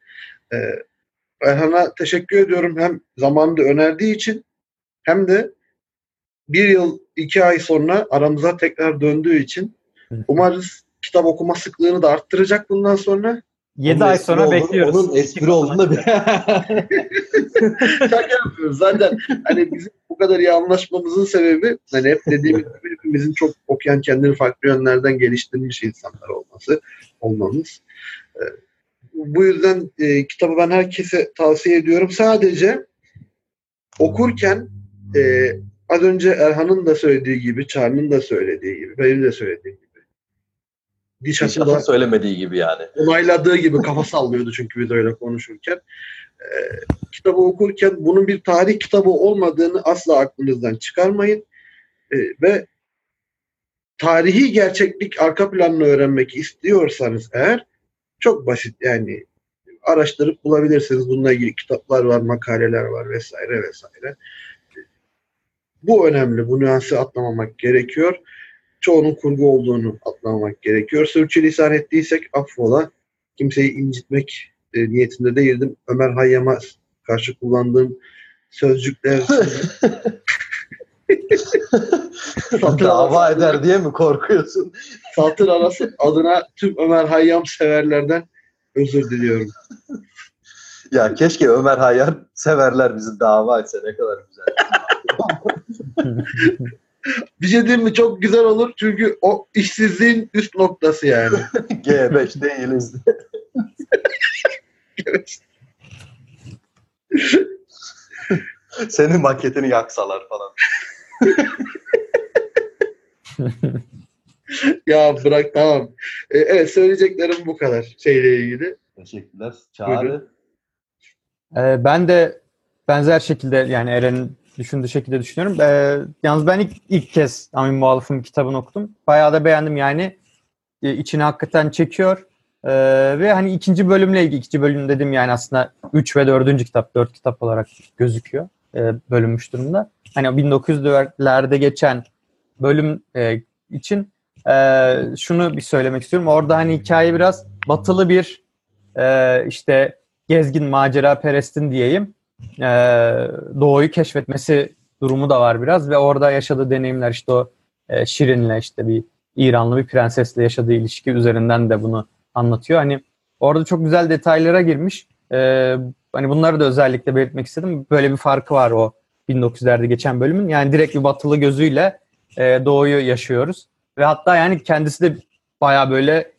Erhan'a teşekkür ediyorum. Hem zamanında önerdiği için hem de bir yıl, 2 ay sonra aramıza tekrar döndüğü için umarız kitap okuma sıklığını da arttıracak bundan sonra. 7 ay sonra bekliyoruz. Onun espri olduğunda bir... Şaka yapıyoruz. Zaten hani bizim bu kadar iyi anlaşmamızın sebebi hani hep dediğimiz gibi hepimizin çok okuyan, kendini farklı yönlerden geliştirmiş insanlar olmamız. Bu yüzden kitabı ben herkese tavsiye ediyorum. Sadece okurken az önce Erhan'ın da söylediği gibi, Çağrı'nın da söylediği gibi, benim de söylediğim gibi. Dilşat'ın Dilşat'ın söylemediği gibi yani. onayladığı gibi kafa sallıyordu çünkü biz öyle konuşurken. Kitabı okurken bunun bir tarih kitabı olmadığını asla aklınızdan çıkarmayın. Ve tarihi gerçeklik arka planını öğrenmek istiyorsanız eğer çok basit yani araştırıp bulabilirsiniz. Bununla ilgili kitaplar var, makaleler var vesaire vesaire. Bu önemli. Bu nüansı atlamamak gerekiyor. Çoğunun kurgu olduğunu atlamamak gerekiyor. Sürçülisan ettiysek affola. Kimseyi incitmek niyetinde değildim. Ömer Hayyam'a karşı kullandığım sözcükler Dava eder diye mi korkuyorsun? satır arası adına tüm Ömer Hayyam severlerden özür diliyorum. Ya keşke Ömer Hayyam severler bizi dava etse, ne kadar güzel. Bir şey diyeyim mi? Çok güzel olur. Çünkü o işsizliğin üst noktası yani. G5 değiliz. Senin maketini yaksalar falan. Ya bırak tamam. Evet söyleyeceklerim bu kadar şeyle ilgili. Teşekkürler. Çağrı. Ben de benzer şekilde yani Eren'in düşündüğü şekilde düşünüyorum. Yalnız ben ilk kez Amin Muhalif'in kitabını okudum. Bayağı da beğendim yani. İçine hakikaten çekiyor. Ve hani ikinci bölümle ilgili, ikinci bölüm dedim yani aslında 3 ve 4. kitap, 4 kitap olarak gözüküyor. Bölünmüş durumda. Hani 1900'lerde geçen bölüm için şunu bir söylemek istiyorum. Orada hani hikaye biraz batılı bir işte gezgin, macera perestin diyeyim. Doğuyu keşfetmesi durumu da var biraz ve orada yaşadığı deneyimler işte o Şirin'le işte bir İranlı bir prensesle yaşadığı ilişki üzerinden de bunu anlatıyor. Hani orada çok güzel detaylara girmiş. Hani bunları da özellikle belirtmek istedim. Böyle bir farkı var o 1900'lerde geçen bölümün. Yani direkt bir batılı gözüyle doğuyu yaşıyoruz. Ve hatta yani kendisi de bayağı böyle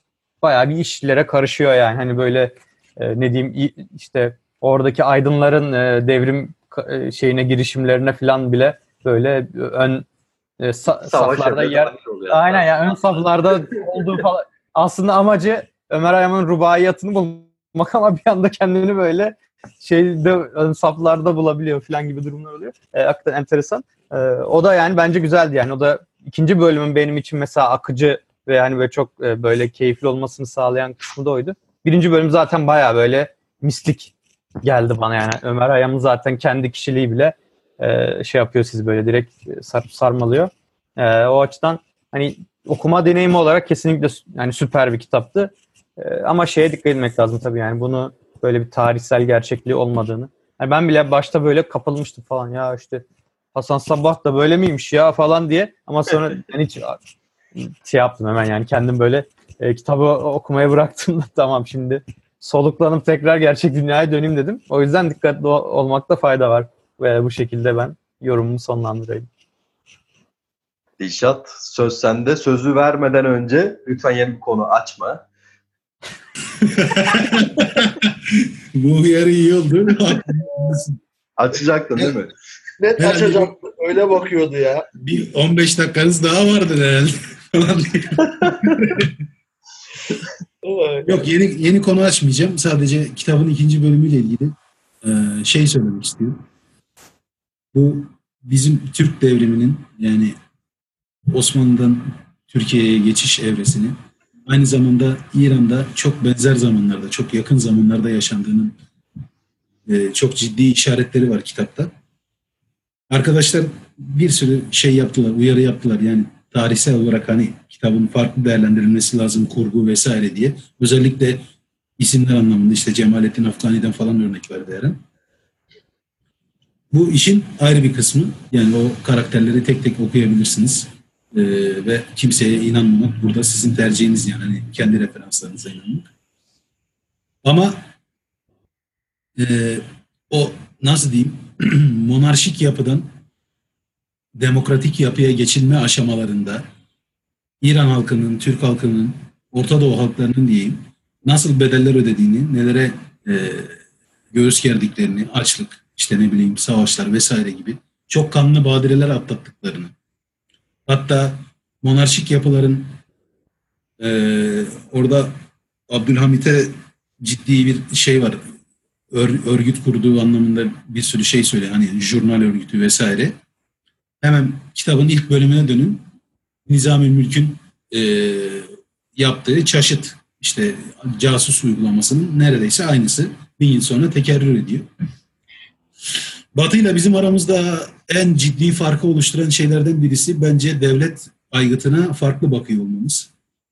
bayağı bir işlere karışıyor yani. Hani böyle ne diyeyim işte oradaki aydınların devrim şeyine girişimlerine falan bile böyle ön saflarda yer. Aynen ya, ön saflarda olduğu falan. Aslında amacı Ömer Hayyam'ın rubaiyatını bulmak ama bir anda kendini böyle ön saflarda bulabiliyor falan gibi durumlar oluyor. Hakikaten enteresan. O da yani bence güzeldi yani. O da ikinci bölümün benim için mesela akıcı ve yani böyle çok böyle keyifli olmasını sağlayan kısmı da oydu. Birinci bölüm zaten bayağı böyle mistik geldi bana yani. Ömer Hayyam'ın zaten kendi kişiliği bile şey yapıyor, sizi böyle direkt sarıp sarmalıyor. O açıdan hani okuma deneyimi olarak kesinlikle yani süper bir kitaptı. Ama şeye dikkat etmek lazım tabii yani bunu böyle bir tarihsel gerçekliği olmadığını. Yani ben bile başta böyle kapılmıştım falan ya işte Hasan Sabbah da böyle miymiş ya falan diye. Ama sonra yani hiç şey yaptım hemen yani kendim böyle kitabı okumaya bıraktım. Tamam, şimdi soluklanıp tekrar gerçek dünyaya döneyim dedim. O yüzden dikkatli olmakta fayda var. Ve bu şekilde ben yorumumu sonlandırayım. Dilşat, söz sende. Sözü vermeden önce lütfen yeni bir konu açma. Bu uyarı iyi oldu. Açacaktın değil mi? Net Herhalde açacağım. Öyle bakıyordu ya. Bir 15 dakikanız daha vardır herhalde. Yok, yeni konu açmayacağım. Sadece kitabın ikinci bölümüyle ilgili şey söylemek istiyorum. Bu bizim Türk devriminin, yani Osmanlı'dan Türkiye'ye geçiş evresini, aynı zamanda İran'da çok benzer zamanlarda, çok yakın zamanlarda yaşandığının çok ciddi işaretleri var kitapta. Arkadaşlar bir sürü şey yaptılar, uyarı yaptılar. Yani tarihsel olarak hani kitabın farklı değerlendirilmesi lazım, kurgu vesaire diye. Özellikle isimler anlamında işte Cemalettin Afgani'den falan örnek verdi Eren. Bu işin ayrı bir kısmı. Yani o karakterleri tek tek okuyabilirsiniz. Ve kimseye inanmamak burada sizin tercihiniz, yani hani kendi referanslarınıza inanmak. Ama o nasıl diyeyim monarşik yapıdan demokratik yapıya geçilme aşamalarında İran halkının, Türk halkının, Orta Doğu halklarının diyeyim nasıl bedeller ödediğini, nelere göğüs gerdiklerini, açlık, işte ne bileyim savaşlar vesaire gibi çok kanlı badireler atlattıklarını, hatta monarşik yapıların orada Abdülhamit'e ciddi bir şey var, örgüt kurduğu anlamında bir sürü şey söyle, hani jurnal örgütü vesaire. Hemen kitabın ilk bölümüne dönün. Nizami Mülk'ün yaptığı çaşıt, işte casus uygulamasının neredeyse aynısı 1000 yıl sonra tekerrür ediyor. Batı ile bizim aramızda en ciddi farkı oluşturan şeylerden birisi bence devlet aygıtına farklı bakıyor olmamız.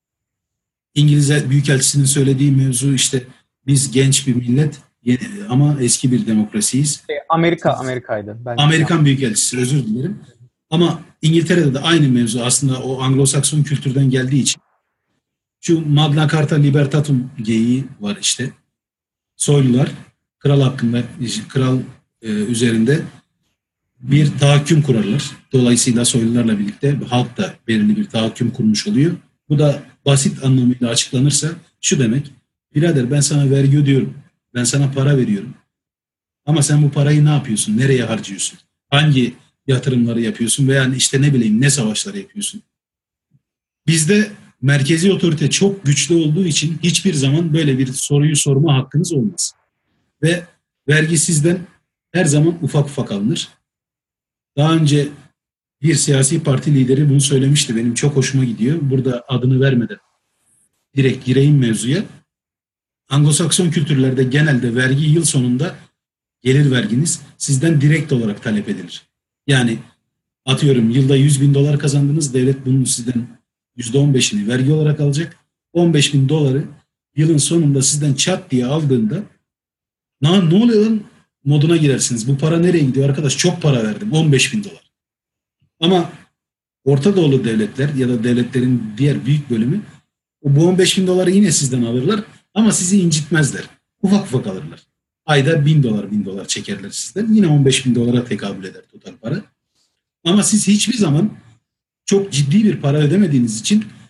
İngiliz Büyükelçisi'nin söylediği mevzu işte biz genç bir millet ama eski bir demokrasiyiz. Amerika'ydı. Amerikan Büyükelçisi, özür dilerim. Ama İngiltere'de de aynı mevzu aslında o Anglo-Sakson kültürden geldiği için. Şu Magna Carta Libertatum geyiği var işte. Soylular kral hakkında, kral üzerinde bir tahakküm kurarlar. Dolayısıyla soylularla birlikte halk da belirli bir tahakküm kurmuş oluyor. Bu da basit anlamıyla açıklanırsa şu demek: birader ben sana vergi ödüyorum. Ben sana para veriyorum. Ama sen bu parayı ne yapıyorsun? Nereye harcıyorsun? Hangi yatırımları yapıyorsun veya işte ne bileyim ne savaşları yapıyorsun? Bizde merkezi otorite çok güçlü olduğu için hiçbir zaman böyle bir soruyu sorma hakkınız olmaz. Ve vergi sizden her zaman ufak ufak alınır. Daha önce bir siyasi parti lideri bunu söylemişti. Benim çok hoşuma gidiyor. Burada adını vermeden direkt gireyim mevzuya. Anglo-Sakson kültürlerde genelde vergi yıl sonunda, gelir verginiz sizden direkt olarak talep edilir. Yani atıyorum yılda 100.000 dolar kazandınız, devlet bunun sizden %15'ini vergi olarak alacak. 15.000 doları yılın sonunda sizden çat diye aldığında ne oluyor lan moduna girersiniz. Bu para nereye gidiyor arkadaş? Çok para verdim. 15.000 dolar. Ama Orta Doğulu devletler ya da devletlerin diğer büyük bölümü bu 15.000 doları yine sizden alırlar ama sizi incitmezler. Ufak ufak alırlar. Ayda 1.000 dolar çekerler sizden. Yine 15.000 dolara tekabül eder total para. Ama siz hiçbir zaman çok ciddi bir para ödemediğiniz için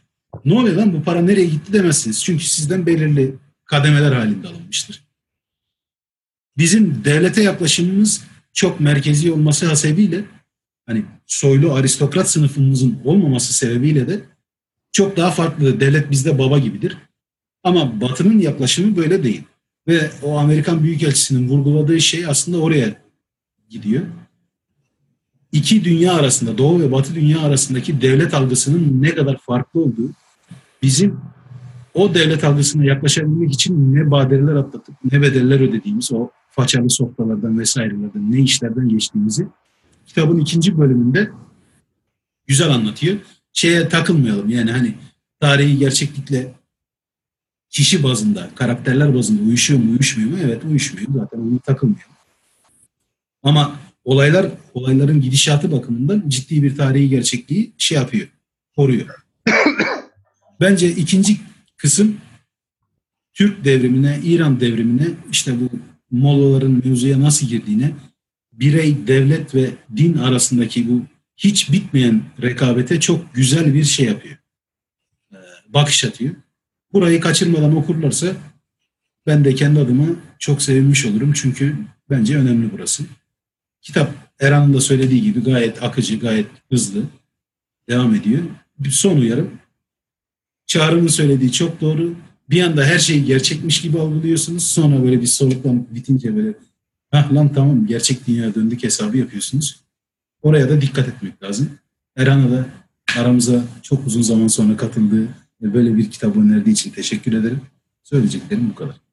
ne oluyor lan bu para nereye gitti demezsiniz. Çünkü sizden belirli kademeler halinde alınmıştır. Bizim devlete yaklaşımımız çok merkezi olması hasebiyle, hani soylu aristokrat sınıfımızın olmaması sebebiyle de çok daha farklı. Devlet bizde baba gibidir. Ama Batı'nın yaklaşımı böyle değil. Ve o Amerikan Büyükelçisi'nin vurguladığı şey aslında oraya gidiyor. İki dünya arasında, Doğu ve Batı dünya arasındaki devlet algısının ne kadar farklı olduğu, bizim o devlet algısına yaklaşabilmek için ne badireler atlatıp ne bedeller ödediğimiz, o façalı sofralardan vesairelerden ne işlerden geçtiğimizi kitabın 2. bölümünde güzel anlatıyor. Şeye takılmayalım, yani hani tarihi gerçeklikle kişi bazında, karakterler bazında uyuşuyor mu, uyuşmuyor mu? Evet, uyuşmuyor. Zaten ona takılmıyor. Ama olayların gidişatı bakımından ciddi bir tarihi gerçekliği şey yapıyor, koruyor. Bence 2. kısım Türk devrimine, İran devrimine, işte bu Mollaların mevzuya nasıl girdiğine, birey, devlet ve din arasındaki bu hiç bitmeyen rekabete çok güzel bir şey yapıyor. Bakış atıyor. Burayı kaçırmadan okurlarsa ben de kendi adıma çok sevinmiş olurum. Çünkü bence önemli burası. Kitap Erhan'ın da söylediği gibi gayet akıcı, gayet hızlı devam ediyor. Son uyarım. Çağrı'nın söylediği çok doğru. Bir anda her şeyi gerçekmiş gibi algılıyorsunuz. Sonra böyle bir soluklan bitince böyle lan tamam gerçek dünyaya döndük hesabı yapıyorsunuz. Oraya da dikkat etmek lazım. Erhan'a da aramıza çok uzun zaman sonra katıldığı ve böyle bir kitabı önerdiği için teşekkür ederim. Söyleyeceklerim bu kadar.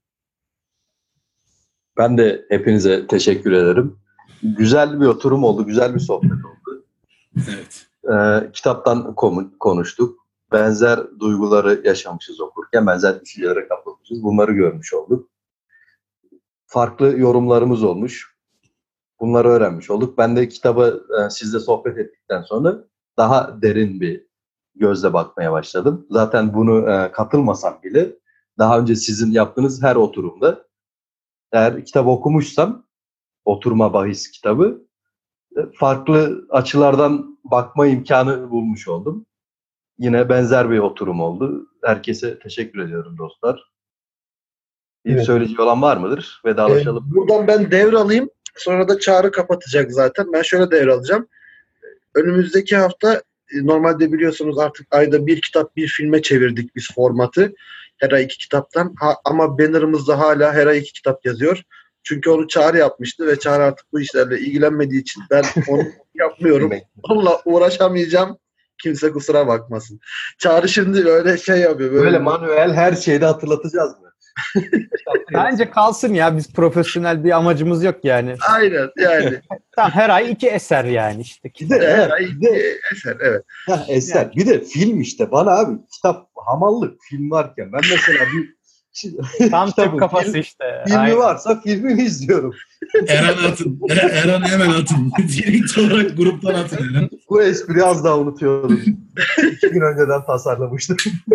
Ben de hepinize teşekkür ederim. Güzel bir oturum oldu, güzel bir sohbet oldu. Evet. Kitaptan konuştuk. Benzer duyguları yaşamışız okurken, benzer düşüncelere kapılmışız. Bunları görmüş olduk. Farklı yorumlarımız olmuş. Bunları öğrenmiş olduk. Ben de kitabı sizle sohbet ettikten sonra daha derin bir gözle bakmaya başladım. Zaten bunu katılmasam bile daha önce sizin yaptığınız her oturumda eğer kitabı okumuşsam, oturma bahis kitabı, farklı açılardan bakma imkanı bulmuş oldum. Yine benzer bir oturum oldu. Herkese teşekkür ediyorum dostlar. Bir Evet. söyleyeceği olan var mıdır? Vedalaşalım. Buradan ben devralayım. Sonra da Çağrı kapatacak zaten. Ben şöyle devralacağım. Önümüzdeki hafta normalde biliyorsunuz artık ayda bir kitap bir filme çevirdik biz formatı. Her ay 2 kitaptan. Ama banner'ımızda hala her ay 2 kitap yazıyor. Çünkü onu Çağrı yapmıştı ve Çağrı artık bu işlerle ilgilenmediği için ben onu yapmıyorum. Onunla uğraşamayacağım. Kimse kusura bakmasın. Çağrı şimdi öyle şey yapıyor. Böyle manuel her şeyde hatırlatacağız mı? Bence kalsın ya, biz profesyonel bir amacımız yok yani. Aynen yani. Tamam, her ay 2 eser yani işte. Bir de, Her ay 2 eser, evet. eser. Yani. Bir de film işte. Bana abi kitap hamallık, film varken. Ben mesela bir Tam kitabın Türk kafası işte. filmi Aynen. varsa filmimi izliyorum. Erhan atın. Erhan hemen atın. Direkt olarak gruptan atın Erhan. Bu espriyi az daha unutuyordum. 2 gün önceden tasarlamıştım.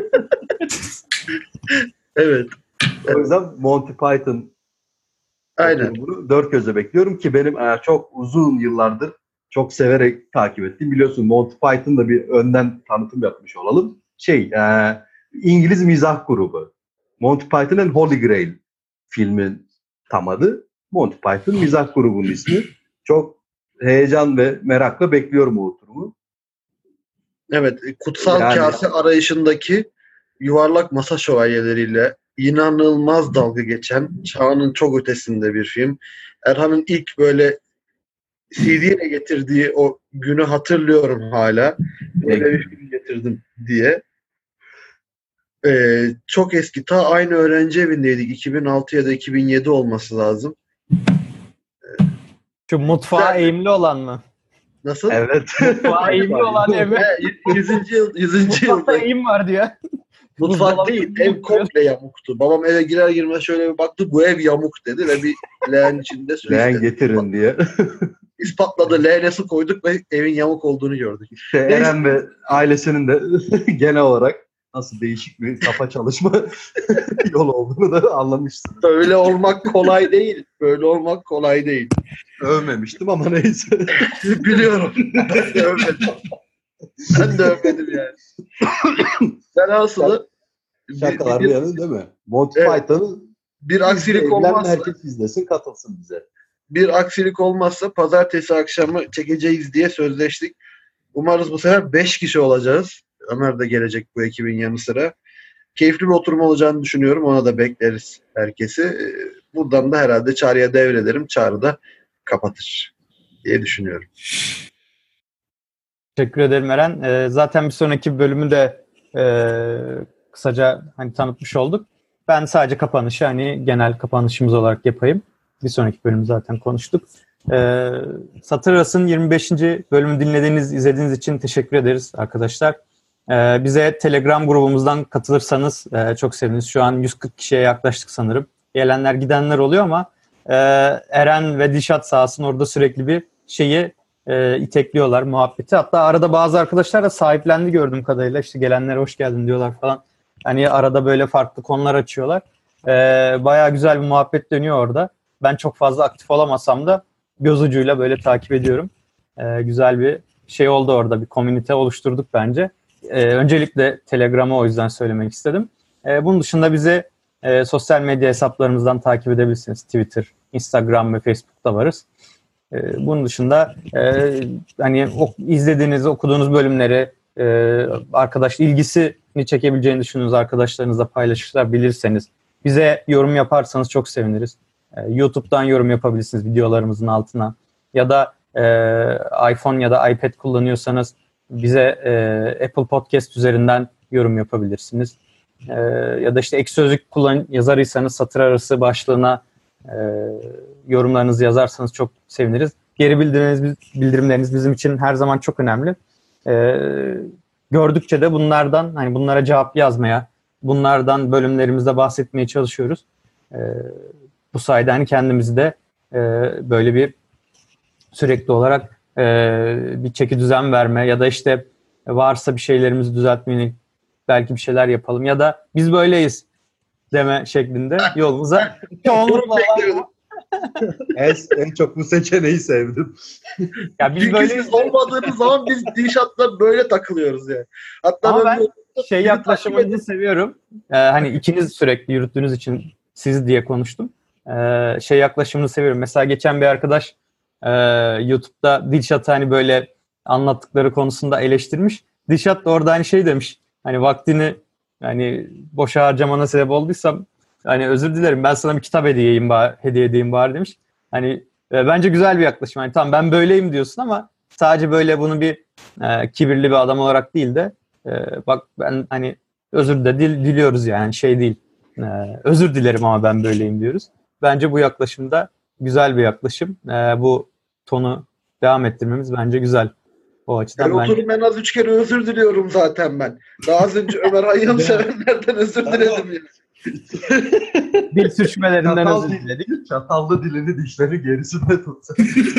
Evet. O yüzden Monty Python Aynen. oturumunu dört gözle bekliyorum ki benim çok uzun yıllardır çok severek takip ettim. Biliyorsun Monty Python'da bir önden tanıtım yapmış olalım. İngiliz mizah grubu. Monty Python and Holy Grail filmin tam adı. Monty Python mizah grubunun ismi. Çok heyecan ve merakla bekliyorum o oturumu. Evet. Kutsal Yani- Kase arayışındaki yuvarlak masa şövalyeleriyle inanılmaz dalga geçen, çağının çok ötesinde bir film. Erhan'ın ilk böyle CD ile getirdiği o günü hatırlıyorum hala. Böyle bir film getirdim diye. Çok eski. Ta aynı öğrenci evindeydik. 2006 ya da 2007 olması lazım. Şu mutfağa eğimli olan mı? Nasıl? Evet. Mutfağa eğimli olan ev mi? 100. yıl Mutfakta yılda eğim var diyor. mutfak buzdolabı değil, gibi ev komple yamuktu. Babam eve girer girmez şöyle bir baktı, bu ev yamuk dedi ve bir leğen içinde su Leğen istedi. getirin diye. İspatladı, leğene su koyduk ve evin yamuk olduğunu gördük. İşte Eren ve ailesinin de genel olarak nasıl değişik bir kafa çalışma yolu olduğunu da anlamışsınız. Böyle olmak kolay değil. Böyle olmak kolay değil. Övmemiştim ama neyse. Biliyorum. Ben de övmedim. Ben de öpmedim yani. Velhasılı Şakalar bir yana değil mi? Monty Evet. Python'ın bir aksilik olmazsa herkes izlesin, katılsın bize. bir aksilik olmazsa pazartesi akşamı çekeceğiz diye sözleştik. Umarız bu sefer 5 kişi olacağız. Ömer de gelecek bu ekibin yanı sıra. Keyifli bir oturum olacağını düşünüyorum. Ona da bekleriz herkesi. Buradan da herhalde Çağrı'ya devrederim. Çağrı da kapatır diye düşünüyorum. Teşekkür ederim Eren. Zaten bir sonraki bölümü de kısaca hani tanıtmış olduk. Ben sadece kapanışı hani genel kapanışımız olarak yapayım. Bir sonraki bölümü zaten konuştuk. Satır Arası'nın 25. bölümü dinlediğiniz, izlediğiniz için teşekkür ederiz arkadaşlar. Bize Telegram grubumuzdan katılırsanız çok seviniriz. Şu an 140 kişiye yaklaştık sanırım. Gelenler gidenler oluyor ama Eren ve Dişat sağ olsun orada sürekli bir şeyi itekliyorlar muhabbeti. Hatta arada bazı arkadaşlar da sahiplendi gördüğüm kadarıyla. İşte gelenlere hoş geldin diyorlar falan. Hani arada böyle farklı konular açıyorlar. Bayağı güzel bir muhabbet dönüyor orada. Ben çok fazla aktif olamasam da göz ucuyla böyle takip ediyorum. Güzel bir şey oldu orada. Bir komünite oluşturduk bence. Öncelikle Telegram'ı o yüzden söylemek istedim. Bunun dışında bizi sosyal medya hesaplarımızdan takip edebilirsiniz. Twitter, Instagram ve Facebook'ta varız. Bunun dışında hani izlediğiniz, okuduğunuz bölümleri arkadaş ilgisini çekebileceğini düşündüğünüz arkadaşlarınızla paylaşabilirseniz, bize yorum yaparsanız çok seviniriz. YouTube'dan yorum yapabilirsiniz videolarımızın altına. Ya da iPhone ya da iPad kullanıyorsanız bize Apple Podcast üzerinden yorum yapabilirsiniz. Ya da işte Ek Sözlük yazarıysanız satır arası başlığına yorumlarınızı yazarsanız çok seviniriz. Geri bildirimleriniz bizim için her zaman çok önemli. Gördükçe de bunlardan hani bunlara cevap yazmaya, bunlardan bölümlerimizde bahsetmeye çalışıyoruz. Bu sayede hani kendimizi de böyle bir sürekli olarak bir çeki düzen verme ya da işte varsa bir şeylerimizi düzeltmeye belki bir şeyler yapalım ya da biz böyleyiz deme şeklinde yolumuza çoğunlukla En çok bu seçeneği sevdim. ya biz Çünkü böyleyiz. siz olmadığınız zaman biz Dişat'la böyle takılıyoruz yani. Hatta Ama ben şey bizi yaklaşımınızı takip seviyorum. Hani ikiniz sürekli yürüttüğünüz için siz diye konuştum. Şey yaklaşımını seviyorum. Mesela geçen bir arkadaş YouTube'da Dilşat'ı hani böyle anlattıkları konusunda eleştirmiş. Dilşat da orada hani şey demiş. Hani vaktini hani boşa harcamana sebep olduysam hani özür dilerim. Ben sana bir kitap hediye edeyim bari demiş. Hani bence güzel bir yaklaşım. Hani tamam ben böyleyim diyorsun ama sadece böyle bunu bir kibirli bir adam olarak değil de bak ben hani özür de diliyoruz yani şey değil. Özür dilerim ama ben böyleyim diyoruz. Bence bu yaklaşım da güzel bir yaklaşım. Bu tonu devam ettirmemiz bence güzel. O Her açıdan bence oturum en az 3 kere özür diliyorum zaten ben. Daha az önce Ömer Hayyam sevenlerden özür diledim ya. dil sürçmelerinden özür diledik. Çatallı dilini dişleri gerisinde tutsa.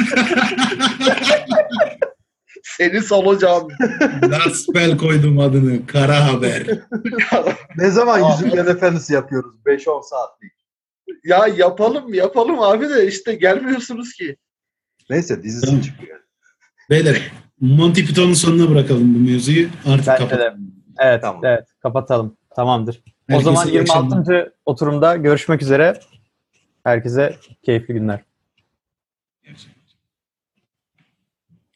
Seni salacağım. Laspel koydum adını. Kara haber. Ne zaman Yüzüklerin Efendisi yapıyoruz? 5-10 saatlik. Ya yapalım abi de işte gelmiyorsunuz ki. Neyse dizisi çıkıyor. Beyler, Monty Python'un sonuna bırakalım bu mevzuyu. Artık Bence de. kapatalım. Evet, Tamam. evet kapatalım. Tamamdır. Herkese O zaman iyi 26. akşamlar. oturumda görüşmek üzere. Herkese keyifli günler. İyi akşamlar.